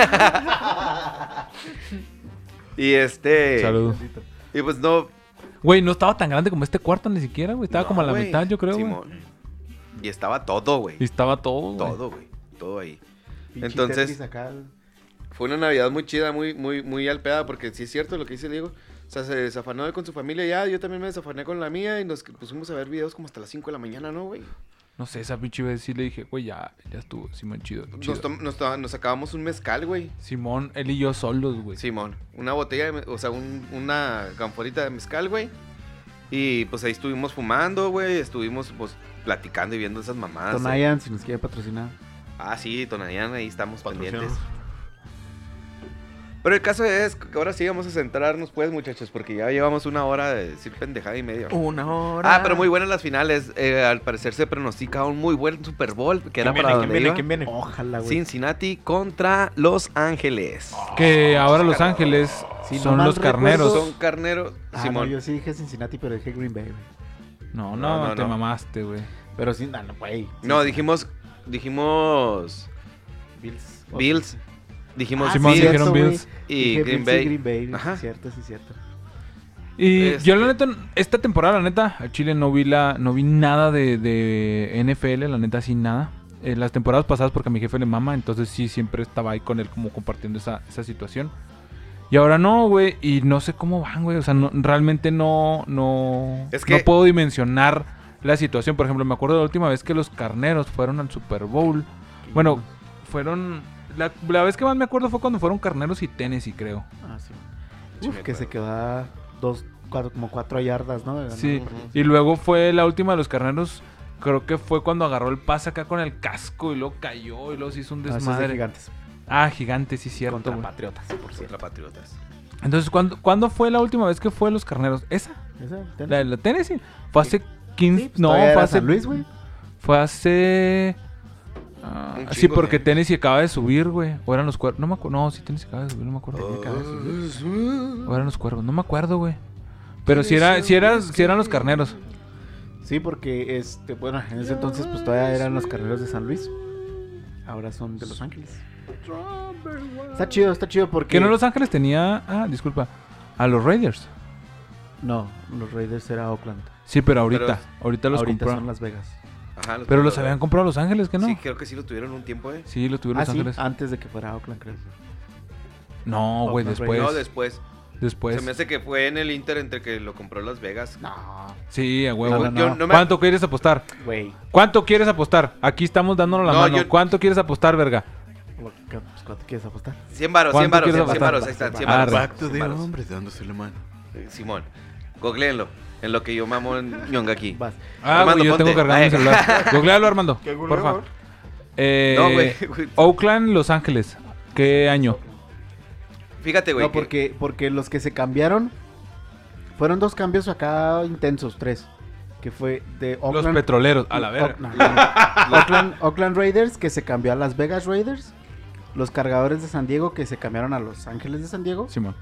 y este. Salud. Y pues no. Güey, no estaba tan grande como este cuarto ni siquiera, güey. Estaba no, como a la güey. mitad, yo creo, güey. Simón. Y estaba todo, güey. Y estaba todo, güey. Todo, güey. Todo ahí. Pinche Entonces- Tetris acá. Fue una Navidad muy chida, muy, muy, muy al pedo, porque sí es cierto lo que dice Diego. O sea, se desafanó con su familia ya, yo también me desafané con la mía y nos pusimos a ver videos como hasta las cinco de la mañana, ¿no, güey? No sé, esa pinche vez sí le dije, güey, ya, ya estuvo, Simón, chido. chido. Nos, tom- nos, to- nos acabamos un mezcal, güey. Simón, él y yo solos, güey. Simón, una botella, de me- o sea, un- una camforita de mezcal, güey. Y pues ahí estuvimos fumando, güey. Estuvimos pues platicando y viendo esas mamadas. eh. Tonayan, si nos quiere patrocinar. Ah, sí, Tonayan, ahí estamos Patrocinado. pendientes. Pero el caso es que ahora sí vamos a centrarnos, pues, muchachos, porque ya llevamos una hora de decir pendejada y media. Una hora. Ah, pero muy buenas las finales. Eh, al parecer se pronostica un muy buen Super Bowl, que era ¿Quién para viene? ¿Quién donde viene? iba. ¿Quién viene? Ojalá, güey. Cincinnati contra Los Ángeles. Que ahora Los Ángeles Sí, no son mal los carneros. recuerdo. Son carneros. Ah, Simón. no, yo sí dije Cincinnati, pero dije Green Bay, güey. No, No, no, no, te no. mamaste, güey. Pero sí, no, no, güey. No, dijimos. Dijimos. Bills. Bills. Dijimos Ah, Simón, sí, Bills dijeron cierto, Bills. güey. y Dije Green Bills y Bay. Green Bay, sí, Ajá. cierto, sí, cierto. Y Este- yo la neta, esta temporada, la neta, al Chile no vi la, no vi nada de, de N F L, la neta, sin nada. En las temporadas pasadas porque a mi jefe le mama, entonces sí, siempre estaba ahí con él como compartiendo esa, esa situación. Y ahora no, güey, y no sé cómo van, güey, o sea, no, realmente no, no, Es que- no puedo dimensionar la situación. Por ejemplo, me acuerdo de la última vez que los carneros fueron al Super Bowl. Bueno, fueron, la, la vez que más me acuerdo fue cuando fueron carneros y Tennessee, creo. Ah, sí. Sí, Uf, me que se acuerdo. quedó a dos, cuatro, como cuatro yardas, ¿no? De ganar. Sí, Ujú. y luego fue la última de los carneros. Creo que fue cuando agarró el pase acá con el casco y luego cayó y luego se hizo un Ah, esos de desmadre. gigantes. Ah, gigante, sí, cierto. Contra güey. Patriotas, por cierto. Contra Patriotas. Entonces, ¿cuándo, ¿cuándo fue la última vez que fue los carneros? ¿Esa? ¿Esa? ¿Tennessee? ¿La de la Tennessee? Fue hace quince... Sí, pues no, todavía fue era hace... San Luis, güey. Fue hace... ah, un Sí, chingo, porque eh. Tennessee acaba de subir, güey. O eran los cuervos. No me acuerdo. No, sí, Tennessee acaba de subir, no me acuerdo. Acaba de subir. O eran los cuervos, no me acuerdo, güey. Pero si era, si era, si eran los carneros. Sí, porque este, bueno, en ese entonces pues todavía eran los carneros de San Luis. Ahora son de Los Ángeles. Está chido, está chido porque Que no Los Ángeles tenía. Ah, disculpa. A los Raiders. No, los Raiders era Oakland. Sí, pero ahorita. Pero- ahorita los Ahorita compró. son Las Vegas. Ajá, los Pero los compró, habían güey. comprado Los Ángeles, ¿que no? Sí, Sí, creo que sí lo tuvieron un tiempo, eh. los tuvieron Ah, Los sí, Ángeles. antes de que fuera Oakland, creo. No, güey, Oakland después. No, después. Después. Se me hace que fue en el Inter entre que lo compró Las Vegas. No, Sí, a huevo. No, no, Yo no. no me- ¿Cuánto quieres apostar? güey. ¿Cuánto quieres apostar? Aquí estamos dándonos la No, mano. yo- ¿Cuánto quieres apostar, verga? Pues, ¿cuánto quieres apostar? cien varos, ¿Cuánto cien varos, quieres cien apostar? varos, ahí están, cien Arre. varos. Pacto cien de varos. hombres dándose la mano. Eh, Simón, googleenlo. En lo que yo mamo en ñonga aquí. Vas. Ah, Armando, güey, yo tengo ponte. cargado mi Ay. celular. Googlealo, Armando. ¿Qué googleo, Porfa. ahora? Eh, No, güey, güey. Oakland, Los Ángeles. ¿Qué año? Fíjate, güey. No, que- porque, porque los que se cambiaron fueron dos cambios acá intensos, tres. Que fue de Los Oakland. petroleros. A la verga. Oak- no, no. Oakland, Oakland Raiders, que se cambió a Las Vegas Raiders. Los Cargadores de San Diego, que se cambiaron a Los Ángeles de San Diego. Simón.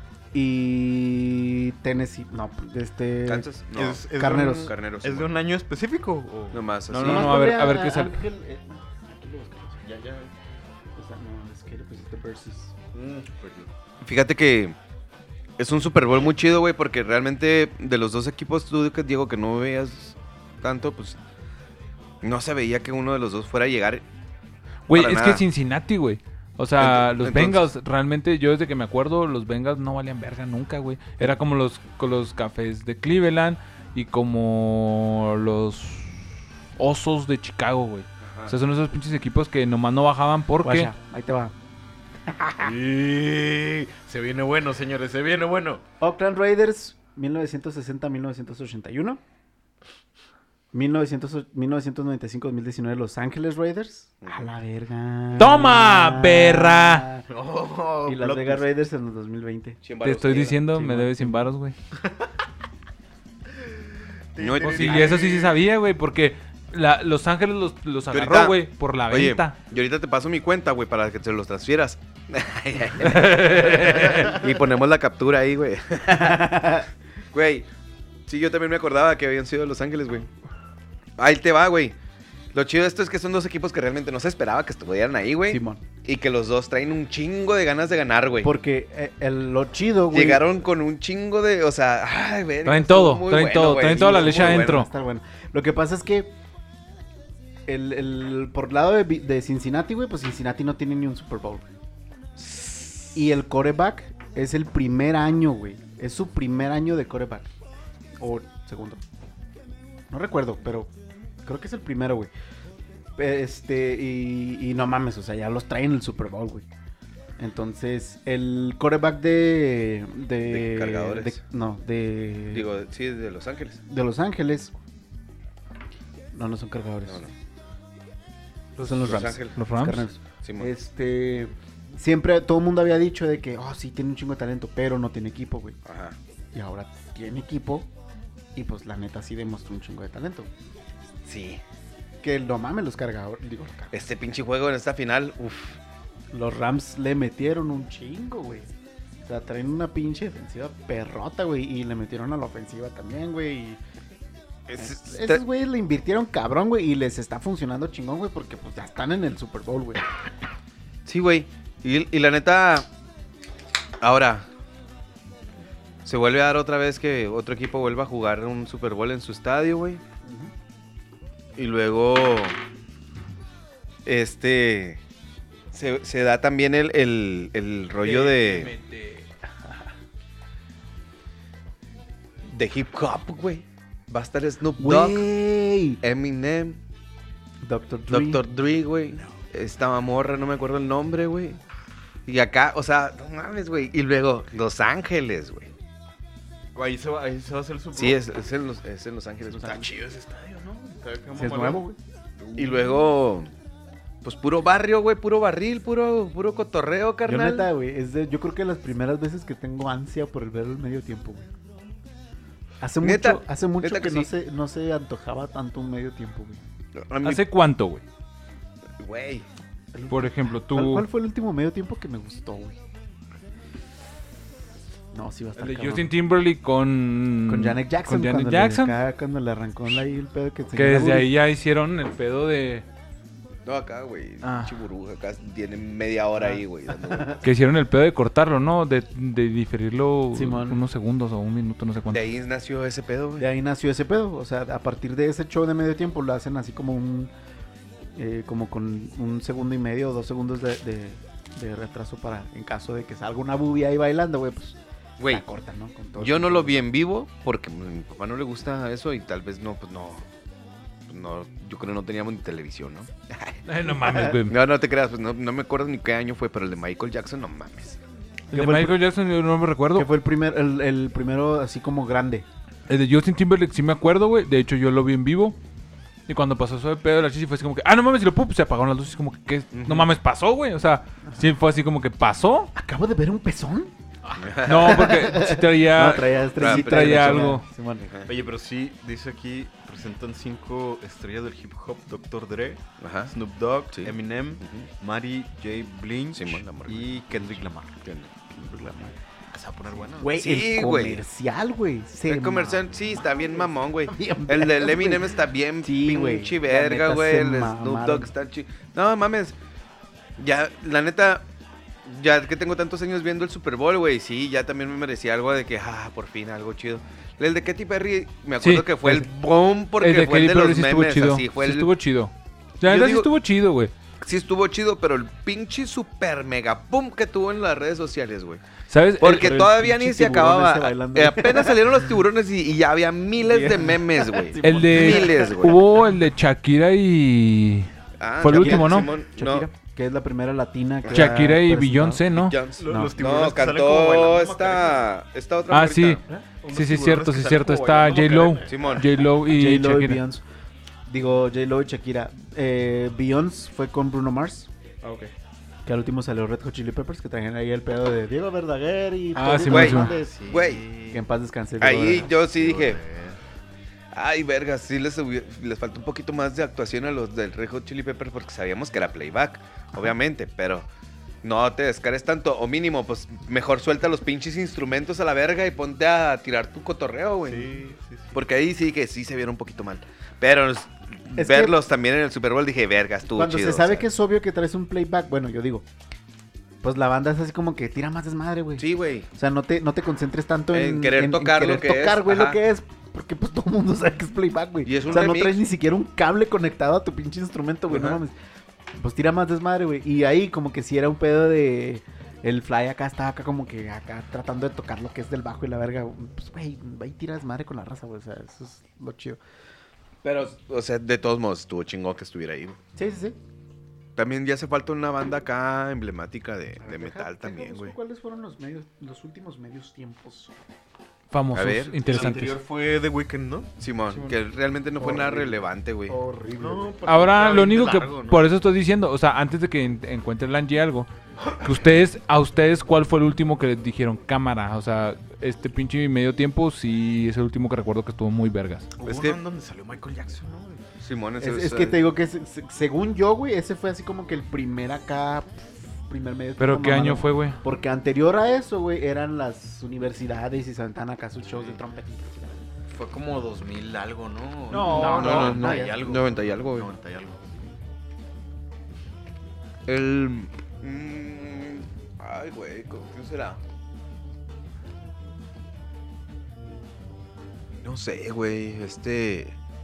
Y Tennessee, no, este... ¿Kansas? No, Es- es de Carneros. un- Carneros. ¿Es de un año específico? O... No más, así. No, no, Nomás no, a ver, ponle a ver qué sale. Ángel, eh, aquí lo buscamos. Ya, ya. O sea, no, es que le pusiste versus. Fíjate que es un Super Bowl muy chido, güey, porque realmente de los dos equipos, tú, que Diego, que no veías tanto, pues no se veía que uno de los dos fuera a llegar. Güey, Para es nada. que Cincinnati, güey. O sea, Ent- los entonces- Bengals, realmente, yo desde que me acuerdo, los Bengals no valían verga nunca, güey. Era como los, con los Cafés de Cleveland y como los Osos de Chicago, güey. O sea, son esos pinches equipos que nomás no bajaban porque... Guacha, ahí te va. Y... Se viene bueno, señores, se viene bueno. Oakland Raiders, mil novecientos sesenta a mil novecientos ochenta y uno. mil novecientos, mil novecientos noventa y cinco a dos mil diecinueve, Los Ángeles Raiders. A la verga. ¡Toma, perra! Oh, Y Las plot Vegas twist. Raiders en el dos mil veinte. Te estoy diciendo, Sí, me man, debes sí, cien varos, güey. No, Sí, y eso sí se sabía, güey, porque la- Los Ángeles los, los Y agarró, ahorita- güey, por la Oye, venta. y ahorita te paso mi cuenta, güey, para que te los transfieras. Y ponemos la captura ahí, güey. Güey, sí, yo también me acordaba que habían sido Los Ángeles, güey. Ahí te va, güey. Lo chido de esto es que son dos equipos que realmente no se esperaba que estuvieran ahí, güey. Simón. Y que los dos traen un chingo de ganas de ganar, güey. Porque eh, el, lo chido, güey. Llegaron con un chingo de, o sea, ay, verga, Traen estuvo todo, muy traen bueno, todo, güey, traen toda la estuvo leche muy bueno. adentro. Va a estar bueno. Lo que pasa es que el, el- por lado de, Vi- de Cincinnati, güey, pues Cincinnati no tiene ni un Super Bowl. güey. Y el quarterback es el primer año, güey. Es su primer año de quarterback. O segundo. No recuerdo, pero creo que es el primero, güey. Este, y, y no mames, o sea, ya los traen el Super Bowl, güey. Entonces, el quarterback de... De, De Cargadores. de- no, de... Digo, sí, de Los Ángeles. de Los Ángeles. No, no son cargadores. No, no. Los son los, Los Rams. Ángeles. Los Rams. Carneros. Simón. Este. Siempre todo el mundo había dicho de que, oh, sí, tiene un chingo de talento, pero no tiene equipo, güey. Ajá. Y ahora tiene equipo. Y pues la neta sí demostró un chingo de talento. Sí. Que no mames los cargadores. Digo, los car- Este pinche juego en esta final, uff. los Rams le metieron un chingo, güey. O sea, traen una pinche defensiva perrota, güey. Y le metieron a la ofensiva también, güey. Y esos güeyes le invirtieron cabrón, güey. Y les está funcionando chingón, güey. Porque pues ya están en el Super Bowl, güey. Sí, güey. Y, y la neta, ahora, se vuelve a dar otra vez que otro equipo vuelva a jugar un Super Bowl en su estadio, güey. Y luego, este, se, se da también el, el, el rollo de, de hip hop, güey. Va a estar Snoop Dogg, Güey. Eminem, doctor Dre. doctor Dre, güey. Esta mamorra, no me acuerdo el nombre, güey. Y acá, o sea, no mames, güey. Y luego, Los Ángeles, güey. Ahí se va, ahí se va a hacer el Super Sí, Bowl. es, es, en los, es en Los Ángeles. Está chido ese estadio, ¿no? Está acá Si es mamalón. nuevo, güey. Y luego, pues puro barrio, güey, puro barril, puro, puro cotorreo, Yo carnal. neta, güey, es de, yo creo que las primeras veces que tengo ansia por el ver el medio tiempo, güey. Hace Neta, mucho, hace mucho neta que, que no sí. se, no se antojaba tanto un medio tiempo, güey. A mí- ¿Hace cuánto, güey? Güey, Por ejemplo, tú... ¿Cuál, cuál fue el último medio tiempo que me gustó, güey? No, sí va a estar El de cabrón. Justin Timberlake con... Con Janet Jackson. Con Janet cuando Jackson. Le, acá, cuando le arrancó ahí el pedo que... Que desde ahí ya hicieron el pedo de... No, acá, güey. Ah. Chiburuja, acá tiene media hora ahí, güey. dando vueltas. Que hicieron el pedo de cortarlo, ¿no? De, de diferirlo Simón. unos segundos o un minuto, no sé cuánto. De ahí nació ese pedo, güey. De ahí nació ese pedo. O sea, a partir de ese show de medio tiempo lo hacen así como un... Eh, como con un segundo y medio o dos segundos de, de, de retraso para... En caso de que salga una boobie ahí bailando, güey, pues... Güey, la cortan, ¿no? Con todo yo el- no lo vi en vivo porque a mi papá no le gusta eso y tal vez no, pues no. No, yo creo que no teníamos ni televisión, ¿no? Ay, no mames, güey. No, no te creas, pues no, no me acuerdo ni qué año fue, pero el de Michael Jackson, no mames. El de fue el Michael Jackson yo no me recuerdo. Que fue el primer, el, el primero así como grande. El de Justin Timberlake sí me acuerdo, güey. De hecho, yo lo vi en vivo. Y cuando pasó eso de pedo de la chichi fue así como que... Ah, no mames, y lo pup, se apagaron las luces. Como que... ¿qué? No mames, pasó, güey. O sea, sí fue así como que pasó. Acabo de ver un pezón. No, porque sí traía... No, traía estrellita. sí traía de algo. leche, Simón. Oye, pero sí, dice aquí, presentan cinco estrellas del hip hop: doctor Dre, Ajá. Snoop Dogg, Sí. Eminem, Ujú. Mary J. Blige Simón, la morra. y Kendrick Lamar. Entiendo. Se va a poner bueno. Güey, Sí, el güey. comercial, güey. se El comercial, mamó. sí, está bien mamón, güey. Bien El del vergas, Eminem güey. está bien Sí, güey. pinche La verga, neta, güey. se El Snoop mamaron. Dogg está chido. No, mames. Ya, la neta, ya que tengo tantos años viendo el Super Bowl, güey, sí, ya también me merecía algo de que, ah, por fin, algo chido. El de Katy Perry, me acuerdo Sí, que fue el ese. boom porque el de fue el Katy de Perry los sí estuvo memes, chido. así, fue Sí el... estuvo chido. La Yo verdad sí digo- estuvo chido, güey. Sí estuvo chido, pero el pinche super mega boom que tuvo en las redes sociales, güey. ¿Sabes? Porque el todavía ni pinche se tiburón acababa. ese bailando. Eh, apenas salieron los tiburones y, y ya había miles de memes, güey. El, el de... Miles, güey. Hubo el de Shakira y... Ah, fue el Shakira, último, ¿no? Simón, Shakira, no. que es la primera latina que Shakira ha y presentado. Beyoncé, ¿no? Jones. Los- No. los tiburones No, que salen como cantó bailando esta, esta otra Ah, morrita. sí. Unos Sí, sí, tiburones cierto, que sí, salen cierto. como Está bailando J-Lo. Macarena. Simón. J-Lo y J-Lo y Shakira. Beyoncé. Digo, J-Lo y Shakira. Eh, Beyoncé fue con Bruno Mars. Ah, ok. Que al último salió Red Hot Chili Peppers, que traían ahí el pedo de Diego Verdaguer y Ah, Pedro sí, güey. Fernández. Güey. Que en paz descanse. Diego Ahí Verdaguer. yo sí dije, ay, verga, sí les, hubi- les faltó un poquito más de actuación a los del Red Hot Chili Peppers porque sabíamos que era playback, obviamente, pero no te descares tanto, o mínimo, pues mejor suelta los pinches instrumentos a la verga y ponte a tirar tu cotorreo, güey. Sí, sí, sí. Porque ahí sí que sí se vieron un poquito mal. Pero Es verlos también en el Super Bowl dije, verga, estuvo Cuando chido. se sabe o sea. que es obvio que traes un playback, bueno, yo digo, pues la banda es así como que tira más desmadre, güey. Sí, güey. O sea, no te, no te concentres tanto en, En querer tocar lo querer que tocar, es, güey, lo ajá. que es. Porque pues todo el mundo sabe que es playback, güey. Y es un o sea, remix. no traes ni siquiera un cable conectado a tu pinche instrumento, güey, no Ajá. mames. Pues tira más desmadre, güey. Y ahí como que si era un pedo de... El fly acá estaba acá como que acá tratando de tocar lo que es del bajo y la verga. Pues, güey, ahí tira desmadre con la raza, güey. O sea, eso es lo chido. Pero, o sea, de todos modos, estuvo chingón que estuviera ahí, güey. Sí, sí, sí. También ya hace falta una banda acá emblemática de, de Deja- metal deja también, busco güey. ¿Cuáles fueron los medios, los últimos medios tiempos? Famosos, A ver, El interesantes. anterior fue The Weeknd, ¿no? Simón, Simón. que realmente no fue nada Horrible. relevante, güey. Horrible. No, güey. Ahora, está lo bien único que... largo, ¿no? Por eso estoy diciendo, o sea, antes de que en- encuentre el Angie algo, que ustedes, a ustedes, ¿cuál fue el último que les dijeron? Cámara, o sea, este pinche medio tiempo, sí, es el último que recuerdo que estuvo muy vergas. Hubo Es uno que- en donde salió Michael Jackson, ¿no? güey? Simón, Es, eso es que te digo que se- se- según yo, güey, ese fue así como que el primer acá, pf, primer medio ¿Pero tiempo qué año mamalón. fue, güey? Porque anterior a eso, güey, eran las universidades y se aventaban acá sus shows de trompetitas. Fue como dos mil algo, ¿no? No, no, no, noventa y no, algo. noventa y algo, güey. noventa y algo. El... mm, ay, güey, ¿cómo- ¿quién será? No sé, güey, este...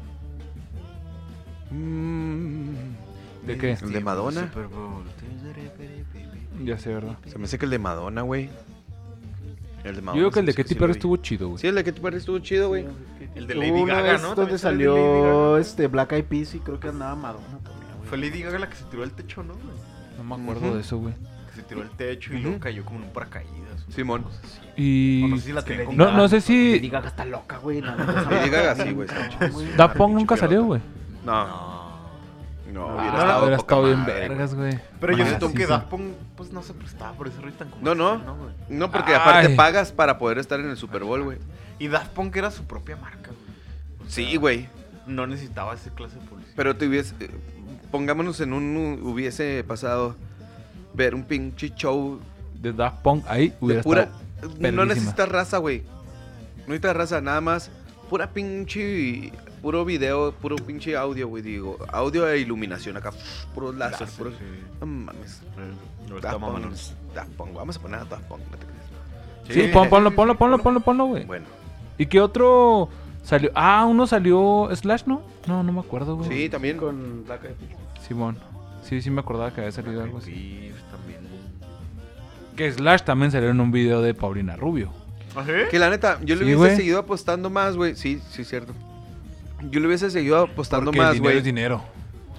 mm, ¿De qué? ¿El de Madonna? Super Bowl. Ya sé, ¿verdad? Se me hace que el de Madonna, güey. El de Yo digo que el de se me hace Katy sí Perry lo vi. estuvo chido, güey. Sí, el de Katy Perry estuvo chido, güey. El de Hubo Lady una Gaga, vez ¿no? donde También salió Lady salió Gaga. este Black Eyed Peas y creo que andaba Madonna también, güey. Fue Lady Gaga la que se tiró al techo, ¿no? güey? No me acuerdo Ujú. de eso, güey. Que se tiró al techo y Ujú. luego cayó como en un paracaídas. Simón. Cosas así. Y... O no sé si la tenía con No, Gaga. no sé si... Lady Gaga está loca, güey. la neta, esa Lady Gaga morra sí, güey, está está loca, güey. Daft Punk nunca salió, güey. No, No. no, Ah, hubiera no, estado Hubiera poca estado bien madre, vergas, güey. Pero yo Ah, siento sí, que sí. Daft Punk pues no se prestaba por ese rollo tan No, no. comercial, güey. No, porque Ay. aparte pagas para poder estar en el Super Bowl, güey. Y Daft Punk era su propia marca, güey. O Sí, sea, güey. No necesitaba esa clase de publicidad. Pero te hubies... eh, pongámonos en un hubiese pasado ver un pinche show De Daft Punk, ahí de hubiera pura. estado No perrísima. necesitas raza, güey. No necesitas raza, nada más. Pura pinche. Puro video, puro pinche audio, güey. Digo, audio e iluminación acá. Puro láser, Láser, puro. sí. No mames. Eh, no está Daft Punk, mamón. Daft Punk. Vamos a poner a Daft Punk, no te creas. Sí, pon- ponlo, ponlo, ponlo, ponlo, ponlo, güey. Bueno, ¿Y qué otro salió? Ah, uno salió Slash, ¿no? No, no me acuerdo, güey. sí, también. Con Black Eyed Peas. Simón. Sí, sí me acordaba que había salido algo así. Sí, también. Que Slash también salió en un video de Paulina Rubio. ¿Ah, sí? Que la neta, yo le Sí, hubiese güey. seguido apostando más, güey. Sí, sí, cierto. Yo le hubiese seguido apostando Porque el más, dinero güey. es dinero. Sí.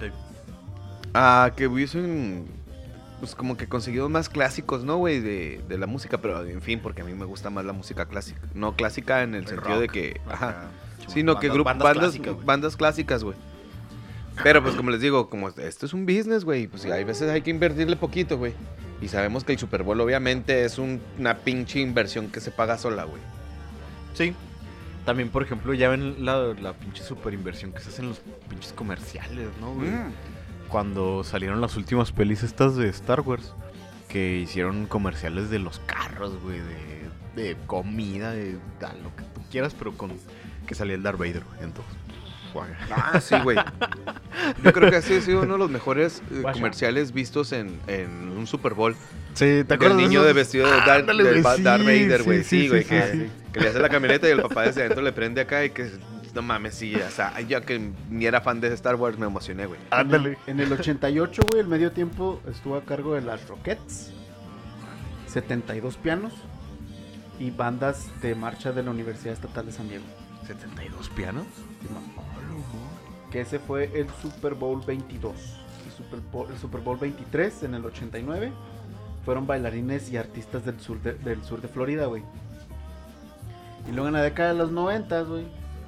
A que hubiesen, pues como que conseguido más clásicos, ¿no, güey? De, de la música, pero en fin, porque a mí me gusta más la música clásica. No clásica en el, El sentido rock. de que, ajá, Acá, sino que bandas- grupos, bandas bandas, clásicas, güey. bandas clásicas, güey. Pero pues como les digo, como esto es un business, güey, pues hay veces hay que invertirle poquito, güey. Y sabemos que el Super Bowl obviamente es un- una pinche inversión que se paga sola, güey. Sí. También, por ejemplo, ya ven la, la pinche super inversión que se hacen los pinches comerciales, ¿no, güey? Mm. Cuando salieron las últimas pelis estas de Star Wars, que hicieron comerciales de los carros, güey, de, de comida, de, de lo que tú quieras, pero con que salía el Darth Vader, güey, entonces. Juega. Ah, sí, güey. Yo creo que ese ha sido uno de los mejores eh, Guacha. comerciales vistos en, en un Super Bowl. Sí, ¿te El niño de vestido de Darth, Ándale, del güey, Ba- sí, Darth Vader, güey. sí, Sí, sí, güey, sí, que, sí. que le hace la camioneta y el papá desde adentro le prende acá y que no mames, sí, o sea, yo que ni era fan de Star Wars me emocioné, güey. Ándale. En el ochenta y ocho, güey, el medio tiempo estuvo a cargo de las Rockettes, setenta y dos pianos y bandas de marcha de la Universidad Estatal de San Diego. ¿setenta y dos pianos? Que ese fue el Super Bowl veintidós. El Super Bowl, el Super Bowl veintitrés en el ochenta y nueve fueron bailarines y artistas del sur de, del sur de Florida, güey. Y luego en la década de los noventa, güey,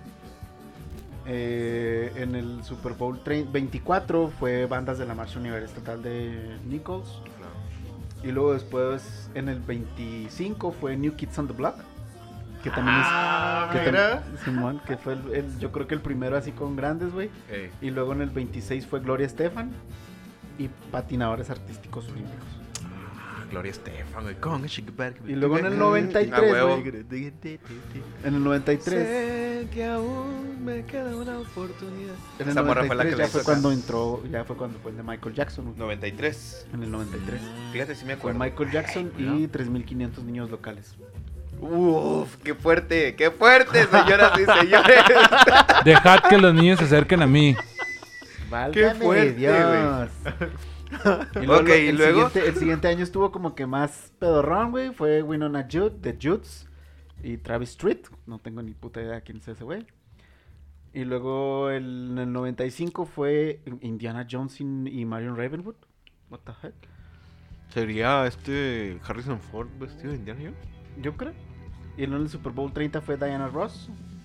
eh, en el Super Bowl tre- veinticuatro fue bandas de la Marcha Universitatal de Nichols. Y luego después en el veinticinco fue New Kids on the Block. Que también Ah, es... Que, mira. tam- Simón, que fue el, el- yo creo que el primero así con grandes, güey. Ey. Y luego en el veintiséis fue Gloria Estefan y patinadores artísticos olímpicos. Gloria Estefan, güey. Con Y luego en el noventa y A tres, huevo. güey, en el noventa y tres, Sé que aún me queda una oportunidad. en el Esa morra fue la que noventa y tres le ya hizo fue acá. cuando entró, ya fue cuando fue el de Michael Jackson, güey. noventa y tres. En el noventa y tres. Fíjate, sí me Fue acuerdo. Michael Jackson Ay, y tres mil quinientos niños locales. Uf, qué fuerte, qué fuerte, señoras y señores. Dejad que los niños se acerquen a mí. Válgame fuerte, Dios. Y Ok, lo- ¿y el luego? Siguiente, el siguiente año estuvo como que más pedorrón, güey. Fue Winona Jude, The Jutes y Travis Street. No tengo ni puta idea quién es ese güey. Y luego el, en el noventa y cinco fue Indiana Jones y, y Marion Ravenwood. What the heck? ¿Sería este Harrison Ford vestido de Indiana Jones? Yo creo. Y luego en el Super Bowl treinta fue Diana Ross.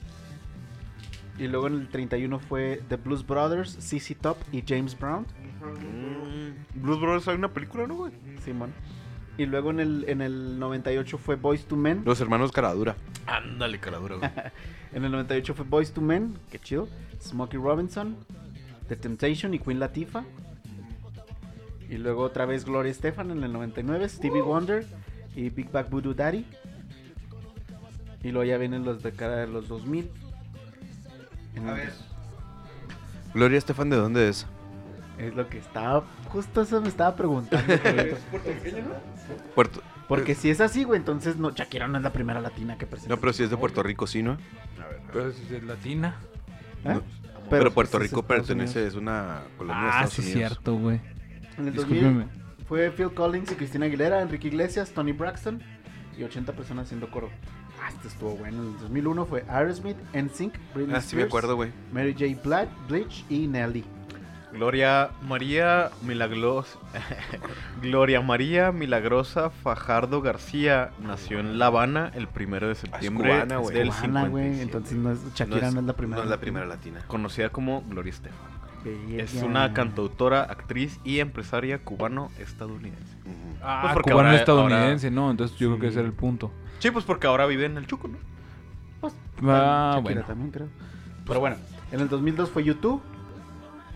Y luego en el treinta y uno fue The Blues Brothers, C C Top y James Brown. Blues Brothers hay una película, ¿no, güey? Simón. Y luego en el, en el noventa y ocho fue Boys to Men. Los hermanos Caradura. Ándale, caradura, güey. En el noventa y ocho fue Boys to Men, que chido. Smokey Robinson, The Temptation y Queen Latifah. Y luego otra vez Gloria Estefan en el noventa y nueve, Stevie Wonder y Big Bad Voodoo Daddy. Y luego ya vienen los de cara de los dos mil. En A el- ver. Gloria Estefan, ¿de dónde es? Es lo que estaba, justo eso me estaba preguntando. ahorita. Puerto. Porque si es así, güey, entonces no, Shakira no es la primera latina que presenta. No, pero si es de Puerto Rico, sí, ¿no? Pero si es latina. ¿Eh? No, Pero, Puerto pues, es Rico Estados pertenece, Unidos. es una colonia de Ah, Estados sí, es Unidos. cierto, güey. En el dos mil Discúlpeme. fue Phil Collins y Cristina Aguilera, Enrique Iglesias, Tony Braxton y ochenta personas haciendo coro. Ah, este estuvo bueno. En el dos mil uno fue Aerosmith, N Sync, Britney Ah, sí me Spears, acuerdo, güey. Mary J. Blige, Bleach y Nelly. Gloria María Milagros... Gloria María Milagrosa Fajardo García nació en La Habana el primero de septiembre cubana, güey. del Cubana, güey. cincuenta y siete. Entonces no es, Shakira no es, la primera. No es la primera latina. Conocida como Gloria Estefan. Bella. Es una cantautora, actriz y empresaria cubano-estadounidense. Ujú. Ah, Pues porque cubano ahora- estadounidense, ¿no? Entonces yo creo que Sí. ese era el punto. Sí, pues porque ahora vive en el Chuco, ¿no? Pues, Ah, Shakira bueno. también, creo. Pero bueno, en el dos mil dos fue YouTube.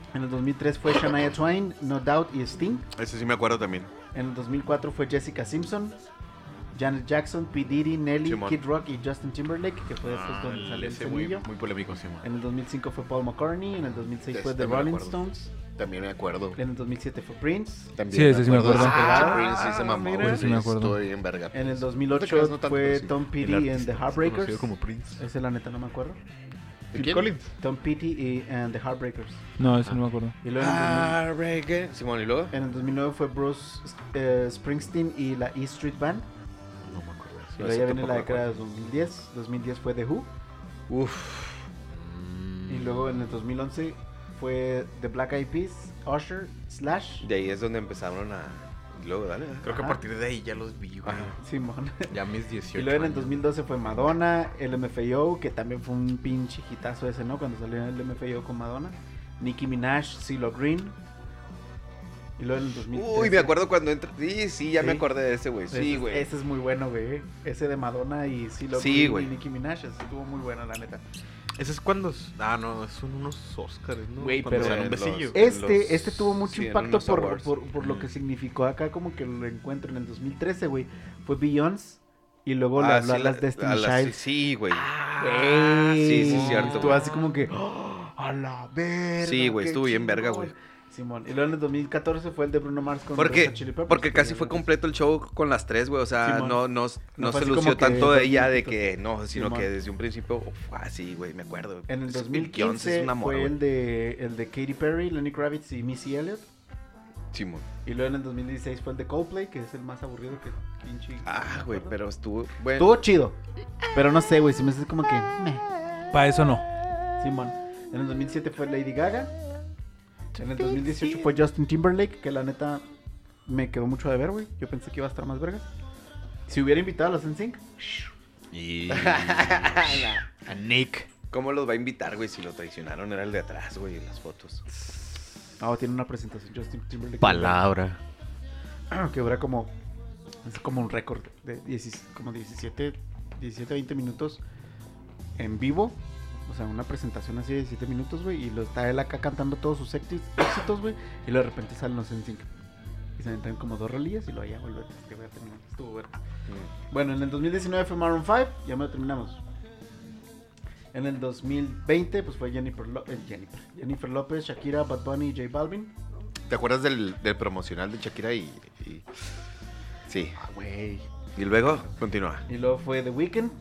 En el dos mil tres fue Shania Twain, No Doubt y Sting. Ese sí me acuerdo también. En el dos mil cuatro fue Jessica Simpson, Janet Jackson, P. Diddy, Nelly, Simón. Kid Rock y Justin Timberlake, que fue después Ah, cuando salió el ese muy, cenillo. muy polémico, sí, man. En el dos mil cinco fue Paul McCartney, en el dos mil seis De fue este The me Rolling acuerdo. Stones, También me acuerdo. en el dos mil siete fue Prince, También Sí, ese sí me acuerdo. Ah, Ah, Prince sí se mamó, mira. güey. Ese sí me acuerdo. Estuvo bien verga. en el dos mil No te ocho creas, no tanto, fue pero sí. Tom El Petty artista and the más Heartbreakers. conocido como Prince. Ese la neta no me acuerdo. ¿De quién? Tom Petty y and the Heartbreakers. No, ese no me acuerdo. Y luego en el, Ah, reggae. Simón, ¿y luego? dos mil, en el dos mil nueve fue Bruce eh, Springsteen y la E Street Band. No me acuerdo. Y luego ya viene la década de dos mil diez. dos mil diez fue The Who. Uf. Y luego en el dos mil once fue The Black Eyed Peas, Usher, Slash. De ahí es donde empezaron a... y luego, dale. dale. Creo que a Ajá. partir de ahí ya los vi, güey. Ajá. Simón. Ya mis dieciocho Y luego en el años. dos mil doce fue Madonna, el M F A O, que también fue un pinche hitazo ese, ¿no? Cuando salió el M F A O con Madonna. Nicki Minaj, CeeLo Green. Y luego en el dos mil trece. Uy, me acuerdo cuando entra... Sí, sí, ya me Sí. acordé de ese, güey. Ese Sí, es- güey. Ese es muy bueno, güey. Ese de Madonna y CeeLo Sí, Green güey. y Nicki Minaj. Ese estuvo muy bueno, la neta. Ese es cuando... Ah, no, son unos Oscars, ¿no? Güey, Cuando pero- se dan un Los- besillo. Eh, Este, los- este tuvo mucho sí, en impacto unos por, awards. por, por lo que significó acá como que lo encuentro en el dos mil trece, güey. Fue Beyoncé y luego le Ah, habló sí, a las la- Destiny a las- Child. Sí, güey. Ah, sí, sí, cierto, Estuvo güey. así como que, ¡oh! a la verga. Sí, güey, qué estuvo bien verga, chingón. güey. Simón. Y luego en el dos mil catorce fue el de Bruno Mars con Porque, Red Hot Chili Peppers, porque que casi ya fue lo- completo el show con las tres, güey. O sea, Simón. no, no, no, No fue se así lució como que tanto de dos ella de minutitos. que no, sino Simón. que desde un principio fue así, güey, me acuerdo. En el Es- dos mil Beyoncé quince es un amor, fue güey. el de, el de Katy Perry, Lenny Kravitz y Missy Elliott. Simón. Y luego en el dos mil dieciséis fue el de Coldplay, que es el más aburrido que pinche. Ah, güey, pero estuvo. Bueno, Estuvo chido. Pero no sé, güey, se me hace como que. meh. Para eso no. Simón. En el dos mil siete fue Lady Gaga. En el dos mil dieciocho fue Justin Timberlake, que la neta me quedó mucho de ver, güey. Yo pensé que iba a estar más vergas. Si hubiera invitado a los N Sync, Y... a Nick. ¿cómo los va a invitar, güey? Si lo traicionaron, era el de atrás, güey, en las fotos. ah, tiene una presentación Justin Timberlake. Palabra. Que dura como. Es como un récord de diez, como diecisiete, diecisiete, veinte minutos en vivo. O sea, una presentación así de diecisiete minutos, güey. Y lo está él acá cantando todos sus éxi- éxitos, güey. Y luego de repente salen los N Sync. Y se aventan como dos rolillas y luego ya vuelve. Es que voy a terminar. Estuvo bueno. Bueno, en el dos mil diecinueve fue Maroon cinco. Ya me lo terminamos. En el dos mil veinte, pues fue Jennifer, Lo- eh, Jennifer. Jennifer López, Shakira, Bad Bunny y J Balvin. ¿Te acuerdas del, del promocional de Shakira y, y- Sí. Ah, güey. Y luego, continúa. Y luego fue The Weeknd,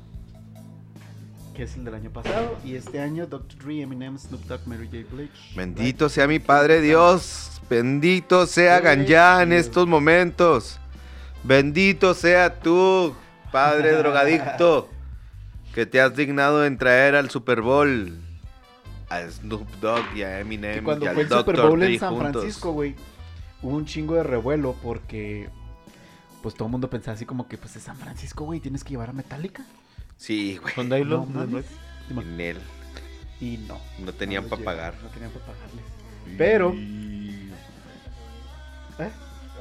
que es el del año pasado. Y este año doctor Dre, Eminem, Snoop Dogg, Mary J. Blige. Bendito sea mi Padre Dios. Bendito sea Ganyá en estos momentos. Bendito sea tú, Padre drogadicto, que te has dignado en traer al Super Bowl a Snoop Dogg y a Que Eminem cuando y al fue el Super doctor Bowl en Dre San juntos. Francisco, güey, hubo un chingo de revuelo porque pues todo el mundo pensaba así como que pues es San Francisco, güey, tienes que llevar a Metallica. Sí, güey. ¿Dónde hay No lo? mames. En él. Y no. No tenían los para llevaron, pagar. No tenían para pagarles. Pero... ¿Eh?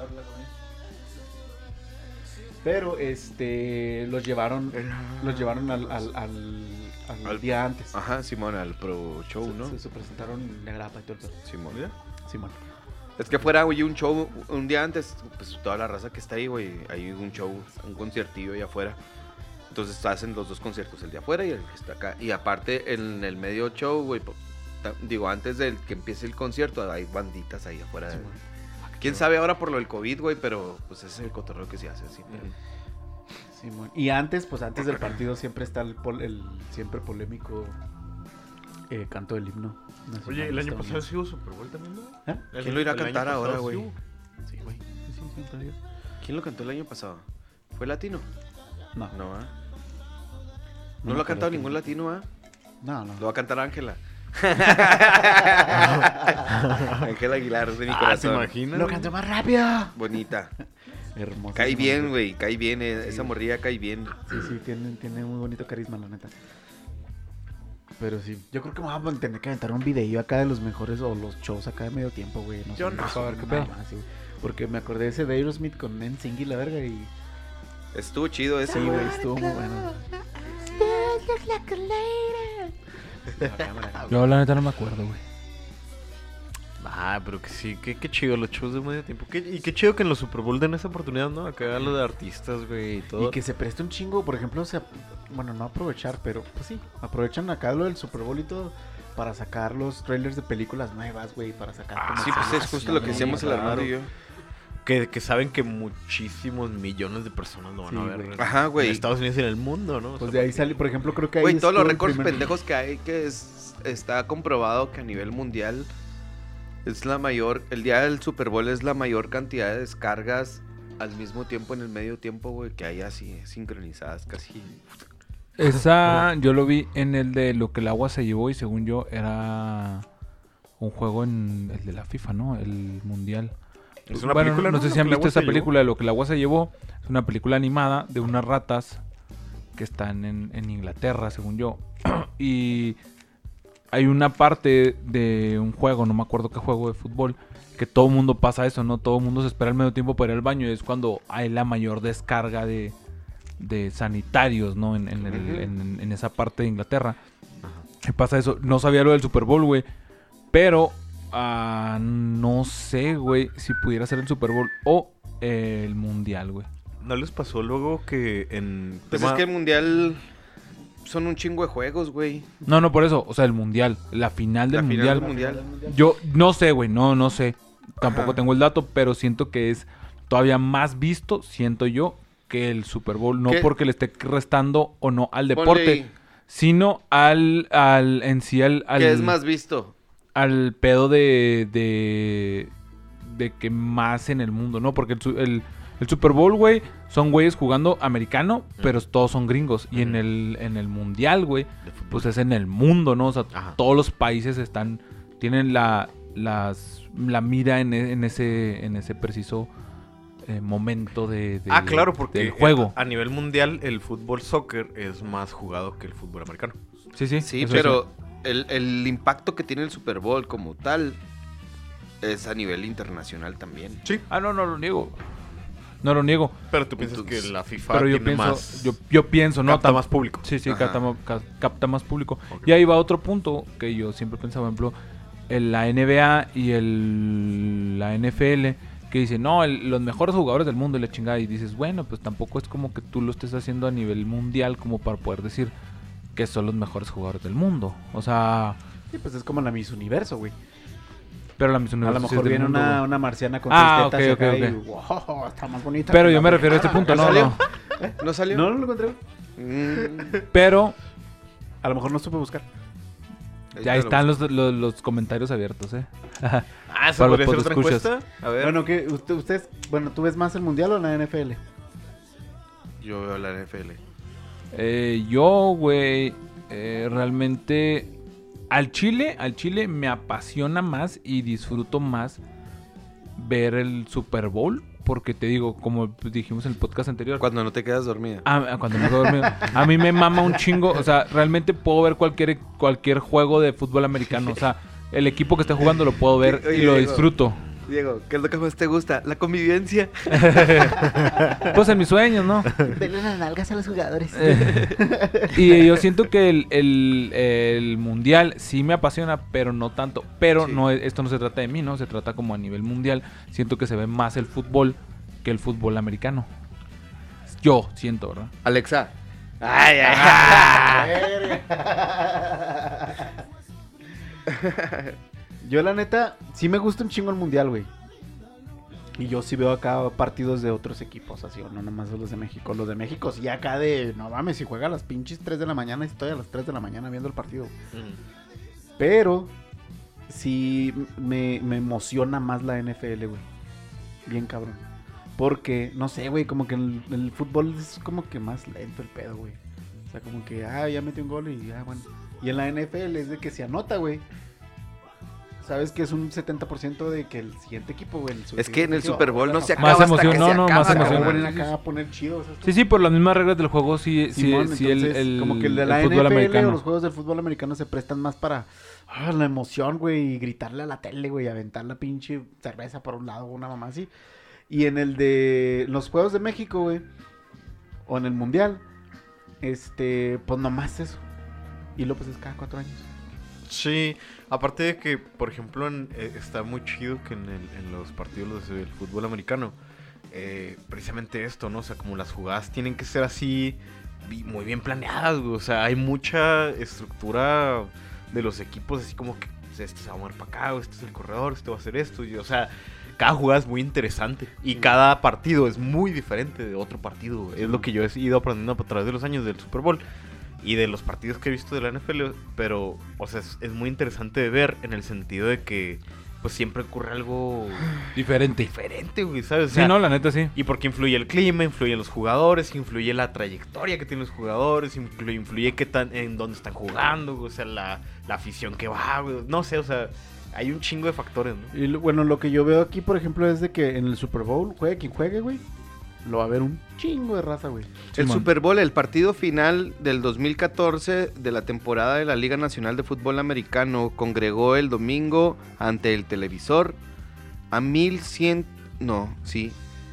Pero, este, los llevaron, los llevaron al, al, al, al Al- día antes. Ajá, Simón, al Pro Show, se, ¿no? se, se presentaron en la grapa y todo el pedo. Simón. Simón. Es que fuera, güey, un show un día antes, pues toda la raza que está ahí, güey, hay un show, un conciertillo allá afuera. Entonces hacen los dos conciertos, el de afuera y el que está acá. Y aparte, en el medio show, güey, po- ta- digo, antes de que empiece el concierto, hay banditas ahí afuera. Simón. Quién sabe ahora por lo del COVID, güey, pero pues ese es el cotorreo que se hace así. pero- Simón. Y antes, pues antes del partido siempre está el, pol- el siempre polémico eh, canto del himno nacional Oye, el año pasado estadounidense. sí hubo Super Bowl también, ¿no? ¿Eh? El- ¿Quién lo irá a el año cantar pasado ahora, sí güey? hubo. Sí, güey. Sí, sí, sí, todavía. ¿Quién lo cantó el año pasado? ¿Fue latino? No. No, ¿ah? No No, me lo ha acuerdo cantado quién. ningún latino, ¿ah? No, no. Lo va a cantar Ángela. Ángela Aguilar de mi Ah, ¿se corazón. imagina? Lo cantó más rápido. Bonita. Hermoso. Cae bien, güey. Cae bien. eh, Sí. Esa morrilla cae bien. Sí, sí, tiene, tiene muy bonito carisma, la neta. Pero sí, yo creo que me vamos a tener que aventar un video acá de los mejores o los shows acá de medio tiempo, güey. No Yo sé, no. a ver qué pedo. Porque me acordé de ese de Aerosmith con N Sync y la verga y... Estuvo chido ese, Sí, güey. güey, estuvo muy bueno. Yo la neta no me acuerdo, güey. Ah, pero que sí, qué, qué chido los shows de medio tiempo. Qué- y qué chido que en los Super Bowl den esa oportunidad, ¿no? Acá lo de artistas, güey, y todo. Y que se preste un chingo, por ejemplo, se, bueno, no aprovechar, pero pues sí, aprovechan acá lo del Super Bowl y todo para sacar los trailers de películas nuevas, güey, para sacar... Ah, como Sí, pues que- es justo lo que decíamos el Armando y yo. Que, que saben que muchísimos millones de personas lo van Sí, a ver. güey. en- Ajá, güey. En Estados Unidos y en el mundo, ¿no? O Pues sea, de ahí sale, por ejemplo, creo que ahí... Güey, todos los estuvo el récords primer- pendejos que hay, que es, está comprobado que a nivel mundial es la mayor, el día del Super Bowl es la mayor cantidad de descargas al mismo tiempo en el medio tiempo, güey, que hay así sincronizadas casi. Esa yo lo vi en el de lo que el agua se llevó y según yo era un juego en el de la FIFA, ¿no? El mundial. Es una Bueno, película, no ¿no? sé Lo si han que el visto agua esa se llevó. película de lo que el agua se llevó. Es una película animada de unas ratas que están en, en Inglaterra, según yo. Y hay una parte de un juego, no me acuerdo qué juego de fútbol, que todo el mundo pasa eso, ¿no? Todo el mundo se espera al medio tiempo para ir al baño y es cuando hay la mayor descarga de, de sanitarios, ¿no? En, en, el- Ujú. en- en esa parte de Inglaterra. Y pasa eso. No sabía lo del Super Bowl, güey. Pero ah, no sé, güey, si pudiera ser el Super Bowl o el Mundial, güey. ¿No les pasó luego que en Pues tema- es que el mundial son un chingo de juegos, güey. No, no por eso. O sea, el Mundial. La final del La final Mundial. del mundial. Yo no sé, güey. No, no sé. Tampoco Ajá. tengo el dato, pero siento que es todavía más visto, siento yo, que el Super Bowl. No ¿Qué? porque le esté restando o no al Ponle deporte, ahí. sino al, al en sí, al, al, ¿Qué es más visto? al pedo de, de, de que más en el mundo, ¿no? Porque el, su- el, el Super Bowl, güey, son güeyes jugando americano, pero todos son gringos. Y en Ujú. el, en el Mundial, güey, de fútbol? pues es en el mundo, ¿no? O sea, Ajá. todos los países están, tienen la, las, la mira en, e- en ese, en ese preciso eh, momento de, de- Ah, claro, porque del juego. a nivel mundial el fútbol soccer es más jugado que el fútbol americano. Sí, sí. Sí, eso pero el, el impacto que tiene el Super Bowl como tal es a nivel internacional también. Sí. Ah, no, no lo niego. No lo niego. Pero tú piensas Entonces, que la FIFA Pero yo tiene pienso, más... yo, yo pienso, ¿no? capta Tam- más público. Sí, sí, Ajá. capta, ma- ca- capta más público. Ok. Y ahí va otro punto que yo siempre pensaba, por ejemplo, en la N B A y el, la N F L, que dicen, no, el- los mejores jugadores del mundo y la chingada. Y dices, bueno, pues tampoco es como que tú lo estés haciendo a nivel mundial como para poder decir que son los mejores jugadores del mundo. O sea, Sí, pues es como la Miss Universo, güey. pero la Miss A Universo lo sí es mejor del viene mundo, una, güey. una marciana con Ah, tres tetas ok, y acá ok, y, ok. wow, está más bonita. Pero que yo la me refiero a este americana. punto, ¿No no, salió? no. ¿No salió? No, no lo encontré. Mm, Pero A lo mejor no supe buscar. ya ahí están los, los, los comentarios abiertos, ¿eh? Ah, ¿eso Para los podría ser otra podescuchas. encuesta? A ver. Bueno, ¿qué? Usted, ustedes, bueno, ¿tú ves más el mundial o la N F L? Yo veo la N F L. Eh, yo, güey, eh, realmente al Chile, al Chile me apasiona más y disfruto más ver el Super Bowl, porque te digo, como dijimos en el podcast anterior, Cuando no te quedas dormida. ah, cuando me quedo dormido, a mí me mama un chingo, o sea, realmente puedo ver cualquier cualquier juego de fútbol americano, o sea, el equipo que esté jugando lo puedo ver Oye, y lo Diego. disfruto. Diego, ¿qué es lo que más te gusta? La convivencia. Pues en mis sueños, ¿no? Verle las nalgas a los jugadores. Eh, y yo siento que el, el- el mundial sí me apasiona, pero no tanto. Pero Sí. no es- esto no se trata de mí, ¿no? Se trata como a nivel mundial. Siento que se ve más el fútbol que el fútbol americano. Yo siento, ¿verdad? Alexa. Ay, ay, Yo la neta, sí me gusta un chingo el mundial, güey. Y yo sí veo acá partidos de otros equipos, así, o no nomás de los de México. Los de México sí acá de, no mames, si juega a las pinches tres de la mañana, estoy a las tres de la mañana viendo el partido. Ujú. Pero sí me, me emociona más la N F L, güey. Bien cabrón. Porque, no sé, güey, como que el, el fútbol es como que más lento el pedo, güey. O sea, como que, ah, ya metió un gol y ya, bueno. Y en la N F L es de que se anota, güey. Sabes que es un setenta por ciento de que el siguiente equipo, güey. el Es que en el siguiente Super Bowl no se Más acaba hasta emoción, que no, se no, acaba, más Se emoción. ponen cabrón. acá a poner chido. ¿sabes? Sí, sí, por las mismas reglas del juego, sí, sí, Simón, sí el, entonces, el- como que el de el la fútbol N F L o americano. los juegos del fútbol americano se prestan más para ah, la emoción, güey, y gritarle a la tele, güey, aventar la pinche cerveza por un lado, una mamá así. Y en el de los Juegos de México, güey, o en el Mundial, este, pues nomás eso. Y luego pues es cada cuatro años. Sí, aparte de que, por ejemplo, en- eh, está muy chido que en, el- en los partidos del fútbol americano, eh, precisamente esto, ¿no? O sea, como las jugadas tienen que ser así, vi- muy bien planeadas, güey. O sea, hay mucha estructura de los equipos, así como que o sea, este se va a mover para acá, o este es el corredor, este va a hacer esto. Y, o sea, cada jugada es muy interesante y cada partido es muy diferente de otro partido, güey. Es lo que yo he ido aprendiendo a través de los años del Super Bowl. Y de los partidos que he visto de la N F L, pero, o sea, es, es muy interesante de ver en el sentido de que, pues, siempre ocurre algo Diferente. diferente, güey, ¿sabes? O Sí, sea, no, la neta sí. y porque influye el clima, influyen los jugadores, influye la trayectoria que tienen los jugadores, influye, influye qué tan, en dónde están jugando, güey, o sea, la, la afición que va, güey, no sé, o sea, hay un chingo de factores, ¿no? Y lo- bueno, lo que yo veo aquí, por ejemplo, es de que en el Super Bowl, juegue quien juegue, güey, lo va a ver un chingo de raza, güey. El Simón. Super Bowl, el partido final del dos mil catorce de la temporada de la Liga Nacional de Fútbol Americano, congregó el domingo ante el televisor a mil cien, no, sí.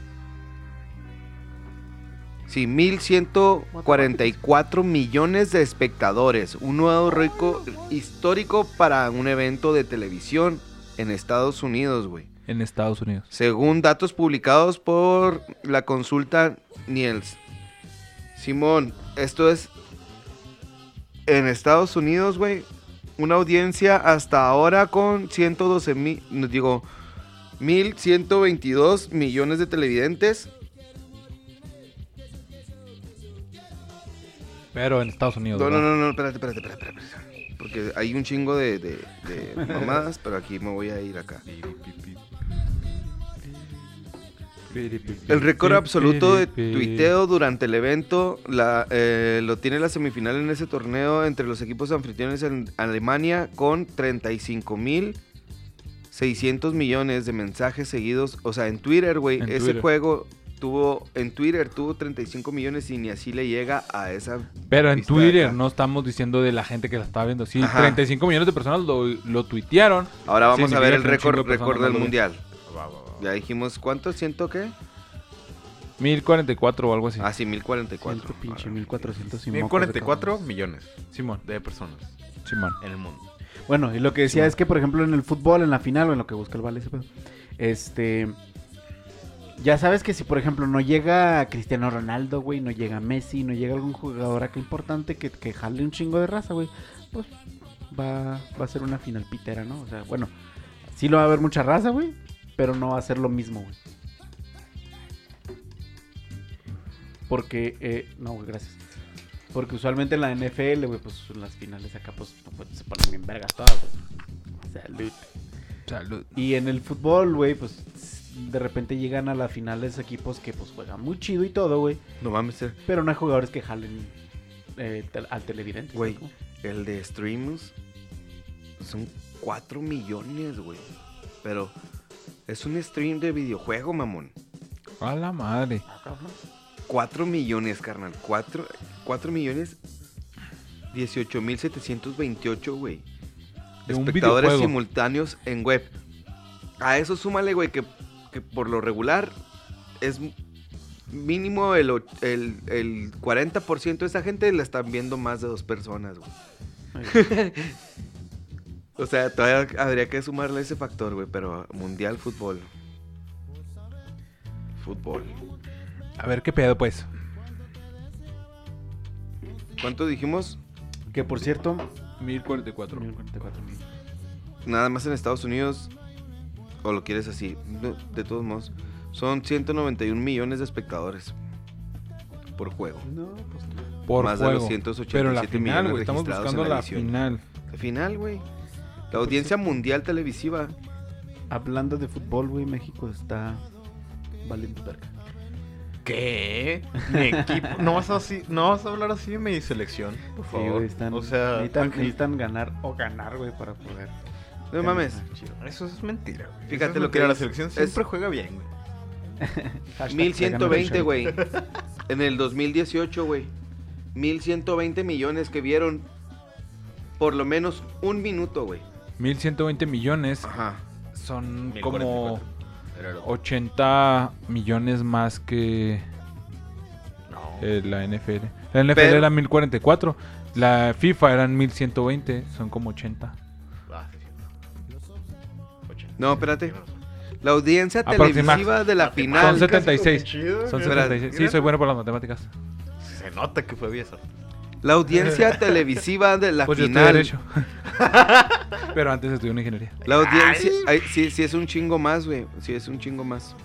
Sí, mil ciento cuarenta y cuatro millones de espectadores, un nuevo récord histórico para un evento de televisión en Estados Unidos, güey. En Estados Unidos. Según datos publicados por la consulta Niels. Simón, esto es en Estados Unidos, güey. Una audiencia hasta ahora con ciento doce mil, no, digo, mil ciento veintidós millones de televidentes. Pero en Estados Unidos. No, no, ¿verdad? no, no, espérate, espérate, espérate, espérate. Porque hay un chingo de, de, de mamadas, pero aquí me voy a ir acá. El récord absoluto de tuiteo durante el evento la, eh, lo tiene la semifinal en ese torneo entre los equipos anfitriones en Alemania con treinta y cinco mil seiscientos millones de mensajes seguidos. O sea, en Twitter, güey, En ese Twitter. juego tuvo, en Twitter tuvo treinta y cinco millones y ni así le llega a esa... Pero en lista de Twitter acá. no estamos diciendo de la gente que la estaba viendo. Sí, Ajá. treinta y cinco millones de personas lo, lo tuitearon. Ahora vamos a Significa ver el que un récord, chingo de personas récord del más lo ven. mundial. Va, va, va. Ya dijimos, ¿cuánto? ¿Ciento qué? mil cuarenta y cuatro o algo así. Ah, sí, mil cuarenta y cuatro. Ciento pinche mil cuatrocientos y mil mocos de cuarenta y cuatro cabrones. millones Simón. de personas Simón. en el mundo. Bueno, y lo que decía Sí, es que, por ejemplo, en el fútbol, en la final, o en lo que busca el Vale ese pedo, este... Ya sabes que si, por ejemplo, no llega Cristiano Ronaldo, güey, no llega Messi, no llega algún jugador acá importante que, que jale un chingo de raza, güey, pues va, va a ser una final pitera, ¿no? O sea, bueno, sí lo va a haber mucha raza, güey, pero no va a ser lo mismo, güey. Porque, eh, no, güey, gracias. Porque usualmente en la N F L, güey, pues en las finales acá, pues, pues, se ponen bien vergas todas, güey. Salud. Salud. Y en el fútbol, güey, pues de repente llegan a las finales equipos que pues juegan muy chido y todo, güey. No mames, eh. Pero no hay jugadores que jalen eh, tel- al televidente. Güey, ¿sabes el de streams son cuatro millones, güey. Pero es un stream de videojuego, mamón. A la madre. cómo? cuatro millones, carnal. cuatro millones dieciocho mil setecientos veintiocho, güey. De un Espectadores videojuego. simultáneos en web. A eso súmale, güey, que, que por lo regular es mínimo el, och- el, el cuarenta por ciento de esa gente la están viendo más de dos personas, güey. O sea, todavía habría que sumarle ese factor, güey, pero mundial fútbol. Fútbol. A ver qué pedo, pues. ¿Cuánto dijimos? Que por cierto, mil cuarenta y cuatro. mil cuarenta y cuatro mil. Nada más en Estados Unidos, o lo quieres así, de, de todos modos, son ciento noventa y un millones de espectadores por juego. No, pues no. Por Más de juego. los ciento ochenta y siete Pero la final, millones güey. Estamos registrados buscando en la la edición. final. Al final, güey. La audiencia mundial televisiva. Hablando de fútbol, güey, México está valiendo verga. ¿Qué? Mi equipo. ¿No vas, a así, ¿No vas a hablar así de mi selección? Por Sí, favor. güey, están, o sea, necesitan, aquí- necesitan ganar o ganar, güey, para poder. No mames. ganar, chido. Eso es mentira, güey. Fíjate Eso es lo que mentira, la es- selección es- siempre juega bien, güey. Hashtag mil ciento veinte, ganar el güey. En el dos mil dieciocho, güey. mil ciento veinte millones que vieron por lo menos un minuto, güey. mil ciento veinte millones Ajá. son mil como cuarenta y cuatro. Era lo- ochenta millones más que No. eh, la N F L. La N F L Pero- era mil cuarenta y cuatro. La FIFA eran mil ciento veinte. Son como ochenta. No, espérate. La audiencia Aproximax. televisiva de la Son final. setenta y seis. Chido, Son mira. setenta y seis. Sí, soy bueno por las matemáticas. Se nota que fue vieja. La audiencia televisiva de la Pues yo estudié final. Derecho. Pero antes estudié una ingeniería. La audiencia. Ay, sí, sí es un chingo más, güey. Sí es un chingo más.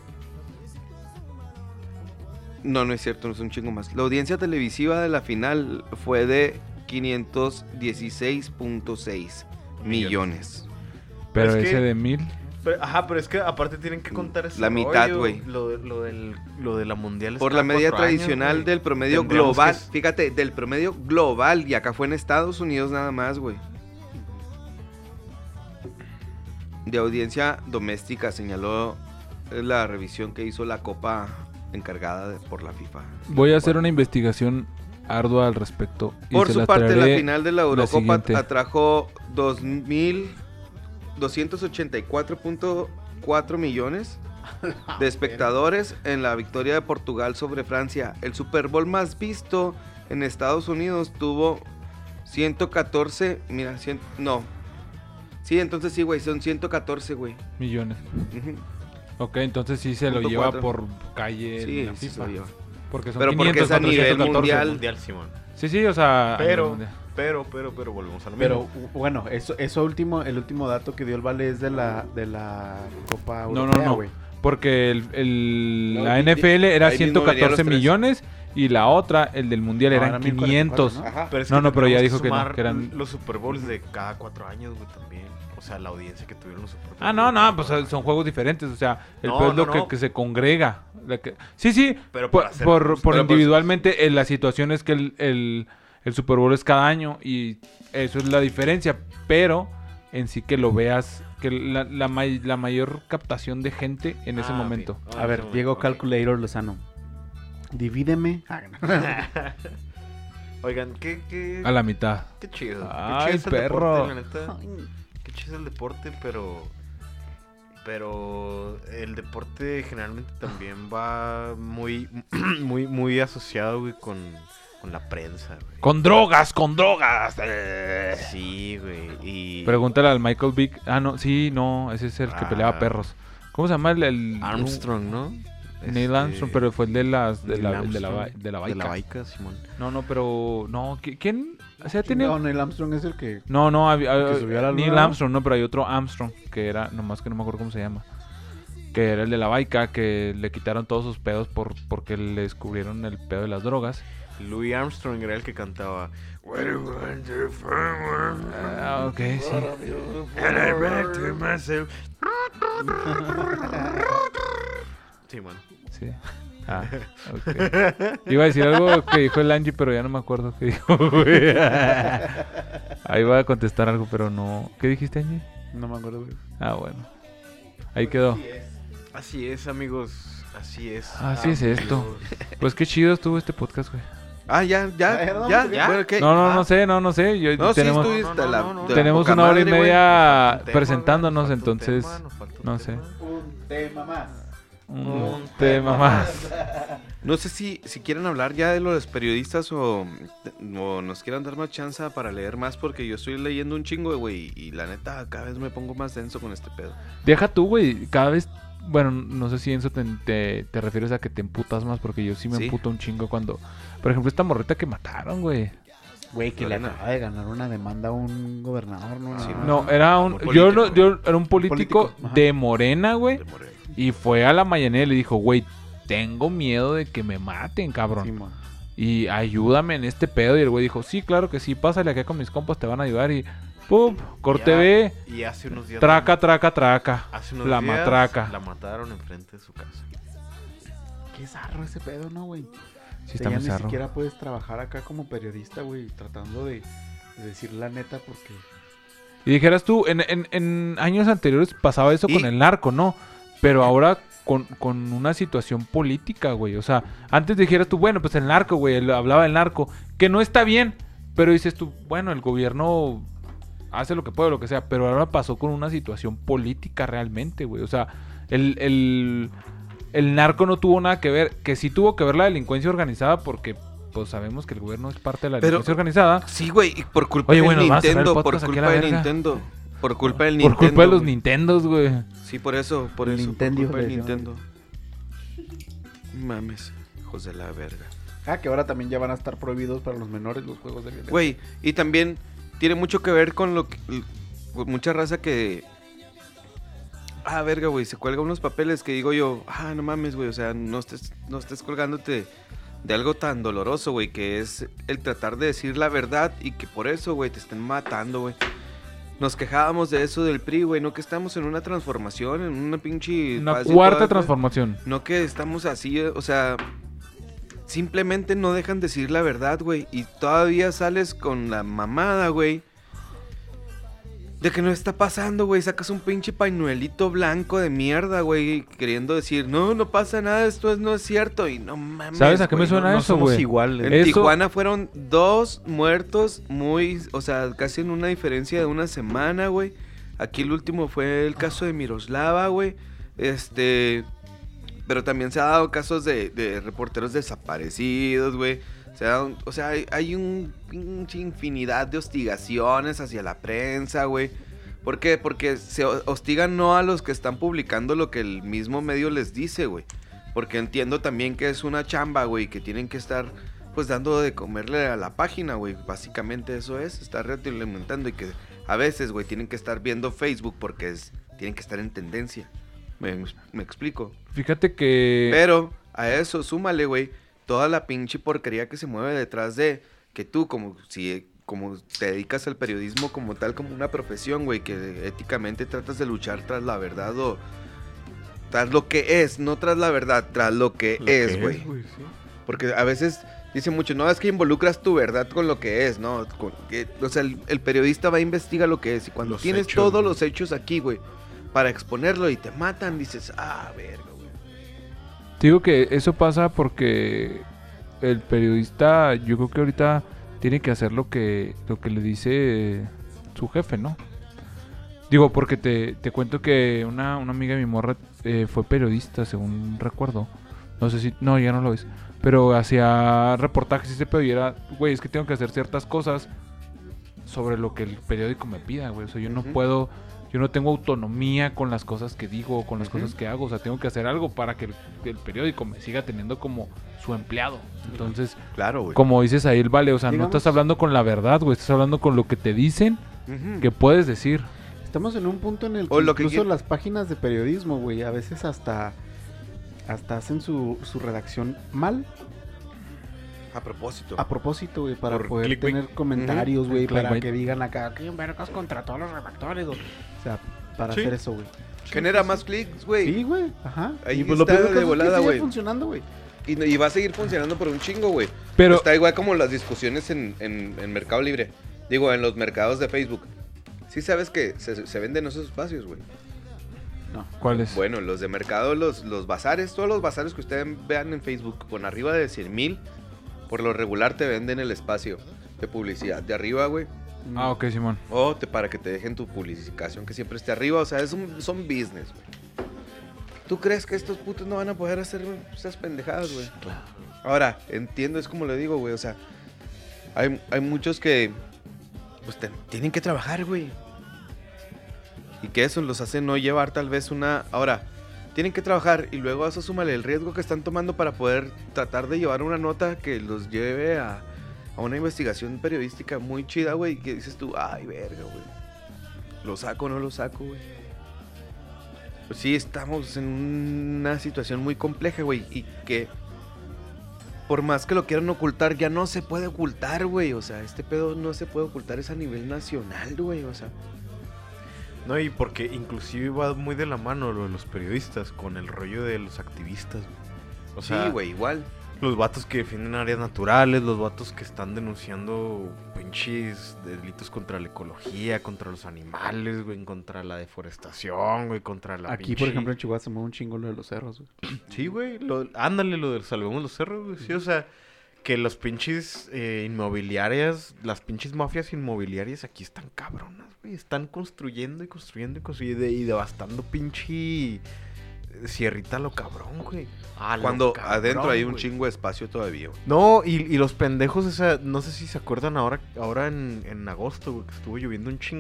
No, no es cierto, no es un chingo más. La audiencia televisiva de la final fue de quinientos dieciséis punto seis millones. Pero Es que- ese de mil. Pero, ajá, pero es que aparte tienen que contar ese La mitad, rollo, güey. Lo, lo, del, lo de la mundial. es Por cada la media cuatro años, tradicional güey. del promedio Tendríamos global. que- Fíjate, del promedio global. Y acá fue en Estados Unidos nada más, güey. De audiencia doméstica señaló la revisión que hizo la Copa encargada de- por la FIFA. Voy a hacer una investigación ardua al respecto. Y Por se su las parte, la traeré final de la Eurocopa siguiente. atrajo dos mil doscientos ochenta y cuatro punto cuatro millones de espectadores en la victoria de Portugal sobre Francia. El Super Bowl más visto en Estados Unidos tuvo ciento catorce, mira, cien, no. Sí, entonces sí, güey, son ciento catorce, güey. millones. Ujú. Ok, entonces sí se lo Punto lleva cuatro. por calle Sí, en la sí se FIFA. lo lleva. Porque son Pero porque quinientos, es a nivel cuatrocientos catorce. mundial. Mundial, Simón. Sí, sí, o sea... a nivel Pero, mundial. pero, pero, pero, volvemos a lo Pero mismo. u- bueno, eso, eso último, el último dato que dio el Vale es de la, de la Copa No, Europea, no, no. güey. Porque el, el- No, la di- N F L era ahí mismo ciento venían los catorce tres. millones y la otra, el del mundial, No, eran eran mil cuarenta y cuatro, quinientos. ¿no? Ajá. Pero es No, no, pero ya tendríamos dijo que no, sumar que eran- los Super Bowls de cada cuatro años, güey, también. O sea, la audiencia que tuvieron los Super Bowls. Ah, no, no, pues son juegos diferentes. O sea, el No, peor es no, lo que, no. que se congrega. La que- Sí, sí, Pero por, para hacer por, justo. por Pero, pues, individualmente eh, la situación es que el, el, el Super Bowl es cada año y eso es la diferencia. Pero en sí que lo veas, que la, la, may- la mayor captación de gente en ese Ah, momento. ok. A ver, Ah, Diego ok. Calculator Lozano. Divídeme. Ah, no. Oigan, qué, qué, A la mitad. qué chido. Qué Ay, chido es el perro. deporte, la neta. Qué chido es el deporte, pero... Pero el deporte generalmente también va muy, muy, muy asociado, güey, con, con la prensa, güey. Con drogas, con drogas. eh. Sí, güey. Y Pregúntale al Michael Vick. Ah, no, sí, no, ese es el que Ah. peleaba perros. ¿Cómo se llama el, el- Armstrong, ¿no? Neil Este, Armstrong, pero fue el de las de Neil la, el de la, ba- Armstrong, de la De baica. la baica, Simón. No, no, pero no, ¿qui- ¿quién? O sea, Tenía... tenía Neil Armstrong es el que... No, no, había, ¿El que subió a la Neil luna? Armstrong, no, pero hay otro Armstrong que era, nomás que no me acuerdo cómo se llama. Que era el de la baica, que le quitaron todos sus pedos por porque le descubrieron el pedo de las drogas. Louis Armstrong era el que cantaba What a wonderful world. Ah, ok, sí. And I back to myself. Sí, man. Sí. Ah, ok. Iba a decir algo que dijo el Angie, pero ya no me acuerdo qué dijo, güey. Ahí iba a contestar algo, pero no. ¿Qué dijiste, Angie? No me acuerdo, güey. Ah, bueno. Ahí quedó. Así es, amigos. Así es. Así es amigos. esto. Pues qué chido estuvo este podcast, güey. Ah, ya, ya, Ah, ¿era ya, dónde? ya. Bueno, ¿qué? No, no, Ah, no sé, no, no sé. Yo, No, sí, tenemos estuviste No, no, la- no, no, de la tenemos poca una hora y madre, güey. media Falta un tema, presentándonos, güey, falta un entonces tema, nos falta un no sé. tema. Un tema más. Un tema más. No sé si, si quieren hablar ya de los periodistas o, o nos quieran dar más chance para leer más, porque yo estoy leyendo un chingo, güey, y la neta cada vez me pongo más denso con este pedo. Deja tú, güey. Cada vez. Bueno, no sé si en eso te, te, te refieres a que te emputas más, porque yo sí me Sí. emputo un chingo cuando. Por ejemplo, esta morrita que mataron, güey. Güey, que le Lorena. acaba de ganar una demanda a un gobernador, ¿no? Sí, Ah. No, era un. Un Yo, político, no- yo era un político, Político, ajá. de Morena, güey. De Moreno. Y fue a la mañanera y le dijo, güey, tengo miedo de que me maten, cabrón. Simón. Y ayúdame en este pedo. Y el güey dijo, sí, claro que sí, pásale acá con mis compas, te van a ayudar. Y pum, corte Ya, B, Y hace unos días. traca, traca, traca. Hace unos La días matraca. La mataron enfrente de su casa. Qué zarro ese pedo, ¿no, güey? Sí, O está sea, ya muy ni zarro. siquiera puedes trabajar acá como periodista, güey, tratando de, de decir la neta porque... Y dijeras tú, en, en, en años anteriores pasaba eso Y- con el narco, ¿no? Pero ahora con, con una situación política, güey. O sea, antes dijeras tú, bueno, pues el narco, güey, él hablaba del narco, que no está bien, pero dices tú, bueno, el gobierno hace lo que puede, lo que sea, pero ahora pasó con una situación política realmente, güey. O sea, el, el, el narco no tuvo nada que ver, que sí tuvo que ver la delincuencia organizada porque... Pues sabemos que el gobierno es parte de la Pero- delincuencia organizada. Sí, güey, y por culpa Oye, de güey, nos van a cerrar el Nintendo, por podcast aquí a culpa la de verga. Nintendo. Por culpa del Por Nintendo. culpa de los güey. Nintendos, güey. Sí, por eso, por El eso. Nintendo, por culpa del le decían. Nintendo. Mames, hijos de la verga. Ah, que ahora también ya van a estar prohibidos para los menores los juegos de violencia. Güey, y también tiene mucho que ver con lo que... con mucha raza que... Ah, verga, güey, se cuelga unos papeles que digo yo, ah, no mames, güey, o sea, no estés, no estés colgándote de algo tan doloroso, güey, que es el tratar de decir la verdad y que por eso, güey, te estén matando, güey. Nos quejábamos de eso del P R I, güey, no que estamos en una transformación, en una pinche... Una paz y cuarta todas, güey. transformación. No que estamos así, eh, o sea, simplemente no dejan decir la verdad, güey. Y todavía sales con la mamada, güey. De que no está pasando, güey. Sacas un pinche pañuelito blanco de mierda, güey. Queriendo decir, no, no pasa nada, esto es- no es cierto. Y no mames. ¿Sabes a qué me güey, suena no- No eso, somos güey? iguales. En Eso- Tijuana fueron dos muertos muy, o sea, casi en una diferencia de una semana, güey. Aquí el último fue el caso de Miroslava, güey. Este, pero también se ha dado casos de, de reporteros desaparecidos, güey. Se ha dado- o sea, hay, hay un pinche infinidad de hostigaciones hacia la prensa, güey. ¿Por qué? Porque se ho- hostigan no a los que están publicando lo que el mismo medio les dice, güey. Porque entiendo también que es una chamba, güey, que tienen que estar, pues, dando de comerle a la página, güey. Básicamente eso es, estar retroalimentando y que a veces, güey, tienen que estar viendo Facebook porque es, tienen que estar en tendencia. Me, me explico. Fíjate que... Pero a eso súmale, güey, toda la pinche porquería que se mueve detrás de que tú, como si como te dedicas al periodismo como tal, como una profesión, güey, que éticamente tratas de luchar tras la verdad o tras lo que es, no tras la verdad, tras lo que Lo que es, güey. sí. Porque a veces dicen mucho, no, es que involucras tu verdad con lo que es, ¿no? Con- que- o sea, el, el periodista va a investigar lo que es y cuando Los tienes hechos, todos güey. los hechos aquí, güey, para exponerlo y te matan, dices, ah, verga, güey. Te digo que eso pasa porque el periodista, yo creo que ahorita tiene que hacer lo que, lo que le dice su jefe, ¿no? Digo, porque te, te cuento que una, una amiga de mi morra eh, fue periodista, según recuerdo. No sé si... No, ya no lo es. Pero hacía reportajes y ese pedo y era... Güey, es que tengo que hacer ciertas cosas sobre lo que el periódico me pida, güey. O sea, yo no Ujú. puedo... Yo no tengo autonomía con las cosas que digo o con las Ujú. cosas que hago. O sea, tengo que hacer algo para que el, que el periódico me siga teniendo como su empleado. Entonces, Claro, güey. como dices ahí, el vale, o sea, Digamos- no estás hablando con la verdad, güey. Estás hablando con lo que te dicen Ujú. que puedes decir. Estamos en un punto en el que O lo que incluso quier- las páginas de periodismo, güey, a veces hasta hasta hacen su, su redacción mal A propósito. a propósito, güey, para Por poder clickbait. tener comentarios, güey, Ujú. para Clickbait. que digan acá, que un vergas contra todos los redactores, güey. O sea, para Sí. hacer eso, güey. Genera más clics, güey. Sí, güey, ajá. Ahí y pues lo está peor de del caso es volada, que sigue güey. funcionando, güey. Y, y va a seguir funcionando por un chingo, güey. Pero, Está igual como las discusiones en, en, en Mercado Libre. Digo, en los mercados de Facebook. Sí sabes que se, se venden esos espacios, güey. ¿cuál es? Bueno, los de mercado, los, los bazares, todos los bazares que ustedes vean en Facebook con arriba de cien mil, por lo regular te venden el espacio de publicidad de arriba, güey. Ah, ok, Simón. O te, para que te dejen tu publicación que siempre esté arriba. O sea, es un, son business, güey. ¿Tú crees que estos putos no van a poder hacer esas pendejadas, güey? Ahora, entiendo, es como le digo, güey. O sea, hay, hay muchos que pues te- tienen que trabajar, güey. Y que eso los hace no llevar tal vez una... Ahora, tienen que trabajar y luego a eso súmale el riesgo que están tomando para poder tratar de llevar una nota que los lleve a, a una investigación periodística muy chida, güey. Que dices tú, ay, verga, güey. ¿Lo saco o no lo saco, güey? Pues sí, estamos en una situación muy compleja, güey. Y que por más que lo quieran ocultar, ya no se puede ocultar, güey. O sea, este pedo no se puede ocultar, es a nivel nacional, güey. O sea, No, y porque inclusive va muy de la mano lo de los periodistas con el rollo de los activistas, güey. O sea, sí, güey, igual. los vatos que defienden áreas naturales, los vatos que están denunciando pinches delitos contra la ecología, contra los animales, güey, contra la deforestación, güey, contra la Aquí, pinche- por ejemplo, en Chihuahua se mueve un chingo lo de los cerros, güey. Sí, güey, lo- ándale lo del salvemos los cerros, güey, sí, o sea, que los pinches eh, inmobiliarias, las pinches mafias inmobiliarias aquí están cabronas, güey, están construyendo y construyendo y construyendo y devastando pinche sierrita a lo cabrón, güey. A lo Cuando cabrón, adentro hay un güey. chingo de espacio todavía, güey. No, y, y los pendejos, o sea, no sé si se acuerdan ahora, ahora en, en agosto, güey, que estuvo lloviendo un chingo.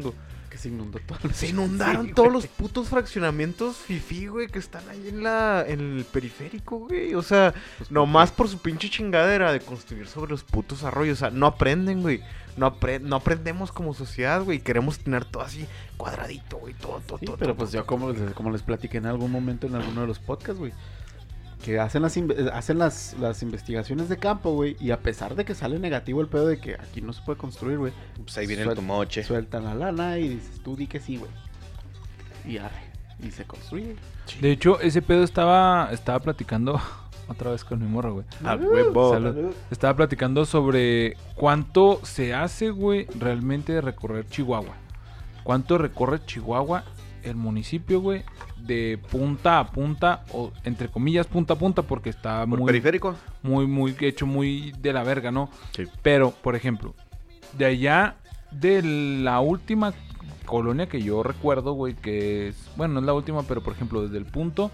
Que se inundó todo. el- Se inundaron Sí, todos güey. los putos fraccionamientos fifí, güey, que están ahí en la en el periférico, güey. O sea, Pues, nomás por su pinche chingadera de construir sobre los putos arroyos. O sea, no aprenden, güey. No, apre- no aprendemos como sociedad, güey. Queremos tener todo así cuadradito, güey. Todo, todo, Sí, todo. pero todo, pues todo, yo como les, como les platiqué en algún momento en alguno de los podcasts, güey. Que hacen las inve- hacen las, las investigaciones de campo, güey. Y a pesar de que sale negativo el pedo de que aquí no se puede construir, güey. Pues ahí viene Suel- el tumoche. Sueltan la lana y dices, tú di que sí, güey. Y arre. Y se construye. De hecho, ese pedo estaba, estaba platicando otra vez con mi morro, güey. A huevo. Salud. Estaba platicando sobre cuánto se hace, güey, realmente de recorrer Chihuahua. Cuánto recorre Chihuahua, el municipio, güey, de punta a punta, o entre comillas punta a punta, porque está ¿Por muy, periférico? muy, muy hecho muy de la verga, ¿no? Sí. Pero, por ejemplo, de allá, de la última colonia que yo recuerdo, güey, que es, bueno, no es la última, pero por ejemplo, desde el punto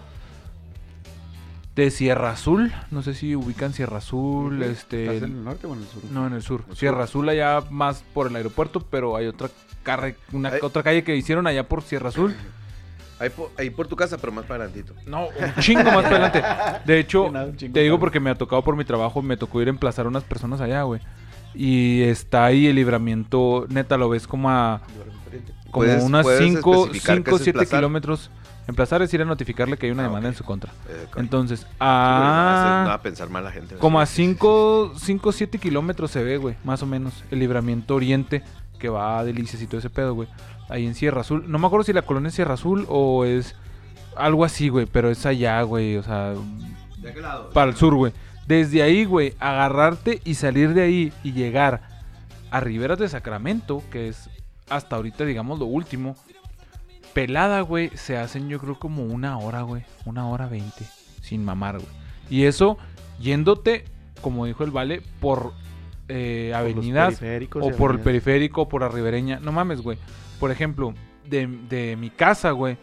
de Sierra Azul, no sé si ubican Sierra Azul, este... ¿Estás en el norte o en el sur? No, en el sur. sur. Sierra Azul allá más por el aeropuerto, pero hay otra, carre, una, Ay. otra calle que hicieron allá por Sierra Azul. Ahí por, ahí por tu casa, pero más para adelantito. No, un chingo más para adelante. De hecho, Sí, nada, un chingo te digo para- porque me ha tocado por mi trabajo, me tocó ir a emplazar a unas personas allá, güey. Y está ahí el libramiento, neta, lo ves como a como ¿Puedes- unas puedes cinco, especificar qué es siete emplazar? kilómetros. Emplazar es ir a notificarle que hay una Ah, demanda ok. en su contra. Eh, ok. Entonces, Sí, güey, no va a... a pensar mal la gente. Como a Sí, sí, sí, cinco, cinco, siete kilómetros se ve, güey, más o menos. El libramiento oriente que va a Delicias y todo ese pedo, güey. Ahí en Sierra Azul. No me acuerdo si la colonia es Sierra Azul o es algo así, güey, pero es allá, güey. O sea, sí. ¿De qué lado? para el sur, güey. Desde ahí, güey, agarrarte y salir de ahí y llegar a Riberas de Sacramento, que es hasta ahorita, digamos, lo último. Pelada, güey, se hacen yo creo como una hora, güey. Una hora veinte, sin mamar, güey. Y eso yéndote, como dijo el Vale, por eh, Por los avenidas periféricos o y por el avenidas. periférico o por la ribereña. No mames, güey. Por ejemplo, de, de mi casa, güey,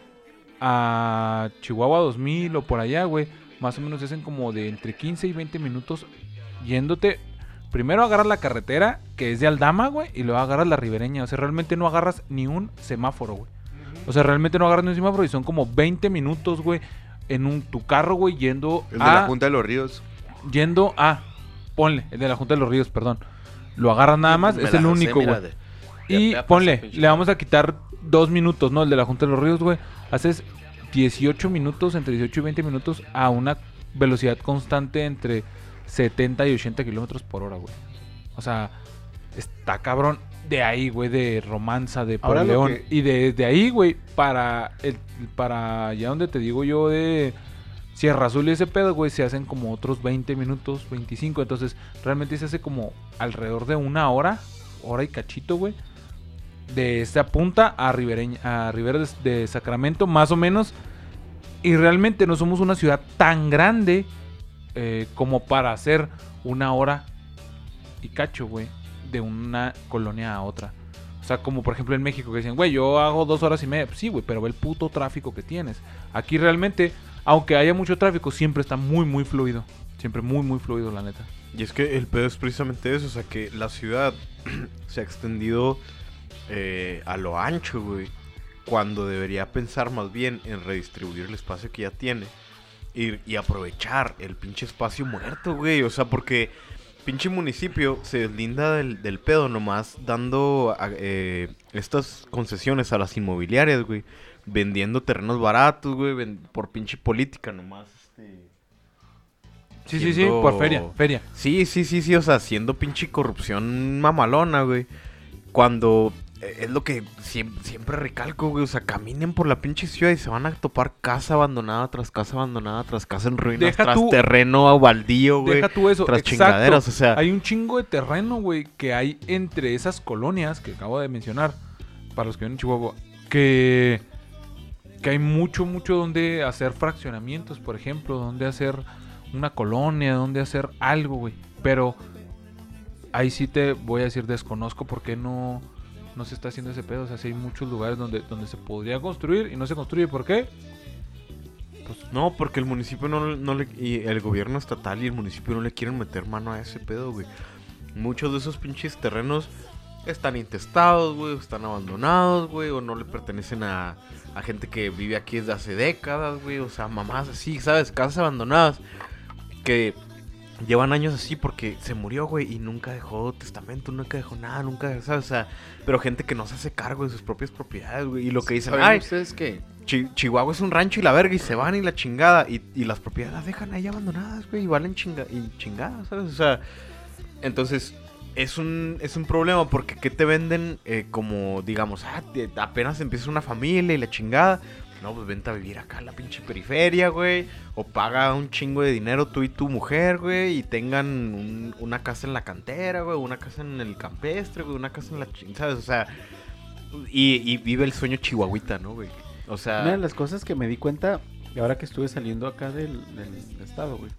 a Chihuahua dos mil o por allá, güey, más o menos se hacen como de entre quince y veinte minutos yéndote. Primero agarras la carretera, que es de Aldama, güey, y luego agarras la ribereña. O sea, realmente no agarras ni un semáforo, güey. O sea, realmente no agarras ni un semáforo y son como veinte minutos, güey, en un, tu carro, güey, yendo El de a... la Junta de los Ríos. Yendo a... Ponle, el de la Junta de los Ríos, perdón. Lo agarras nada más, Me es la el sé, único, mira, güey. de- Y ya- ya ponle, pasó, pinche le vamos a quitar dos minutos, ¿no? El de la Junta de los Ríos, güey. Haces dieciocho minutos, entre dieciocho y veinte minutos a una velocidad constante entre setenta y ochenta kilómetros por hora, güey. O sea, está cabrón. De ahí, güey, de Romanza, de Ahora Por lo León. que- Y desde ahí, güey, para el, para allá donde te digo yo de Sierra Azul y ese pedo, güey, se hacen como otros veinte minutos, veinticinco. Entonces, realmente se hace como alrededor de una hora, hora y cachito, güey. De esta punta a Ribereña, a Rivera de, de Sacramento, más o menos. Y realmente no somos una ciudad tan grande eh, como para hacer una hora y cacho, güey, de una colonia a otra. O sea, como por ejemplo en México que dicen, güey, yo hago dos horas y media. Pues sí, güey, pero ve el puto tráfico que tienes. Aquí realmente, aunque haya mucho tráfico, siempre está muy, muy fluido. Siempre muy, muy fluido, la neta. Y es que el pedo es precisamente eso, o sea, que la ciudad se ha extendido eh, a lo ancho, güey, cuando debería pensar más bien en redistribuir el espacio que ya tiene y, y aprovechar el pinche espacio muerto, güey, o sea, porque pinche municipio se deslinda del, del pedo nomás dando a- eh, estas concesiones a las inmobiliarias, güey, vendiendo terrenos baratos, güey, ven- por pinche política nomás, este... Sí, sí, sí, siendo- por feria, feria. Sí, sí, sí, sí, o sea, haciendo pinche corrupción mamalona, güey. Cuando eh, es lo que siempre, siempre recalco, güey. O sea, caminen por la pinche ciudad y se van a topar casa abandonada tras casa abandonada, tras casa en ruinas, Deja tras tú- terreno baldío, güey. Deja tú eso, Tras exacto. chingaderas, o sea. Hay un chingo de terreno, güey, que hay entre esas colonias que acabo de mencionar, para los que viven en Chihuahua, que, que hay mucho, mucho donde hacer fraccionamientos, por ejemplo, donde hacer una colonia, donde hacer algo, güey. Pero ahí sí te voy a decir, desconozco por qué no, no se está haciendo ese pedo. O sea, sí hay muchos lugares donde, donde se podría construir y no se construye. ¿Por qué? No, porque el municipio no, no le... Y el gobierno estatal y el municipio no le quieren meter mano a ese pedo, güey. Muchos de esos pinches terrenos están intestados, güey, o están abandonados, güey, o no le pertenecen a, a gente que vive aquí desde hace décadas, güey, o sea, mamás así, ¿sabes? Casas abandonadas que llevan años así porque se murió, güey, y nunca dejó testamento, nunca dejó nada, nunca, ¿sabes? O sea, pero gente que no se hace cargo de sus propias propiedades, güey, y lo que dicen, ¿Saben ay, ustedes qué? Chi- Chihuahua es un rancho y la verga, y se van y la chingada, y, y las propiedades las dejan ahí abandonadas, güey, y valen chinga y chingadas, ¿sabes? O sea, entonces, es un, es un problema porque ¿qué te venden eh, como, digamos, ah, te- apenas empieza una familia y la chingada? No, pues vente a vivir acá a la pinche periferia, güey, o paga un chingo de dinero tú y tu mujer, güey, y tengan un- una casa en la cantera, güey, una casa en el campestre, güey, una casa en la chingada, ¿sabes? O sea, y, y vive el sueño chihuahuita, ¿no, güey? O sea... Una de las cosas que me di cuenta, y ahora que estuve saliendo acá del, del estado, güey,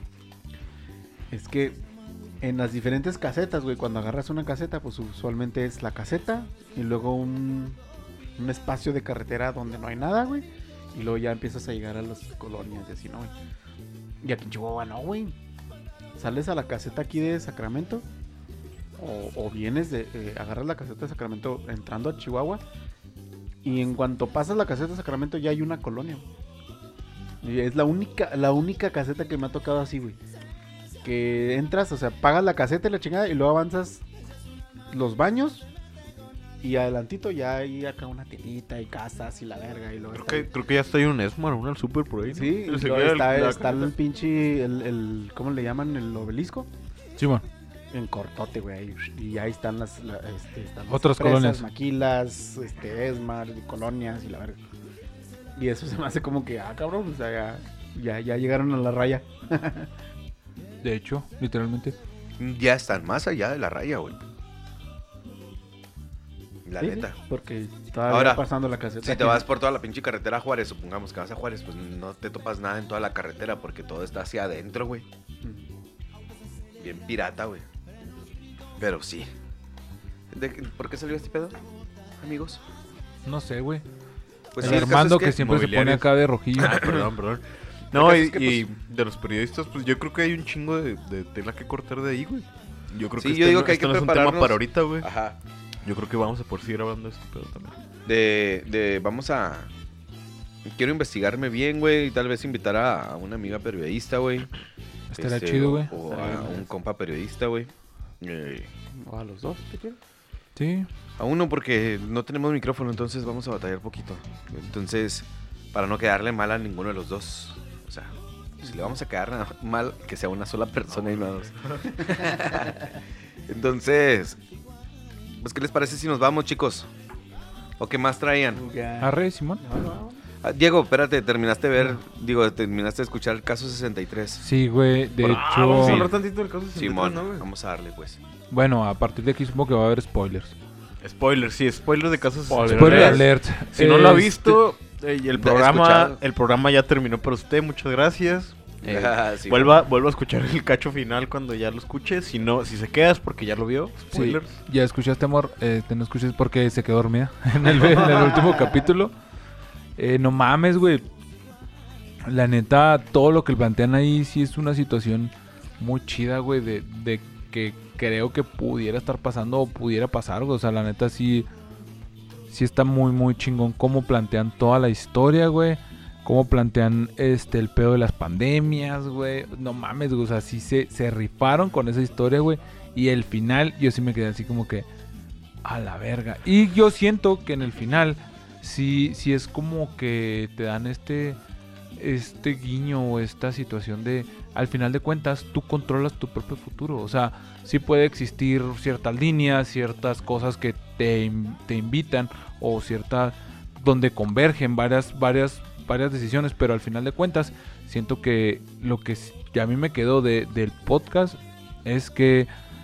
es que en las diferentes casetas, güey, cuando agarras una caseta, pues usualmente es la caseta y luego un, un espacio de carretera donde no hay nada, güey, y luego ya empiezas a llegar a las colonias y así, ¿no, güey? Y aquí en Chihuahua, no, güey. Sales a la caseta aquí de Sacramento, o, o vienes de, eh, agarras la caseta de Sacramento entrando a Chihuahua, y en cuanto pasas la caseta de Sacramento ya hay una colonia. Y es la única, la única caseta que me ha tocado así, güey. Que entras, o sea, pagas la caseta y la chingada y luego avanzas los baños y adelantito ya hay acá una tiendita y casas y la verga y luego Creo está que, creo que ya está ahí un Esmar, un al super por ahí, ¿no? sí, y Se luego queda está, la está el caseta. pinche el, el ¿cómo le llaman? El obelisco Simón. en cortote, güey, y ahí están las, la- este, están las Otras empresas, colonias. maquilas, este, Esmar, y colonias y la verga. Y eso se me hace como que, ah, cabrón, o sea, ya, ya, ya llegaron a la raya. De hecho, literalmente. Ya están más allá de la raya, güey. La Sí, neta. sí, porque todavía Ahora, pasando la caseta. Si te vas por toda la pinche carretera a Juárez, supongamos que vas a Juárez, pues no te topas nada en toda la carretera porque todo está hacia adentro, güey. Mm. Bien pirata, güey. Pero sí. ¿De qué- ¿Por qué salió este pedo, amigos? No sé, güey. Pues el sí, el caso Armando es que, siempre se pone Mobiliarios. acá de rojillo. Ah, perdón, perdón. El No, caso y, es que, y de los periodistas, pues yo creo que hay un chingo de, de tela que cortar de ahí, güey. Yo creo Sí, que yo este digo no- que hay este que no es un tema prepararnos. para ahorita, güey. Ajá. Yo creo que vamos a por seguir grabando este pedo también. De, de, vamos a... Quiero investigarme bien, güey, y tal vez invitar a, a una amiga periodista, güey. Estaría Este, chido, o- güey. O Estaría a bien. un compa periodista, güey. Eh, O a los dos, ¿te quieres? Sí. A uno porque no tenemos micrófono, entonces vamos a batallar poquito. Entonces, para no quedarle mal a ninguno de los dos. O sea, si le vamos a quedar nada mal, que sea una sola persona y no a dos. Entonces, pues, ¿qué les parece si nos vamos, chicos? ¿O qué más traían? Arre, Simón. No, no. Ah, Diego, espérate, terminaste de ver, digo, terminaste de escuchar el caso sesenta y tres. Sí, güey. De Ah, vamos a hecho, hablar tantito del caso sesenta y tres, Simón, ¿no, güey? vamos a darle, pues. bueno, a partir de aquí supongo que va a haber spoilers. Spoiler, sí, spoiler de casos Spoiler, sesenta y tres. alert. Si no lo ha Este, visto, eh, y el ¿Te has programa, escuchado? el programa ya terminó para usted, muchas gracias. Eh, Ah, sí, vuelva, vuelva a escuchar el cacho final cuando ya lo escuche. Si no, si se queda es porque ya lo vio. Sí, Spoilers. ya escuchaste, amor. Eh, te no escuches porque se quedó dormida en el, en el último capítulo. Eh, no mames, güey. La neta, todo lo que plantean ahí sí es una situación muy chida, güey. De, de que creo que pudiera estar pasando o pudiera pasar, güey. O sea, la neta sí, sí está muy, muy chingón cómo plantean toda la historia, güey. Cómo plantean este el pedo de las pandemias, güey. No mames, güey. O sea, sí se, se rifaron con esa historia, güey. Y el final, yo sí me quedé así como que a la verga. Y yo siento que en el final sí, sí es como que te dan este, este guiño o esta situación de, al final de cuentas, tú controlas tu propio futuro. O sea, sí puede existir ciertas líneas, ciertas cosas que te, in- te invitan o ciertas donde convergen varias, varias, varias decisiones, pero al final de cuentas siento que lo que s- que a mí me quedó de, del podcast es que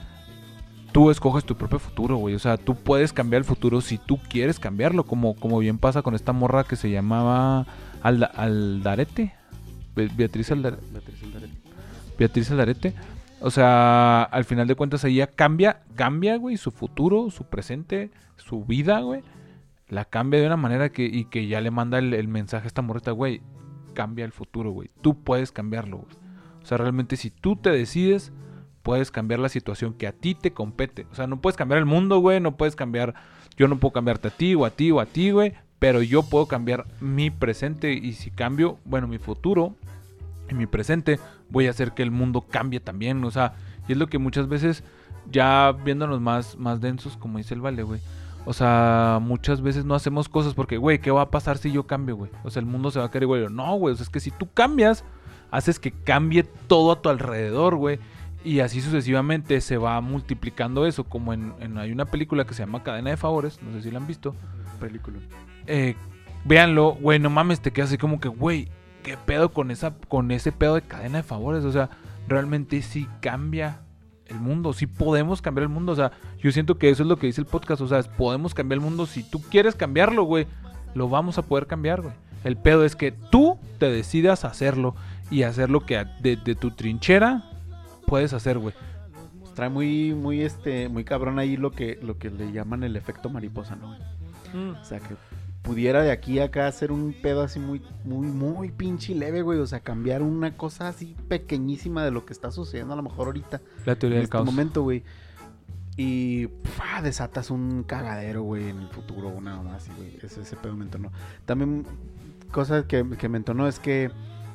tú escoges tu propio futuro, güey. O sea, tú puedes cambiar el futuro si tú quieres cambiarlo, como, como bien pasa con esta morra que se llamaba Alda- Aldarete. Be- Beatriz Aldarete. Beatriz Aldarete. Beatriz Aldarete. O sea, al final de cuentas ella cambia, cambia, güey, su futuro, su presente, su vida, güey. La cambia de una manera que, y que ya le manda el, el mensaje a esta morrita, güey, cambia el futuro, güey. Tú puedes cambiarlo, güey. O sea, realmente si tú te decides, puedes cambiar la situación que a ti te compete. O sea, no puedes cambiar el mundo, güey, no puedes cambiar, yo no puedo cambiarte a ti o a ti o a ti, güey, pero yo puedo cambiar mi presente y si cambio, bueno, mi futuro y mi presente, voy a hacer que el mundo cambie también, o sea, y es lo que muchas veces, ya viéndonos más, más densos, como dice el Vale, güey, o sea, muchas veces no hacemos cosas porque, güey, ¿qué va a pasar si yo cambio, güey? O sea, el mundo se va a caer igual. No, güey, o sea, es que si tú cambias, haces que cambie todo a tu alrededor, güey. Y así sucesivamente se va multiplicando eso. Como en, en hay una película que se llama Cadena de Favores, no sé si la han visto. Película. Eh, véanlo, güey, no mames, te quedas así como que, güey, ¿qué pedo con esa, con ese pedo de Cadena de Favores? O sea, realmente sí cambia el mundo, sí podemos cambiar el mundo, o sea, yo siento que eso es lo que dice el podcast, o sea, podemos cambiar el mundo, si tú quieres cambiarlo, güey, lo vamos a poder cambiar, güey. El pedo es que tú te decidas hacerlo y hacer lo que de, de tu trinchera puedes hacer, güey. Pues trae muy, muy, este, muy cabrón ahí lo que, lo que le llaman el efecto mariposa, ¿no? Mm. O sea, que pudiera de aquí a acá hacer un pedo así muy, muy, muy pinche leve, güey. O sea, cambiar una cosa así pequeñísima de lo que está sucediendo a lo mejor ahorita. La teoría en del este caos. momento, güey. Y ¡pua! Desatas un cagadero, güey, en el futuro, una mamá así, güey. Ese, ese pedo me entonó. También, cosa que, que me entonó es que,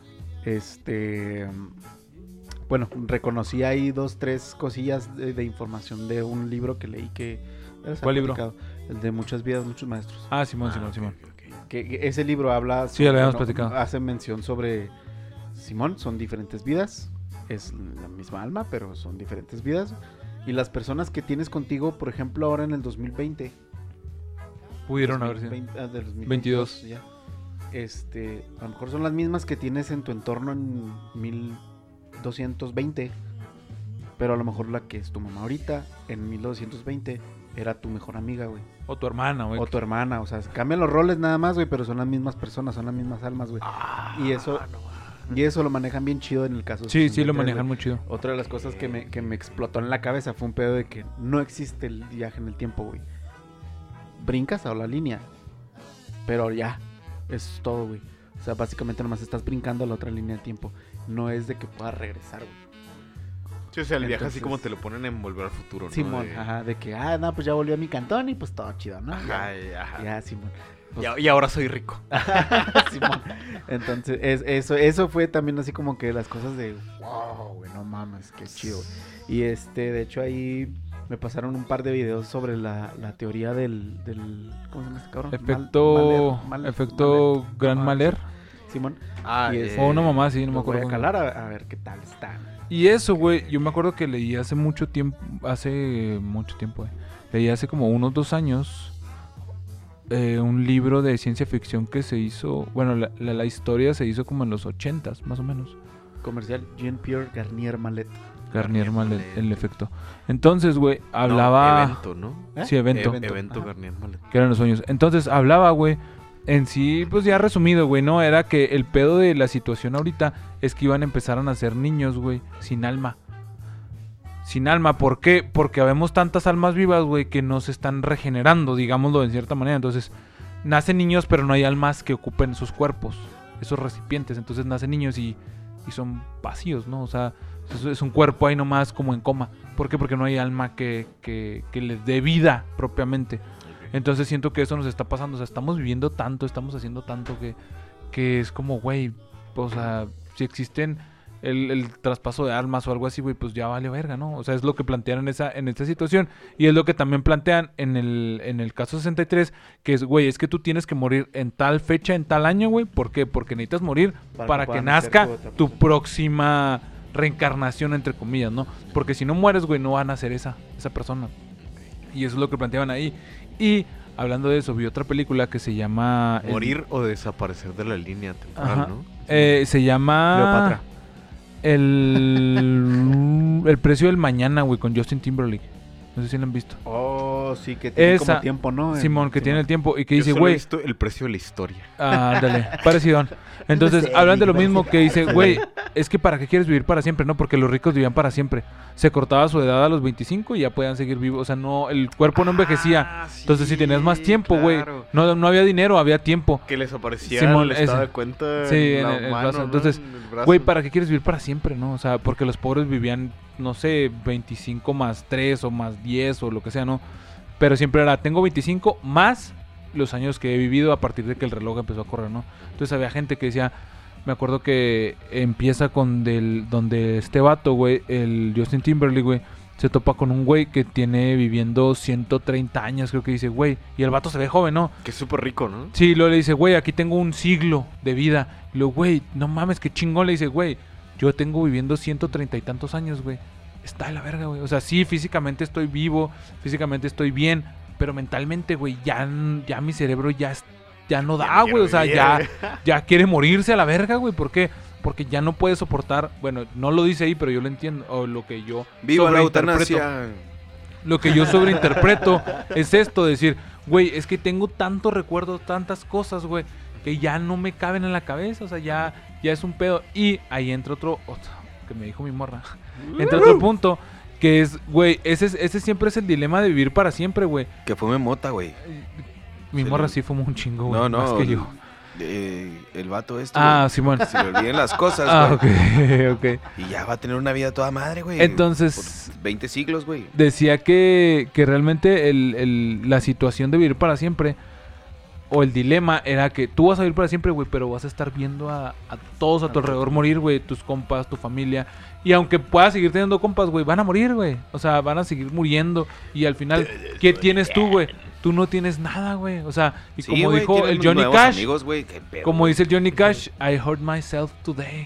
este... Bueno, reconocí ahí dos, tres cosillas de, de información de un libro que leí que... ¿Cuál libro? El de Muchas vidas, muchos maestros. Ah, Simón, Simón, Simón. Que, que ese libro habla... Sí, ya lo habíamos bueno, platicado. Hace mención sobre... Simón, son diferentes vidas. Es la misma alma, pero son diferentes vidas. Y las personas que tienes contigo, por ejemplo, ahora en el dos mil veinte... Pudieron haber sido. veinte, ah, de los veintidós. Ya. Este, a lo mejor son las mismas que tienes en tu entorno en mil doscientos veinte. Pero a lo mejor la que es tu mamá ahorita, en mil doscientos veinte, era tu mejor amiga, güey. O tu hermana, güey. O tu hermana, o sea, cambian los roles nada más, güey, pero son las mismas personas, son las mismas almas, güey. Ah, y eso no, y eso lo manejan bien chido en el caso. Sí, sí, lo sesenta y tres, manejan güey. muy chido. Otra de las cosas que me, que me explotó en la cabeza fue un pedo de que no existe el viaje en el tiempo, güey. Brincas a la línea, pero ya, eso es todo, güey. O sea, básicamente nomás estás brincando a la otra línea del tiempo. No es de que puedas regresar, güey. Sí, o sea, el viaje Entonces- así como te lo ponen en Volver al Futuro, ¿no? Simón, De- ajá, de que, ah, no, pues ya volví a mi cantón y pues todo chido, ¿no? Ajá, Ya, ajá. ya, Simón. Pues- Y, a- y ahora soy rico. Simón. Entonces, es, eso, eso fue también así como que las cosas de wow, güey, no mames, qué chido, güey. Y este, de hecho ahí me pasaron un par de videos sobre la, la teoría del, del, ¿cómo se llama este cabrón? Efecto, Mal- Maler- Mal- efecto Maler- Gran ajá, Maler. Simón. Ah, Y es- O una mamá, sí, no me Lo acuerdo. voy a cómo. calar a, a ver qué tal está. Y eso, güey, yo me acuerdo que leí hace mucho tiempo, hace mucho tiempo, güey. Leí hace como unos dos años eh, un libro de ciencia ficción que se hizo, bueno, la, la, la historia se hizo como en los ochentas, más o menos. Comercial Jean-Pierre Garnier Mallet. Garnier Mallet, Mallet. el efecto. Entonces, güey, No, hablaba... evento, ¿no? ¿Eh? Sí, evento. Evento, Evento ajá. Garnier Mallet. Que eran los sueños. Entonces hablaba, güey, en sí, pues ya resumido, güey, ¿no? Era que el pedo de la situación ahorita es que iban a empezar a nacer niños, güey, sin alma. Sin alma, ¿por qué? Porque habemos tantas almas vivas, güey, que no se están regenerando, digámoslo de cierta manera. Entonces, nacen niños, pero no hay almas que ocupen sus cuerpos, esos recipientes. Entonces nacen niños y, y son vacíos, ¿no? O sea, es, es un cuerpo ahí nomás como en coma. ¿Por qué? Porque no hay alma que, que, que les dé vida propiamente. Entonces siento que eso nos está pasando, o sea, estamos viviendo tanto, estamos haciendo tanto que, que es como, güey, o sea, si existen el, el traspaso de almas o algo así, güey, pues ya vale verga, ¿no? O sea, es lo que plantean en esa, en esta situación y es lo que también plantean en el, en el caso sesenta y tres, que es, güey, es que tú tienes que morir en tal fecha, en tal año, güey, ¿por qué? Porque necesitas morir Para para, que que pueda nacer nazca tu otra tu persona. próxima reencarnación, entre comillas, ¿no? Porque si no mueres, güey, no va a nacer esa, esa persona. Y eso es lo que planteaban ahí. Y hablando de eso, vi otra película que se llama... el- Morir o desaparecer de la línea temporal, Ajá. ¿no? Eh, se llama... Cleopatra. El... el precio del mañana, güey, con Justin Timberlake. No sé si lo han visto. Oh, sí, que tiene Esa- como tiempo, ¿no? Simón, que Simón. tiene el tiempo y que Yo dice, solo he güey... visto el precio de la historia. Ah, dale, parecido. Entonces, sé, hablan de lo iba a mismo decir, que ah, dice, sí. güey, es que para qué quieres vivir para siempre, ¿no? Porque los ricos vivían para siempre. Se cortaba su edad a los veinticinco y ya podían seguir vivos. O sea, no, el cuerpo no envejecía. Ah, sí, Entonces, si tenías más tiempo, güey, claro. no, no había dinero, había tiempo. Que les aparecía Simón, el estado ese. de cuenta Sí, en la en el mano, brazo. ¿no? Entonces, En el brazo. Güey, ¿para qué quieres vivir para siempre, no? O sea, porque los pobres vivían no sé, veinticinco más tres o más diez o lo que sea, ¿no? Pero siempre era, tengo veinticinco más los años que he vivido a partir de que el reloj empezó a correr, ¿no? Entonces había gente que decía, me acuerdo que empieza con del, donde este vato, güey, el Justin Timberlake, güey, se topa con un güey que tiene viviendo ciento treinta años, creo que dice, güey, y el vato se ve joven, ¿no? Que es súper rico, ¿no? Sí, luego le dice, güey, aquí tengo un siglo de vida. Y luego, güey, no mames, qué chingón. Le dice, güey, yo tengo viviendo ciento treinta y tantos años, güey. Está de la verga, güey. O sea, sí, físicamente estoy vivo, físicamente estoy bien, pero mentalmente, güey, ya, ya mi cerebro ya, es- ya no da, güey. O sea, ya, ya quiere morirse a la verga, güey. ¿Por qué? Porque ya no puede soportar, bueno, no lo dice ahí, pero yo lo entiendo, o lo que yo Viva la sobreinterpreto. eutanasia. Lo que yo sobreinterpreto es esto, decir, güey, es que tengo tantos recuerdos, tantas cosas, güey, que ya no me caben en la cabeza, o sea, ya, ya es un pedo. Y ahí entra otro, otro que me dijo mi morra, entra otro punto, que es, güey, ese, es- ese siempre es el dilema de vivir para siempre, güey. Que fume mota, güey. Mi Sí, morra no. sí fumó un chingo, güey, No, no. más que yo. eh, el vato este, Ah, güey. Simón. Se le olviden las cosas, Ah, güey. ok, ok. Y ya va a tener una vida toda madre, güey. Entonces- Por veinte siglos, güey. Decía que, que realmente el, el- la situación de vivir para siempre, o el dilema, era que tú vas a vivir para siempre, güey, pero vas a estar viendo a, a todos a tu alrededor morir, güey, tus compas, tu familia. Y aunque puedas seguir teniendo compas, güey, van a morir, güey. O sea, van a seguir muriendo. Y al final, ¿qué tienes tú, güey? Tú no tienes nada, güey. O sea, y Sí, como güey, dijo tienen el Johnny nuevos Cash, amigos, güey, qué pedo, como güey. dice el Johnny Cash, I hurt myself today.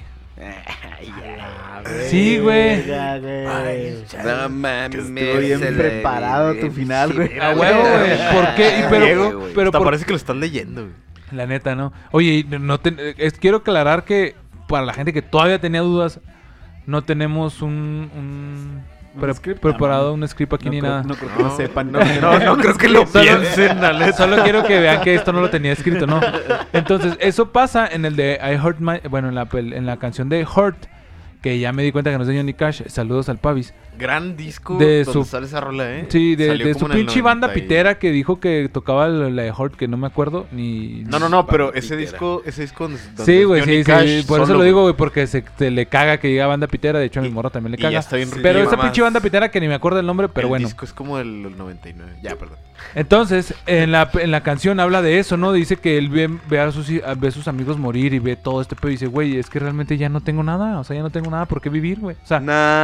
Ah, Sí, güey. verga, güey. No mames. Estuvo bien se le- preparado tu final, güey. A huevo, güey. ¿Por qué? Y pero, Diego, güey. pero Hasta por- parece que lo están leyendo, güey. La neta, ¿no? Oye, y no te- es- quiero aclarar que para la gente que todavía tenía dudas, no tenemos un, un Un pre- script, preparado, no, un script aquí no ni creo- nada. No creo que lo sepan. No, no, no creo que lo Solo- piensen, la neta. Solo quiero que vean que esto no lo tenía escrito, ¿no? Entonces, eso pasa en el de I Hurt My... Bueno, en la, pel- en la canción de Hurt, que ya me di cuenta que no es de Johnny Cash. Saludos al Pavis. Gran disco De donde su- sale esa rola, ¿eh? Sí, de, Salió de su como en el pinche banda noventa y- pitera que dijo que tocaba la la de Hurt, que no me acuerdo ni... No, no, no, pero Banda ese pitera. disco, ese disco donde donde Sí, es güey, Johnny sí, sí, Cash por eso solo, lo digo, güey, porque se, se le caga que diga banda pitera, de hecho a mi Y- morra también le y ya caga. está bien Pero rico. esa mamás. pinche banda pitera que ni me acuerdo el nombre, pero el bueno. disco es como del noventa y nueve. Ya, perdón. Entonces, en la, en la canción habla de eso, ¿no? Dice que él ve, ve, a sus, a- ve a sus amigos morir y ve todo este pedo y dice, güey, es que realmente ya no tengo nada, o sea, ya no tengo nada por qué vivir, güey. O sea,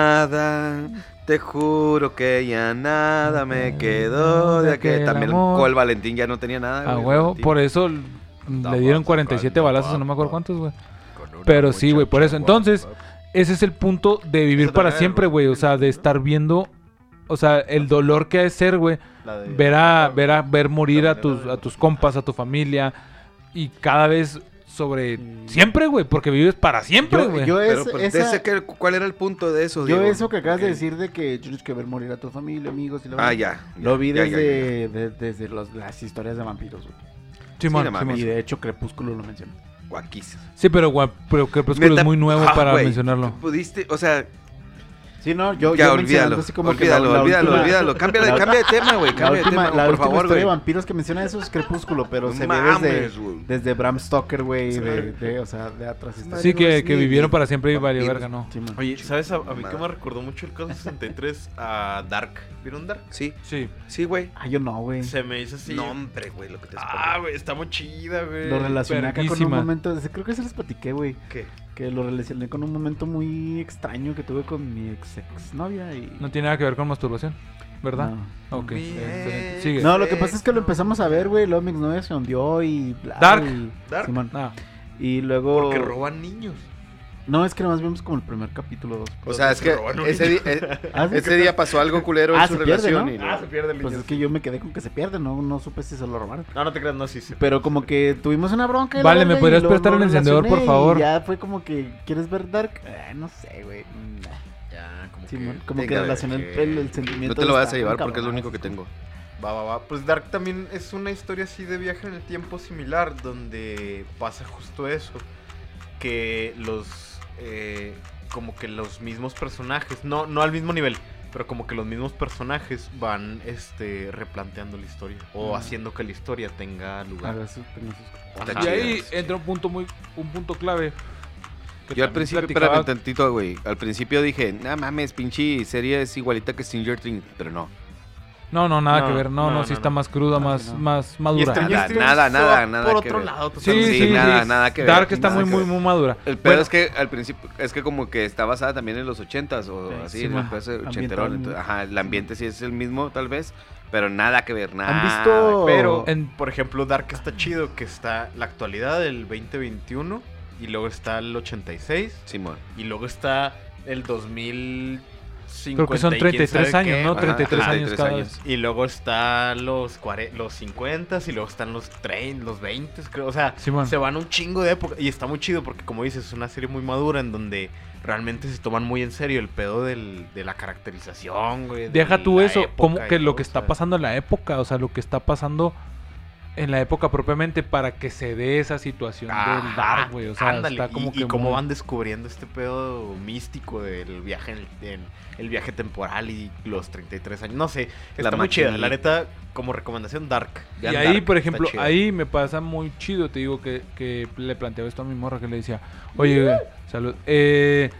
Nada, te juro que ya nada me quedó de aquel. aquel También amor. Col Valentín ya no tenía nada, a güey, huevo, Valentín. por eso l- le dieron cuarenta y siete balazos, o no me acuerdo cuántos, güey. Pero sí, güey, por eso. Entonces, ese es el punto de vivir Eso para también, siempre, güey. O sea, de estar viendo, o sea, el dolor que ha de ser, güey. La de- Ver a, ver a, ver morir a tus, a tus compas, a tu familia. Y cada vez sobre siempre, güey. Porque vives para siempre, Yo, güey. yo Pero, es, pues, esa- de ese que- ¿cuál era el punto de eso, yo Diego? eso que acabas de Ok. decir de que tienes que ver morir a tu familia, amigos y la Ah, verdad, ya. Lo vi ya, ya, desde, de- desde los- las historias de vampiros, güey. Simón, sí, no mames. Simón. Y de hecho Crepúsculo lo menciona. ya. Guaquis. Sí, pero, güey, pero Crepúsculo Neta, es muy nuevo ah, para güey, mencionarlo. Pudiste, o sea, Sí, no, yo, ya yo olvídalo. mencionando así como que la- Olvídalo, la olvídalo, última- olvídalo. Cambia de, la- cambia de tema, güey. La Cambia de última, tema, la por última favor, historia güey. de vampiros que menciona eso es Crepúsculo, pero No se ve mames, desde, güey. desde Bram Stoker, güey, de, de, o sea, de atrás. historias. Sí, que, que Ni- vivieron ni para siempre y valió vampiros. verga, ¿no? Sí, man. Oye, ¿sabes a, a mí Mamada. que me recordó mucho el caso sesenta y tres a Dark? ¿Vieron Dark? Sí, Sí. sí, güey. Ah, yo no, güey. Se me hizo así. No, hombre, güey, lo que te Ah, güey, está muy chida, güey. Lo relacioné acá con un verguísima. momento, creo que se les platiqué, güey, ¿Qué? que lo relacioné con un momento muy extraño que tuve con mi ex ex novia y... No tiene nada que ver con masturbación, ¿verdad? No. Ok, Bien. excelente. Sigue. No, lo que pasa es que lo empezamos a ver, güey, luego mi exnovia se hundió y... bla, Dark. y- Dark. Simón. Ah, Y luego... Porque roban niños. No, es que nomás vimos como el primer capítulo dos. O sea, es que roban un ese, niño. di- eh, Ah, sí, ese que- día pasó algo culero Ah, en su se pierde, relación. ¿no? y no- Ah, se pierde el Pues niño. es que yo me quedé con que se pierde, no, no supe si se lo robaron. No, no te creas, no, sí, sí. Pero como que tuvimos una bronca. y la Vale, verga, ¿me y podrías luego prestar lo el encendedor, por relacioné, favor? Y ya fue como que, ¿quieres ver Dark? Eh, no sé, güey. Mm, Ya, como sí, que... mon, como que Venga, relacioné el, que- el, el sentimiento. No te de lo vas a estar llevar con porque es lo único cabronadas. que tengo. Va, va, va. Pues Dark también es una historia así de viaje en el tiempo similar, donde pasa justo eso. Que los... eh, como que los mismos personajes, no, no al mismo nivel, pero como que los mismos personajes van este replanteando la historia. O Mm. haciendo que la historia tenga lugar. Haga su- tenga sus- Está y chido. ahí entra un punto muy, un punto clave. que Yo al también principio, platicaba- espérame tantito, güey. Al principio dije, no mames, pinche serie es igualita que Stranger Things, pero no. No, no, nada No, que ver. No, no, no, sí no, está no. más cruda, Ah, más, sí, no. más Y madura. Stranger Nada, Things nada, se nada, va nada por que otro ver. lado Sí, totalmente. sí, nada, sí. nada que ver, Dark está nada muy, que muy, ver. muy madura. El pedo Bueno, es que al principio, es que como que está basada también en los ochentas o Sí, así, sí, en man. el pedazo Ambiental. ochenterón. entonces, Ajá, el ambiente sí es el mismo, tal vez, pero nada que ver, nada. ¿Han visto? Pero, En- por ejemplo, Dark está chido, que está la actualidad del veinte veintiuno, y luego está el ochenta y seis, Simón. y luego está el dos mil creo que son treinta y tres años, ¿no? Ajá, treinta y tres treinta y años tres cada años. vez. Y luego está los, cuare- los cincuenta y luego están los treinta, los veinte, creo. O sea, Simón. se van un chingo de época. Y está muy chido porque, como dices, es una serie muy madura en donde realmente se toman muy en serio el pedo del, de la caracterización, güey. de Deja tú la eso, época como y que lo todo, que o está sea. pasando en la época, o sea, lo que está pasando en la época propiamente para que se dé esa situación del Ajá, Dark, güey. O sea, ándale, está como y, que y cómo muy- van descubriendo este pedo místico del viaje en el, en el viaje temporal y los treinta y tres años. No sé, está La muy chida. maquinita. La neta, como recomendación, Dark. Y Vean ahí, Dark, por está ejemplo, chida. ahí me pasa muy chido, te digo que, que le planteaba esto a mi morra, que le decía, oye, güey, salud, eh,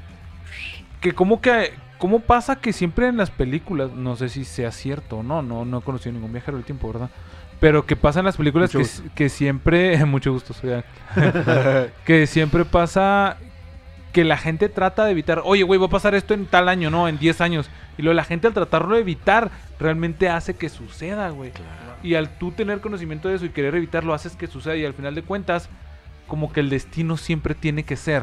que como que, ¿cómo pasa que siempre en las películas, no sé si sea cierto o no, no, no he conocido ningún viajero del tiempo, ¿verdad? Pero que pasa en las películas Mucho que, gusto. que siempre, mucho gusto, soy Ángel. Que siempre pasa que la gente trata de evitar, oye, güey, va a pasar esto en tal año, ¿no? En diez años. Y luego la gente al tratarlo de evitar, realmente hace que suceda, güey. Y al tú tener conocimiento de eso y querer evitarlo, haces que suceda. Y al final de cuentas, como que el destino siempre tiene que ser.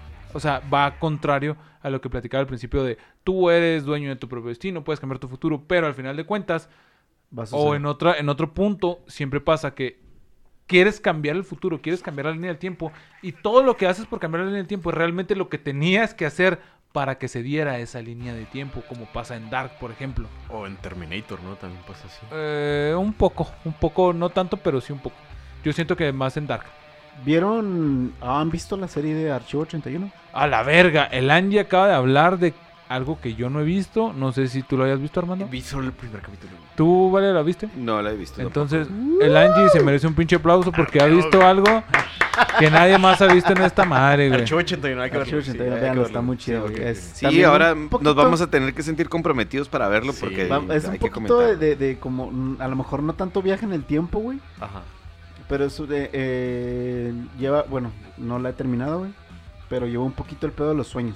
O sea, va contrario a lo que platicaba al principio de tú eres dueño de tu propio destino, puedes cambiar tu futuro, pero al final de cuentas, Va a o suceder. en otra, en otro punto, siempre pasa que quieres cambiar el futuro, quieres cambiar la línea del tiempo, y todo lo que haces por cambiar la línea del tiempo es realmente lo que tenías que hacer para que se diera esa línea de tiempo, como pasa en Dark, por ejemplo. O en Terminator, ¿no? También pasa así. Eh, un poco, un poco, no tanto, pero sí un poco. Yo siento que más en Dark. ¿Vieron? ¿Han visto la serie de Archivo ochenta y uno? A la verga, el Angie acaba de hablar de algo que yo no he visto. No sé si tú lo hayas visto, Armando. Vi solo el primer capítulo. ¿Tú, Vale, la viste? No la he visto. Entonces, el Angie se merece un pinche aplauso porque ha visto algo que nadie más ha visto en esta madre, güey. Archivo ochenta y uno, hay que Archivo verlo. ochenta y uno, sí, hay que véanlo, verlo. está muy chido. Sí, güey. ok, Es ok. Sí, también ahora un poquito- nos vamos a tener que sentir comprometidos para verlo Sí. porque va- es un hay que poquito de, comentar. de, de como, mm, a lo mejor no tanto viaje en el tiempo, güey. Ajá. Pero eso de, eh, lleva, bueno, no la he terminado, güey. Pero lleva un poquito el pedo de los sueños.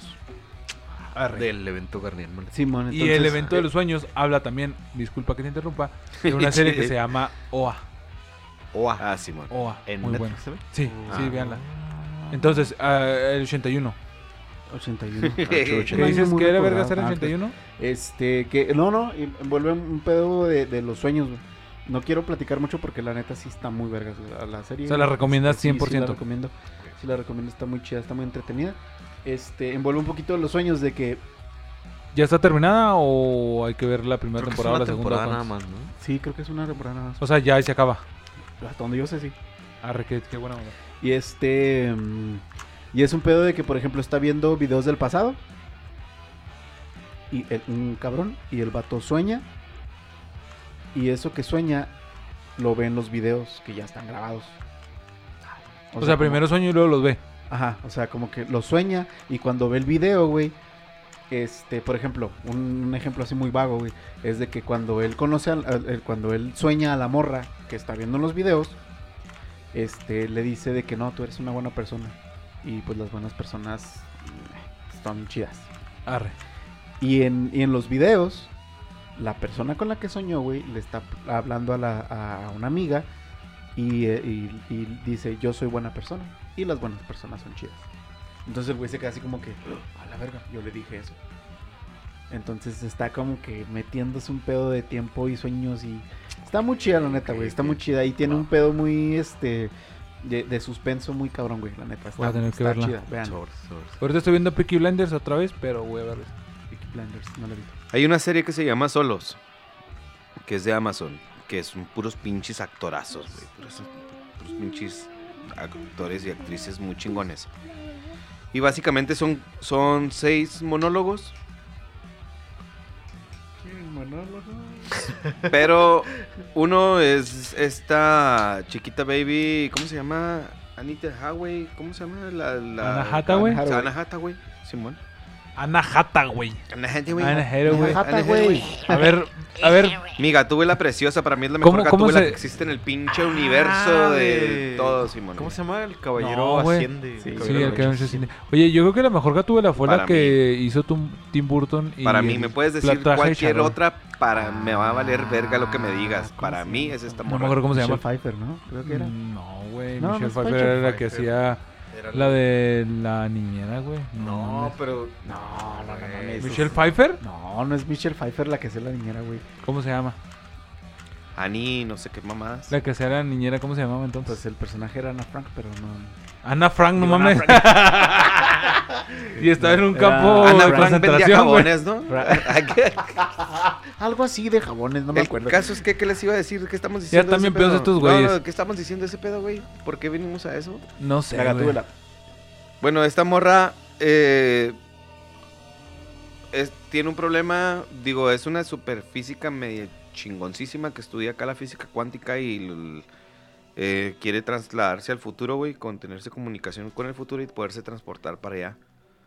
Del evento Garnier-Man. Simón, Y el evento de los sueños habla también, disculpa que te interrumpa, de una serie que se llama O A. Oa. Ah, Simón. O A, ¿En muy buena. Netflix se ve? Sí, Ah. sí, véanla. Entonces, ah, el ochenta y uno. ochenta y uno. ¿Qué ¿Qué dices muy que era recordado. verga ser el Ah, ochenta y uno? Este, que, no, no, y envuelve un pedo de, de los sueños, güey. No quiero platicar mucho porque la neta sí está muy verga la, la serie. O sea, ¿la recomiendas Sí, cien por ciento? Sí, la recomiendo. Sí, la recomiendo, está muy chida, está muy entretenida. Este, envuelve un poquito de los sueños de que, ¿Ya está terminada o hay que ver la primera Creo que es temporada o una la segunda? temporada nada cuántos? más, ¿no? sí, creo que es una temporada nada más. O sea, ya ahí se acaba. Hasta donde yo sé, sí. Arre, qué, qué buena onda. Y este, mm, y es un pedo de que, por ejemplo, está viendo videos del pasado. Y el, un cabrón, y el vato sueña. Y eso que sueña, lo ve en los videos que ya están grabados. O, sea, como- primero sueño y luego los ve. Ajá, o sea, como que lo sueña y cuando ve el video, güey, este, por ejemplo, un, un ejemplo así muy vago, güey, es de que cuando él conoce, al, al- el- cuando él sueña a la morra que está viendo en los videos, este, le dice de que no, tú eres una buena persona y pues las buenas personas mm, son chidas. Arre. Y en, y en los videos, la persona con la que soñó, güey, le está hablando a, la, a una amiga y, eh, y- y dice, yo soy buena persona y las buenas personas son chidas. Entonces el güey se queda así como que, "Oh, a la verga, yo le dije eso". Entonces está como que metiéndose un pedo de tiempo y sueños y... Está muy chida, la neta, güey, está muy chida. Y tiene un pedo muy, este, de, de suspenso muy cabrón, güey, la neta. Está, Voy a tener que está verla. chida, vean. Sobres, sobres. Ahorita estoy viendo Peaky Blinders otra vez, pero voy a verla. Peaky Blinders, no la he visto. Hay una serie que se llama Solos, que es de Amazon, que son puros pinches actorazos, güey. Puros, puros pinches actores y actrices muy chingones. Y básicamente son, son seis monólogos, pero uno es esta chiquita baby, ¿cómo se llama? Anita Hathaway, ¿cómo se llama? La, la... Anna Hathaway. Anna Ana Hathaway, Simón. Ana Hathaway. Anna Hathaway. Anne Hathaway. Anna Anne Hathaway. A ver, a ver. Mi Gatúbela preciosa, para mí es la mejor ¿Cómo- cómo Gatúbela se- que existe en el pinche universo Ah, de de- todo, Simón. ¿Cómo se llama? El caballero No, güey. asciende. Sí, El Sí, caballero el que de la anunció noche. cine. Oye, yo creo que la mejor Gatúbela fue la Para que hizo Tum- Tim Burton. Y Para mí, el me puedes decir traje de cualquier Charol. otra, para me va a valer verga lo que me digas. ¿Cómo Para se mí llama? es esta No me morra. acuerdo cómo se Michelle llama. Pfeiffer, ¿no? Creo que era. No, güey. No, no Michelle es Pfeiffer Michelle era la que Pfeiffer. hacía Era la de la niñera, güey. No, mames. pero. No, no, no, no, Güey, no, ¿Michelle Pfeiffer? No, no es Michelle Pfeiffer la que es la niñera, güey. ¿Cómo se llama? Ani, no sé qué mamás. La que hacía la niñera, ¿cómo se llamaba entonces? Pues el personaje era Anna Frank, pero no. Ana Frank, no Digo, mames. Y estaba en un Era campo Ana de Frank vendía concentración, güey. jabones, ¿no? Algo así de jabones, no me El acuerdo. caso es que, ¿qué les iba a decir? ¿Qué estamos diciendo? están de ese bien pedos pedo? estos No, güeyes. no, ¿qué estamos diciendo de ese pedo, güey? ¿Por qué venimos a eso? No sé, La güey. Gatúbela. Bueno, esta morra eh, es- tiene un problema, digo, es una superfísica medio chingoncísima que estudia acá la física cuántica y l- eh, quiere trasladarse al futuro, güey, con tenerse comunicación con el futuro y poderse transportar para allá.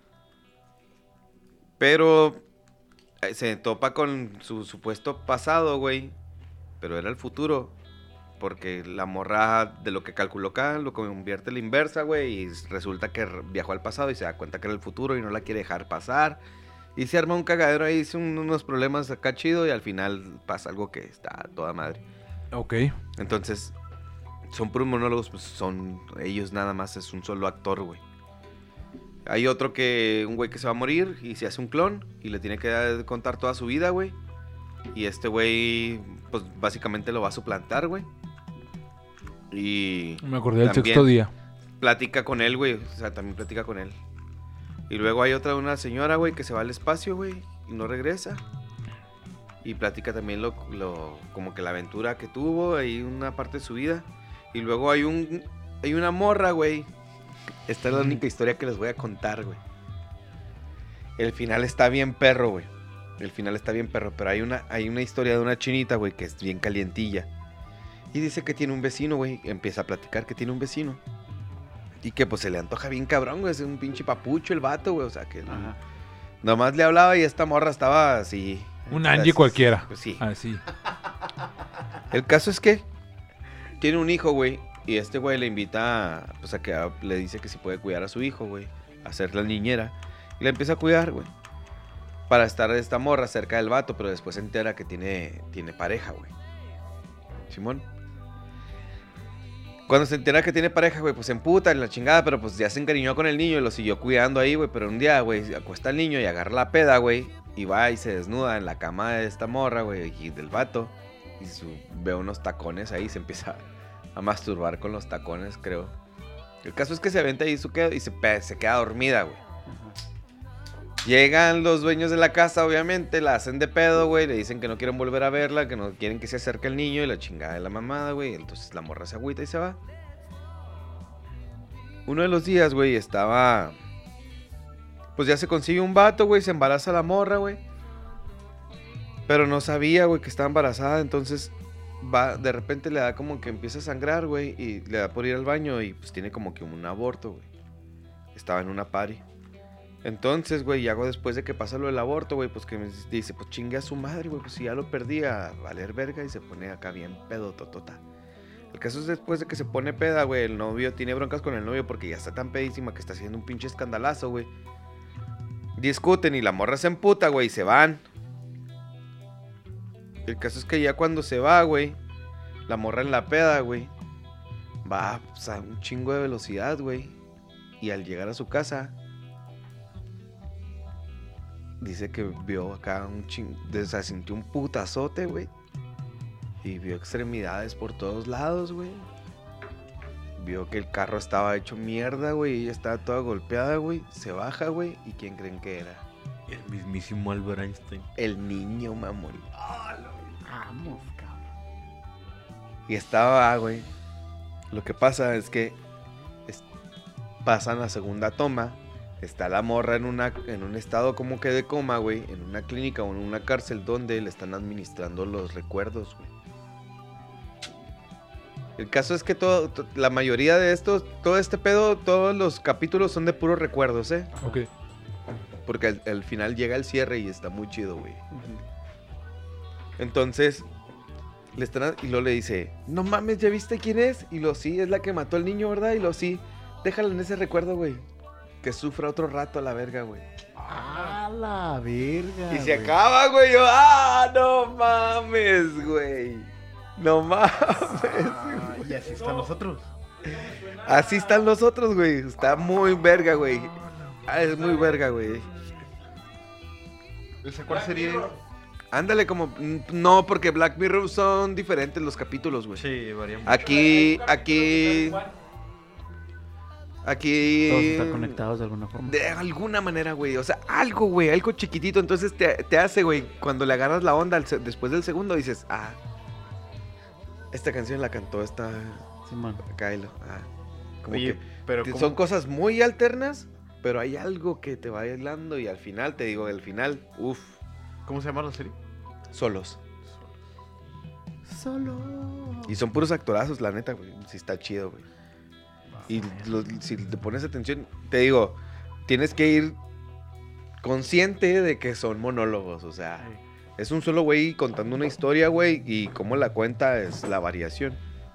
Pero eh, se topa con su supuesto pasado, güey, pero era el futuro. Porque la morra de lo que calculó acá lo convierte a la inversa, güey. Y resulta que r- viajó al pasado y se da cuenta que era el futuro y no la quiere dejar pasar. Y se arma un cagadero ahí, hizo un- unos problemas acá chido y al final pasa algo que está a toda madre. Ok. Entonces, son puros monólogos, pues son ellos nada más, es un solo actor, güey. Hay otro que, un güey que se va a morir y se hace un clon y le tiene que dar- contar toda su vida, güey. Y este güey, pues básicamente lo va a suplantar, güey. Y Me acordé del También. sexto día. platica con él, güey. O sea, también platica con él. Y luego hay otra, una señora, güey, que se va al espacio, güey, y no regresa. Y platica también lo, lo, como que la aventura que tuvo, ahí una parte de su vida. Y luego hay un, hay una morra, güey. Esta es la única historia que les voy a contar, güey. El final está bien perro, güey. El final está bien perro, pero hay una, hay una historia de una chinita, güey, que es bien calientilla. Y dice que tiene un vecino, güey. Empieza a platicar que tiene un vecino. Y que pues se le antoja bien cabrón, güey. Es un pinche papucho el vato, güey. O sea que Ajá. nomás le hablaba y esta morra estaba así. Un así, Angie cualquiera. Pues sí. Así. El caso es que tiene un hijo, güey. Y este güey le invita, a, pues a que a- le dice que si puede cuidar a su hijo, güey. A ser la niñera. Y le empieza a cuidar, güey. Para estar esta morra cerca del vato, pero después se entera que tiene, tiene pareja, güey. Simón. Cuando se entera que tiene pareja, güey, pues se emputa en la chingada, pero pues ya se encariñó con el niño y lo siguió cuidando ahí, güey. Pero un día, güey, se acuesta el niño y agarra la peda, güey. Y va y se desnuda en la cama de esta morra, güey, y del vato. Y su, ve unos tacones ahí, se empieza a masturbar con los tacones, creo. El caso es que se aventa ahí su quedo y se, pe- se queda dormida, güey. Llegan los dueños de la casa, obviamente, la hacen de pedo, güey. Le dicen que no quieren volver a verla, que no quieren que se acerque el niño y la chingada de la mamada, güey. Entonces la morra se agüita y se va. Uno de los días, güey, estaba... Pues ya se consigue un vato, güey, se embaraza la morra, güey. Pero no sabía, güey, que estaba embarazada, entonces va, de repente le da como que empieza a sangrar, güey, y le da por ir al baño y pues tiene como que un aborto, güey. Estaba en una party. Entonces, güey, y hago después de que pasa lo del aborto, güey, pues que me dice, pues chingue a su madre, güey, pues si ya lo perdí a valer verga y se pone acá bien pedo totota. El caso es después de que se pone peda, güey, el novio tiene broncas con el novio porque ya está tan pedísima que está haciendo un pinche escandalazo, güey. Discuten y la morra se emputa, güey, y se van. El caso es que ya cuando se va, güey, la morra en la peda, güey, va pues, a un chingo de velocidad, güey. Y al llegar a su casa, dice que vio acá un chingo, o sea, sintió un putazote, güey. Y vio extremidades por todos lados, güey. Vio que el carro estaba hecho mierda, güey, y ella estaba toda golpeada, güey. Se baja, güey, ¿y quién creen que era? El mismísimo Albert Einstein. El niño, mamón. Vamos, cabrón. Y estaba, güey. Lo que pasa es que es- pasan la segunda toma. Está la morra en, una, en un estado como que de coma, güey. En una clínica o en una cárcel donde le están administrando los recuerdos, güey. El caso es que todo, to- la mayoría de estos, todo este pedo, todos los capítulos son de puros recuerdos, ¿eh? Ok. Porque al, al final llega el cierre y está muy chido, güey. Entonces, le están, y luego le dice, no mames, ¿ya viste quién es? Y lo sí, es la que mató al niño, ¿verdad? Y lo sí, déjala en ese recuerdo, güey. Que sufra otro rato a la verga, güey. A la verga. Y se güey. acaba, güey. Yo, ah, no mames, güey. No mames. Ah, y así están nosotros. Así están los otros, güey. Está muy verga, güey. Ah, es muy verga, güey. ¿Esa cuál sería? Ándale como... No, porque Black Mirror son diferentes los capítulos, güey. Sí, varía mucho. Aquí, aquí... Aquí... Todos están conectados de alguna forma. De alguna manera, güey. O sea, algo, güey. Algo chiquitito. Entonces te, te hace, güey. Cuando le agarras la onda al se- después del segundo, dices, ah... Esta canción la cantó esta... Simón. Kylo. Ah. Como Oye, que pero te- ¿cómo- son cosas muy alternas, pero hay algo que te va aislando y al final, te digo, al final, uff, ¿Cómo se llama la serie? solos. Solo. Y son puros actorazos, la neta, güey. Sí está chido, güey. Y lo- si te pones atención, te digo, tienes que ir consciente de que son monólogos, o sea, es un solo güey contando una historia, güey, y cómo la cuenta es la variación.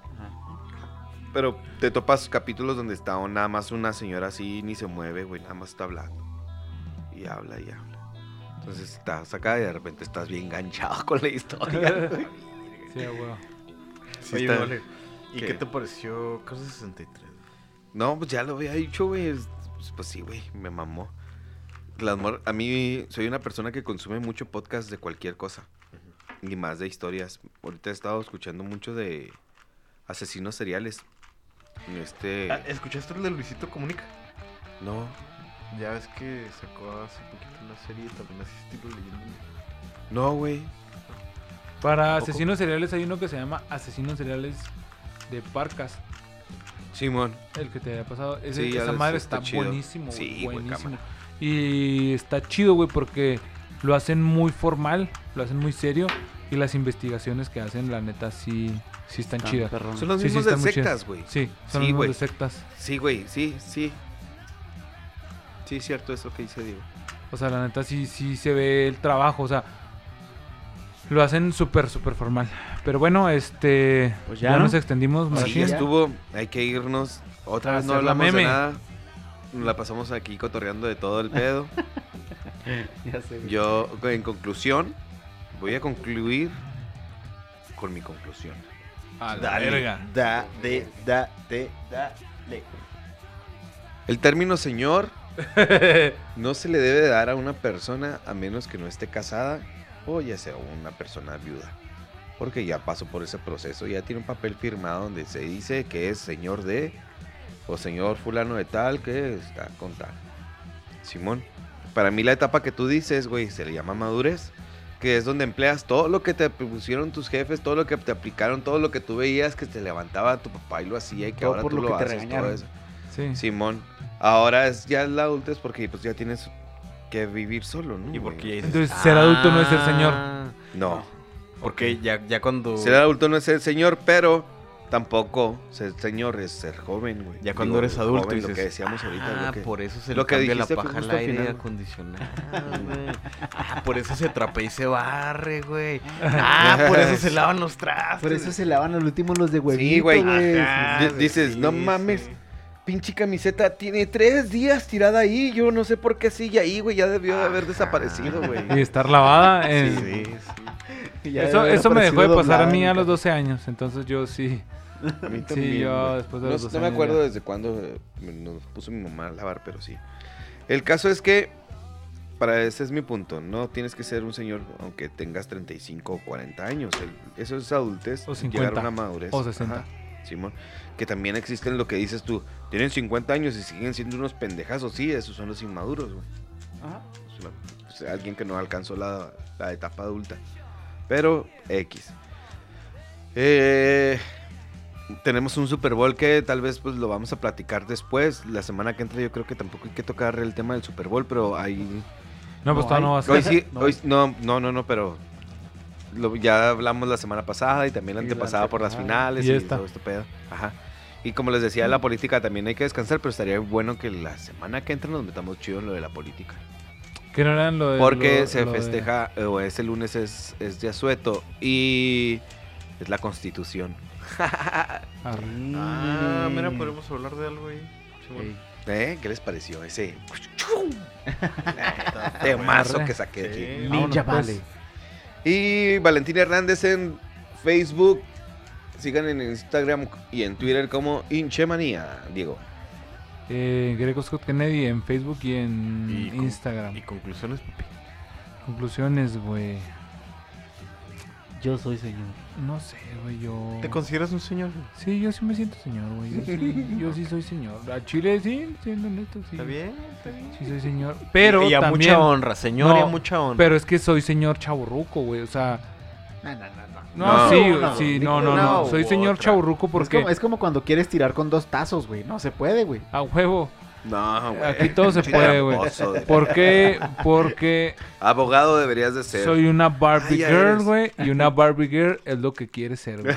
Pero te topas capítulos donde está nada más una señora así, ni se mueve, güey, nada más está hablando. Y habla y habla. Entonces estás acá y de repente estás bien enganchado con la historia, güey. Sí, güey. Sí Oye, está- vale. ¿Y ¿Qué? qué te pareció Cosa sesenta y tres? No, pues ya lo había dicho, güey. es- Pues, pues sí, güey, me mamó. Las mor- a mí soy una persona que consume mucho podcast de cualquier cosa. Y más de historias. Ahorita he estado escuchando mucho de asesinos seriales. Este... Ah, ¿escuchaste el de Luisito Comunica? No. Ya ves que sacó hace poquito una serie también así estilo leyenda. No, güey. Para ¿Tampoco? asesinos seriales hay uno que se llama Asesinos Seriales de Parcas. Simón. El que te había pasado. Ese- Sí, ya esa lo- madre está está, chido. buenísimo, güey, Sí, güey, buenísimo. cámara. Y está chido, güey, porque lo hacen muy formal, lo hacen muy serio. Y las investigaciones que hacen, la neta, sí, sí están Tan chidas. perrón. Son los Sí, sí, mismos de están muy chidas. sectas, güey. Sí, son Sí, los güey. de sectas. Sí, güey, sí, sí. Sí, es cierto eso que dice Diego. O sea, la neta sí, sí se ve el trabajo, o sea, lo hacen súper, súper formal. Pero bueno, este, Pues ya, ya, ¿no? nos extendimos, Sí, Martín. ya estuvo. Hay que irnos. Otra A vez no hacer la hablamos de meme. nada. Nos la pasamos aquí cotorreando de todo el pedo. Ya sé, güey. Yo, en conclusión, voy a concluir con mi conclusión. A la verga. Da, de, da, de, dale. El término señor no se le debe de dar a una persona a menos que no esté casada o ya sea una persona viuda. Porque ya pasó por ese proceso, ya tiene un papel firmado donde se dice que es señor de o señor fulano de tal que está con tal. Simón, para mí la etapa que tú dices, güey, se le llama madurez, que es donde empleas todo lo que te pusieron tus jefes, todo lo que te aplicaron, todo lo que tú veías que te levantaba tu papá y lo hacía y que Todo ahora por tú lo lo, que te haces, todo regañaron. eso. Sí. Simón, ahora es ya la adultez porque pues ya tienes que vivir solo, ¿no? Y porque ya güey? dices, Entonces, ser adulto no es ser señor. "Ah". No, Porque ya, ya cuando... ser adulto no es ser señor, pero tampoco ser señor es ser joven, güey. Ya cuando Digo, eres adulto joven, dices, lo que decíamos ahorita. Ah, lo que... por eso se lo le que cambia la dijiste fue paja al justo al aire final. acondicionado, güey. Ah, por eso se trapea y se barre, güey. Ah, por eso se lavan los trastes. Por eso se lavan al último los de huevito, Sí, güey. Ajá, D- güey, dices, sí, no sí. mames, pinche camiseta tiene tres días tirada ahí. Yo no sé por qué sigue ahí, güey. Ya debió de haber desaparecido, güey. Y estar lavada. en- Sí, sí. Ya Eso, debe eso me haber dejó de sido pasar a doblada, mí a nunca. los doce años. Entonces yo sí. A mí Sí, también, yo güey. después de no, los doce no me años acuerdo ya. desde cuándo eh, me- nos puso mi mamá a lavar, pero sí. El caso es que, para ese es mi punto, no tienes que ser un señor aunque tengas treinta y cinco o cuarenta años. El- eso es adultez, O llegar cincuenta, a una madurez. o sesenta. Ajá, Simón. Que también existen lo que dices tú, tienen cincuenta años y siguen siendo unos pendejazos, sí, esos son los inmaduros, güey. Ajá. Es una- pues, alguien que no alcanzó la, la etapa adulta. Pero, X. Eh, tenemos un Super Bowl que tal vez pues lo vamos a platicar después. La semana que entra yo creo que tampoco hay que tocar el tema del Super Bowl, pero hay... No, pues No todavía hay. no va a ser. Hoy sí, No. hoy, no, no, no, no, pero... lo- ya hablamos la semana pasada y también la Y la antepasada por las antepasada. finales Y y, esta. todo este pedo. Ajá. Y como les decía, la política también hay que descansar, pero estaría bueno que la semana que entra nos metamos chido en lo de la política. ¿Qué no eran lo de Porque lo- se lo de- festeja, eh, o este lunes es, es de asueto y es la Constitución. Arre. Ah, mira, podemos hablar de algo ahí. Simón. ¿Eh? ¿Qué les pareció ese temazo Arre. que saqué de aquí? Sí. Ninja Vámonos, pues. Vale. Y Valentín Hernández en Facebook. Sigan en Instagram y en Twitter como Hinchemanía, Diego. Eh, Greco Scott Kennedy en Facebook y en Y con- Instagram. ¿Y conclusiones, papi? Conclusiones, güey. Yo soy señor. No sé, güey, yo... ¿Te consideras un señor? Sí, yo sí me siento señor, güey. Yo sí, yo sí soy señor. A Chile, sí, siendo honesto, sí. ¿Está bien? ¿Está bien? Sí soy señor. Pero y a también... mucha honra, señor, y a No, mucha honra. Pero es que soy señor chaburruco, güey. O sea... No, no, no, no. No, No, sí, no, sí, no, no, no, no. no, Soy señor otra. chaburruco Es porque... como, es como cuando quieres tirar con dos tazos, güey. No se puede, güey. A huevo. No, güey. Aquí todo se puede, güey. Tramposo de- ¿Por qué? Porque Abogado deberías de ser. soy una Barbie Ah, ya girl, eres. güey. Y una Barbie girl es lo que quiere ser, güey.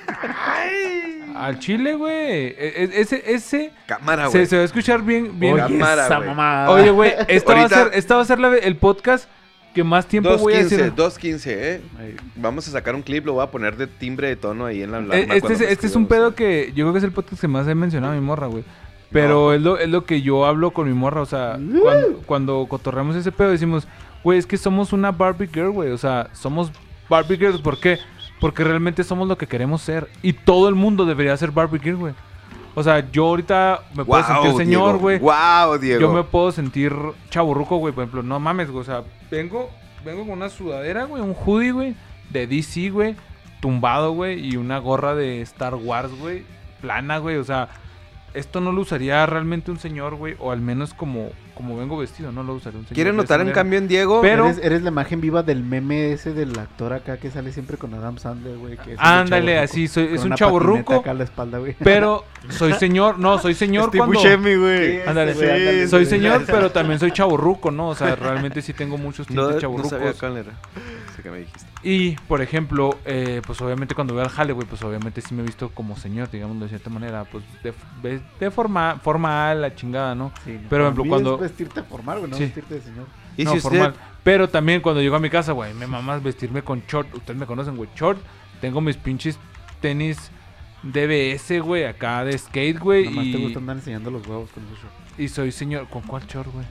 Al chile, güey. E- e- Ese, ese... Cámara, Se, güey. se va a escuchar bien, bien. Oye, cámara, esa güey. mamada. Oye, güey, esta, va a Ahorita- ser, esta va a ser la- el podcast que más tiempo dos voy a quince, decir. dos quince, ¿eh? Ay, Vamos a sacar un clip, lo voy a poner de timbre de tono ahí en la Eh, alarma Este, cuando es, me este es un escriban pedo que yo creo que es el podcast que más he mencionado a mi morra, güey. Pero No. es, lo, es lo que yo hablo con mi morra, o sea, cuando, cuando cotorreamos ese pedo decimos, güey, es que somos una Barbie girl, güey. O sea, somos Barbie girls, ¿por qué? Porque realmente somos lo que queremos ser. Y todo el mundo debería ser Barbie girl, güey. O sea, yo ahorita me puedo Guau, sentir señor, Diego. güey. Guau, Diego. Yo me puedo sentir chaburruco, güey. Por ejemplo, no mames, güey. O sea, vengo, vengo con una sudadera, güey, un hoodie, güey, de D C, güey, tumbado, güey, y una gorra de Star Wars, güey, plana, güey. O sea, esto no lo usaría realmente un señor, güey, o al menos como, como vengo vestido, no lo usaría un señor. ¿Quieren de notar esa en manera. cambio en Diego? Pero- Eres, eres la imagen viva del meme ese del actor acá que sale siempre con Adam Sandler, güey. que es un Ándale, chavorruco, así, soy, con es un una chaburruco, patineta acá a la espalda, güey. pero soy señor, no, soy señor Steve cuando... Buscemi, güey. Ándale, Sí, ándale, soy sí. señor, pero también soy chaburruco, ¿no? O sea, realmente sí tengo muchos No, tintes no chaburrucos. sabía cuál era. Sé que me dijiste. Y, por ejemplo, eh, pues obviamente cuando voy al jale, güey, pues obviamente sí me he visto como señor, digamos, de cierta manera, pues de, de, de forma, formal, la chingada, ¿no? Sí, Pero, para por ejemplo, mí cuando- es vestirte formal, güey, no Sí. vestirte de señor. ¿Y no, si usted... formal. Pero también cuando llego a mi casa, güey, me mamas vestirme con short. Ustedes me conocen, güey, short. Tengo mis pinches tenis D B S, güey, acá de skate, güey. Nomás te Y, gusta andar enseñando los huevos con esos shorts. y soy señor. ¿Con cuál short, güey?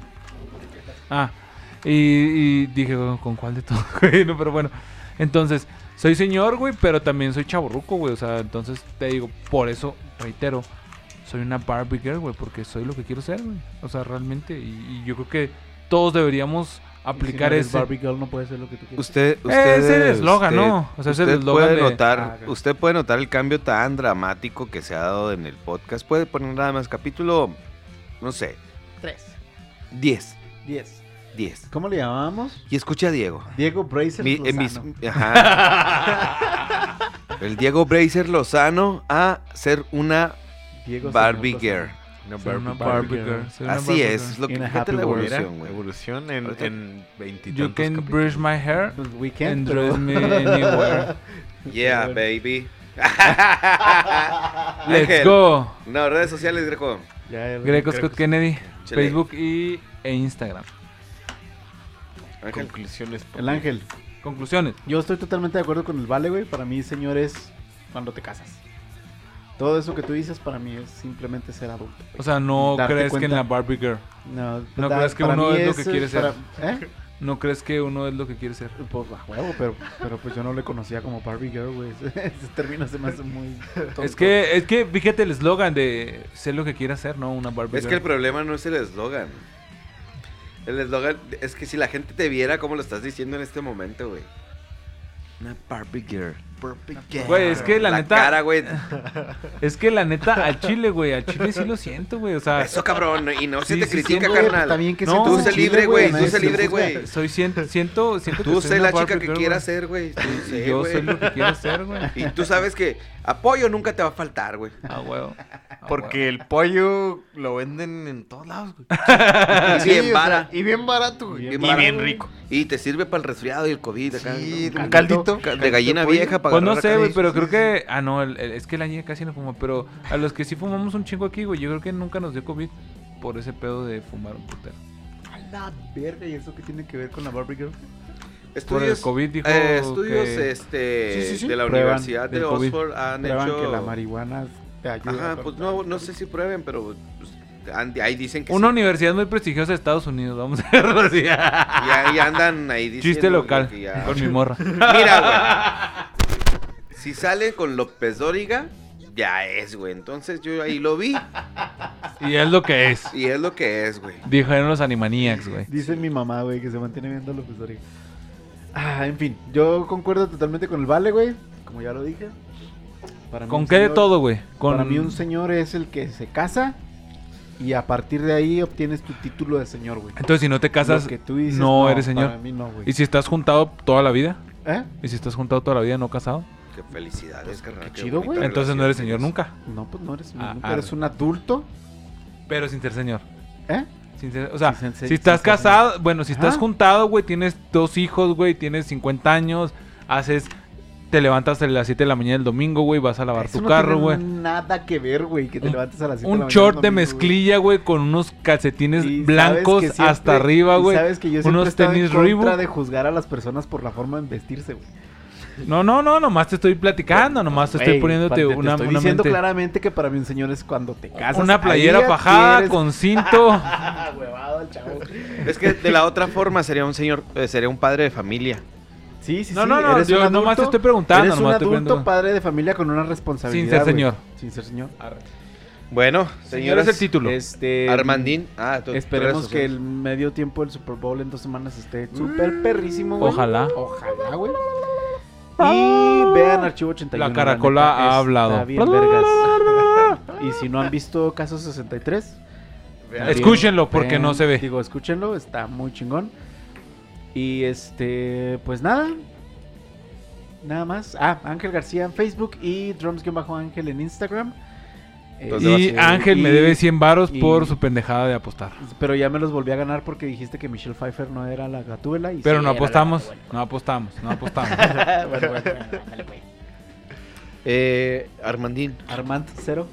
Ah, y, y dije, ¿con, con cuál de todo, güey? No, pero bueno. Entonces, soy señor, güey, pero también soy chaborruco, güey. O sea, entonces te digo, por eso, reitero, soy una Barbie girl, güey, porque soy lo que quiero ser, güey. O sea, realmente. Y, y yo creo que todos deberíamos aplicar Y si no eres ese. Barbie Girl no puede ser lo que tú quieres. Usted, Eh, usted, es el eslogan, usted- ¿no? O sea, es el usted eslogan puede de- notar, Ah, ok. usted puede notar el cambio tan dramático que se ha dado en el podcast. Puede poner nada más capítulo, no sé, Tres. diez, Diez. diez. ¿Cómo le llamábamos? Y escucha a Diego. Diego Bracer Mi- en mis- Lozano. ajá. El Diego Bracer Lozano a ser una Diego Barbie Señor girl. Lozano. Una Soy una Barbie Barbie girl. girl. soy una Así Barbie es, girl. es lo que In a fíjate happy la world. Mira, evolución, güey. evolución en, Ahorita- en veintitantos You can capítulos. brush my hair Pues we can, and pero- dress me anywhere. Yeah, baby. Let's Ángel. go. No, redes sociales, Greco. Ya, ya lo- Greco Greco- Scott Kennedy, Chile. Facebook y, e Instagram. Ángel. Conclusiones. El Ángel. Conclusiones. Yo estoy totalmente de acuerdo con el vale, güey. Para mí, señor, es cuando te casas. Todo eso que tú dices para mí es simplemente ser adulto. O sea, no Darte crees que en cuenta. la Barbie girl. No, ¿No da- crees que para uno mí es lo que eso quiere ser? para- ¿Eh? No crees que uno es lo que quiere ser. Pues a huevo, pero, pero pues yo no le conocía como Barbie Girl, güey. Ese término se me hace muy tonto. Es que, es que, fíjate el eslogan de ser lo que quiere hacer, ¿no? Una Barbie Es que girl. el problema no es el eslogan. El eslogan es que si la gente te viera cómo lo estás diciendo en este momento, güey. Una Barbie girl. perfect Güey, es que la, La neta... cara, güey. Es que la neta, al chile, güey, al chile sí lo siento, güey, o sea... Eso, cabrón. Y no se Sí, te sí, critica, sí, Güey, carnal. también que No, sientas tú el sé chile, libre, güey, nadie tú sé se libre, juzga. güey. Soy siento, siento, siento Tú que sé soy la una chica Barbie que girl, quieras güey. ser, güey. Tú Y sé, yo güey. soy lo que quiero ser, güey. Y tú sabes que apoyo nunca te va a faltar, güey. Ah, huevo. Ah, Porque el pollo lo venden en todos lados, güey. Y Sí, bien o sea, vara. y bien barato, güey. Bien Y barato, bien güey. rico. Y te sirve para el resfriado y el COVID acá. Sí, ¿no? un caldito. De gallina pollo. vieja para Pues no agarrar sé, acá. güey, pero sí, creo sí, que... Ah, no, el- el- es que la niña casi no fuma, pero a los que sí fumamos un chingo aquí, güey, yo creo que nunca nos dio COVID por ese pedo de fumar un putero. A la verga, ¿y eso qué tiene que ver con la Barbie Girl? Por el COVID dijo eh, estudios que- este, Sí, sí, sí. de la Prueban Universidad de del COVID. Oxford han Prueban hecho... que la marihuana te ayuda. Ajá, a pues controlar. no, no sé si prueben, pero pues, han- ahí dicen que Una sí. universidad muy prestigiosa de Estados Unidos, vamos a verlo así. Y ahí andan ahí diciendo Chiste local, que ya- con mi morra. Mira, güey. Si sale con López Dóriga, ya es, güey. Entonces yo ahí lo vi Y es lo que es. y es lo que es, güey. Dijeron los Animaniacs, güey. Dice mi mamá, güey, que se mantiene viendo López Dóriga. Ah, en fin, yo concuerdo totalmente con el Vale, güey. Como ya lo dije. Para mí ¿Con un qué de señor- todo, güey? Con... Para mí un señor es el que se casa y a partir de ahí obtienes tu título de señor, güey. Entonces, si no te casas, Lo que tú dices, no eres señor. Para mí no, güey. ¿Y si estás juntado toda la vida? ¿Eh? ¿Y si estás juntado toda la vida no casado? Qué felicidades, carnal. qué qué chido, bonita güey. Entonces no eres señor relación nunca. No, pues no eres señor. Ah, nunca arre. eres un adulto. Pero sin ser señor. ¿Eh? Sin ser- o sea, Sin ser- si estás sin ser casado, bueno, si estás Ajá. juntado, güey, tienes dos hijos, güey, tienes cincuenta años, haces, te levantas a las siete de la mañana del domingo, güey, vas a lavar Eso tu no carro, tiene güey. nada que ver, güey, que te Un- levantes a las siete de Un la mañana short el de domingo, güey. mezclilla, güey, con unos calcetines Y sabes blancos que siempre- hasta arriba, y güey. Sabes que yo siempre Unos he estado tenis en contra Reebok. de juzgar a las personas por la forma de vestirse, güey. No, no, no, nomás te estoy platicando, nomás te estoy Güey, poniéndote te una, estoy una diciendo mente. claramente que para mí un señor es cuando te casas. Una ahí playera fajada adquieres- con cinto. Ah, huevado el chavo. Es que de la otra forma sería un señor, eh, sería un padre de familia. Sí, sí, No, sí. no, no, eres yo un nomás te adulto- estoy preguntando, Eres un nomás te adulto pregunto. padre de familia con una responsabilidad. Sin ser güey. señor. Sin ser señor. Bueno, Señor señores, es el título. Este. Armandín. Ah, tú- tú Esperemos eres que social. el medio tiempo del Super Bowl en dos semanas esté súper perrísimo, güey. Ojalá. Ojalá, güey. Y vean Archivo ochenta y uno. La caracola neta, ha está hablado. bien vergas. Y si no han visto Caso sesenta y tres, Vean. también Escúchenlo, porque vean- no se ve. Digo, escúchenlo, está muy chingón. Y este, pues nada. Nada más. Ah, Ángel García en Facebook y Drums-Ángel en Instagram. ¿Dónde Y Este, Ángel me y- debe cien varos y- por su pendejada de apostar. Pero ya me los volví a ganar porque dijiste que Michelle Pfeiffer no era la Gatúbela. Y Pero sí, no era la apostamos, Gatúbela. no apostamos, no apostamos. bueno, bueno, bueno, dale, güey. Eh, Armandín. Armand Cero.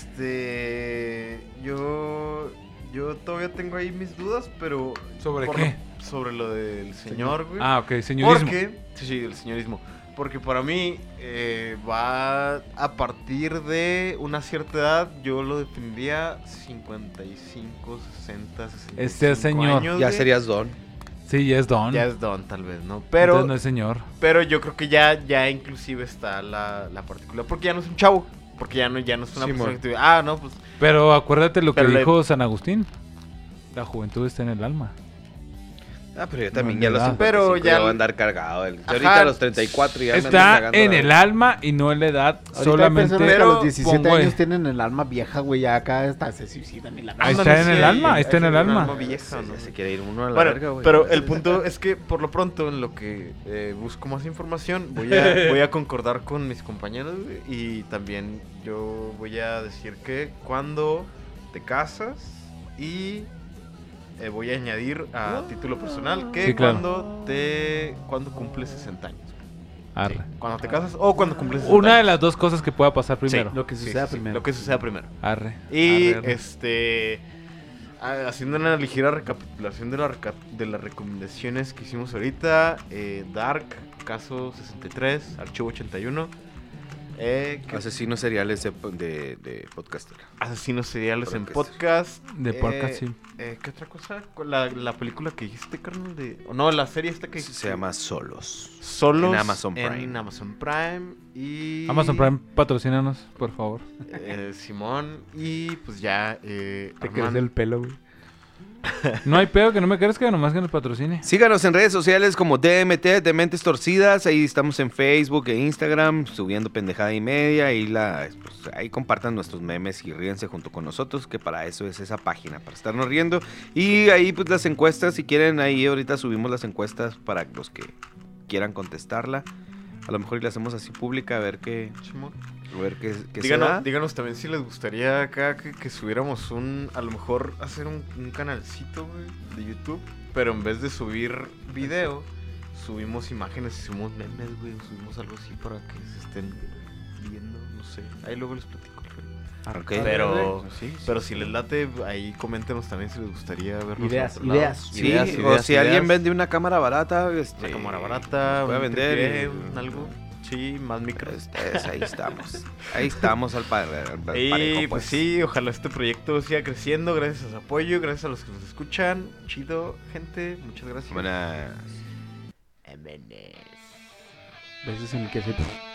Este. Yo. Yo todavía tengo ahí mis dudas, pero. ¿Sobre por qué? lo- sobre lo del señor, güey. Ah, ok, señorismo. Porque. Sí, sí, el señorismo. Porque para mí eh, va a partir de una cierta edad, yo lo definiría cincuenta y cinco, sesenta, sesenta y cinco Este señor. años, Ya güey. serías Don. Sí, ya es don. Ya es don, tal vez, ¿no? Entonces Pero, no es señor. pero yo creo que ya, ya inclusive está la, la particular. Porque ya no es un chavo. Porque ya no, ya no es una Sí, persona mon. que te ah, no, pues. Pero acuérdate lo que Pero le- dijo San Agustín. La juventud está en el alma. Ah, pero yo también No, ya a los ¿verdad? cincuenta y cinco Pero ya- ya voy a andar cargado. El- Ajá. ahorita a los treinta y cuatro ya me andan Está cagando en la- el alma y no en la edad. Ahorita solamente. hay personas que a Pero, los diecisiete pon, güey. años tienen el alma vieja, güey. Ya acá hasta se suicidan y la Ahí madre. está en el alma, ahí está en el un alma. vieja, Ya ¿no? se quiere ir uno a la Bueno, verga, güey. pero el punto es que por lo pronto en lo que eh, busco más información voy a, voy a concordar con mis compañeros güey, y también yo voy a decir que cuando te casas y eh, voy a añadir a título personal que Sí, claro. cuando te cuando cumples sesenta años. Arre. Sí, cuando te casas o cuando cumples sesenta Una de años. las dos cosas que pueda pasar Sí, primero. Lo que Sí, suceda sí, sí, primero. Lo que suceda primero. Arre. Y Arre, arre. este ah, haciendo una ligera recapitulación de, la reca- de las recomendaciones que hicimos ahorita, eh, Dark, Caso sesenta y tres, Archivo ochenta y uno, eh, que- Asesinos seriales de, de, de podcaster. Asesinos seriales en Podcast. podcast. De eh, podcast, sí. eh, ¿Qué otra cosa? ¿Cuál- La, la película que dijiste, carnal, de... o no, la serie esta que Se llama Solos. Solos en Amazon Prime. En Amazon Prime y... Amazon Prime, patrocínanos, por favor. eh, Simón y pues ya... Eh, Te Armando- crece el pelo, güey. No hay pedo que no me crezca, nomás que nos patrocine. Síganos en redes sociales como D M T, Dementes Torcidas. Ahí estamos en Facebook e Instagram, subiendo pendejada y media. Y la, pues, ahí compartan nuestros memes y ríense junto con nosotros, que para eso es esa página, para estarnos riendo. Y ahí pues las encuestas, si quieren, ahí ahorita subimos las encuestas para los que quieran contestarla. A lo mejor y la hacemos así pública, a ver qué, a ver qué, qué se Díganos, da. díganos también si les gustaría acá que, que subiéramos un, a lo mejor hacer un, un canalcito, güey, de YouTube, pero en vez de subir video, subimos imágenes y subimos memes, güey, subimos algo así para que se estén viendo, no sé, ahí luego les platico. Ok. Pero, Sí, sí. pero si les late, ahí coméntenos también si les gustaría vernos Ideas, en otro lado. ideas. Sí, Ideas, o ideas, si ideas. alguien vende una cámara barata, este, Una cámara barata, nos puede un vender tripié, y- un algo, sí, más micros. Ustedes, ahí estamos. Ahí estamos al, pa- al parejo, Y pues. pues sí, ojalá este proyecto siga creciendo gracias a su apoyo, gracias a los que nos escuchan. Chido, gente, muchas gracias. Buenas. Besos en el quesito.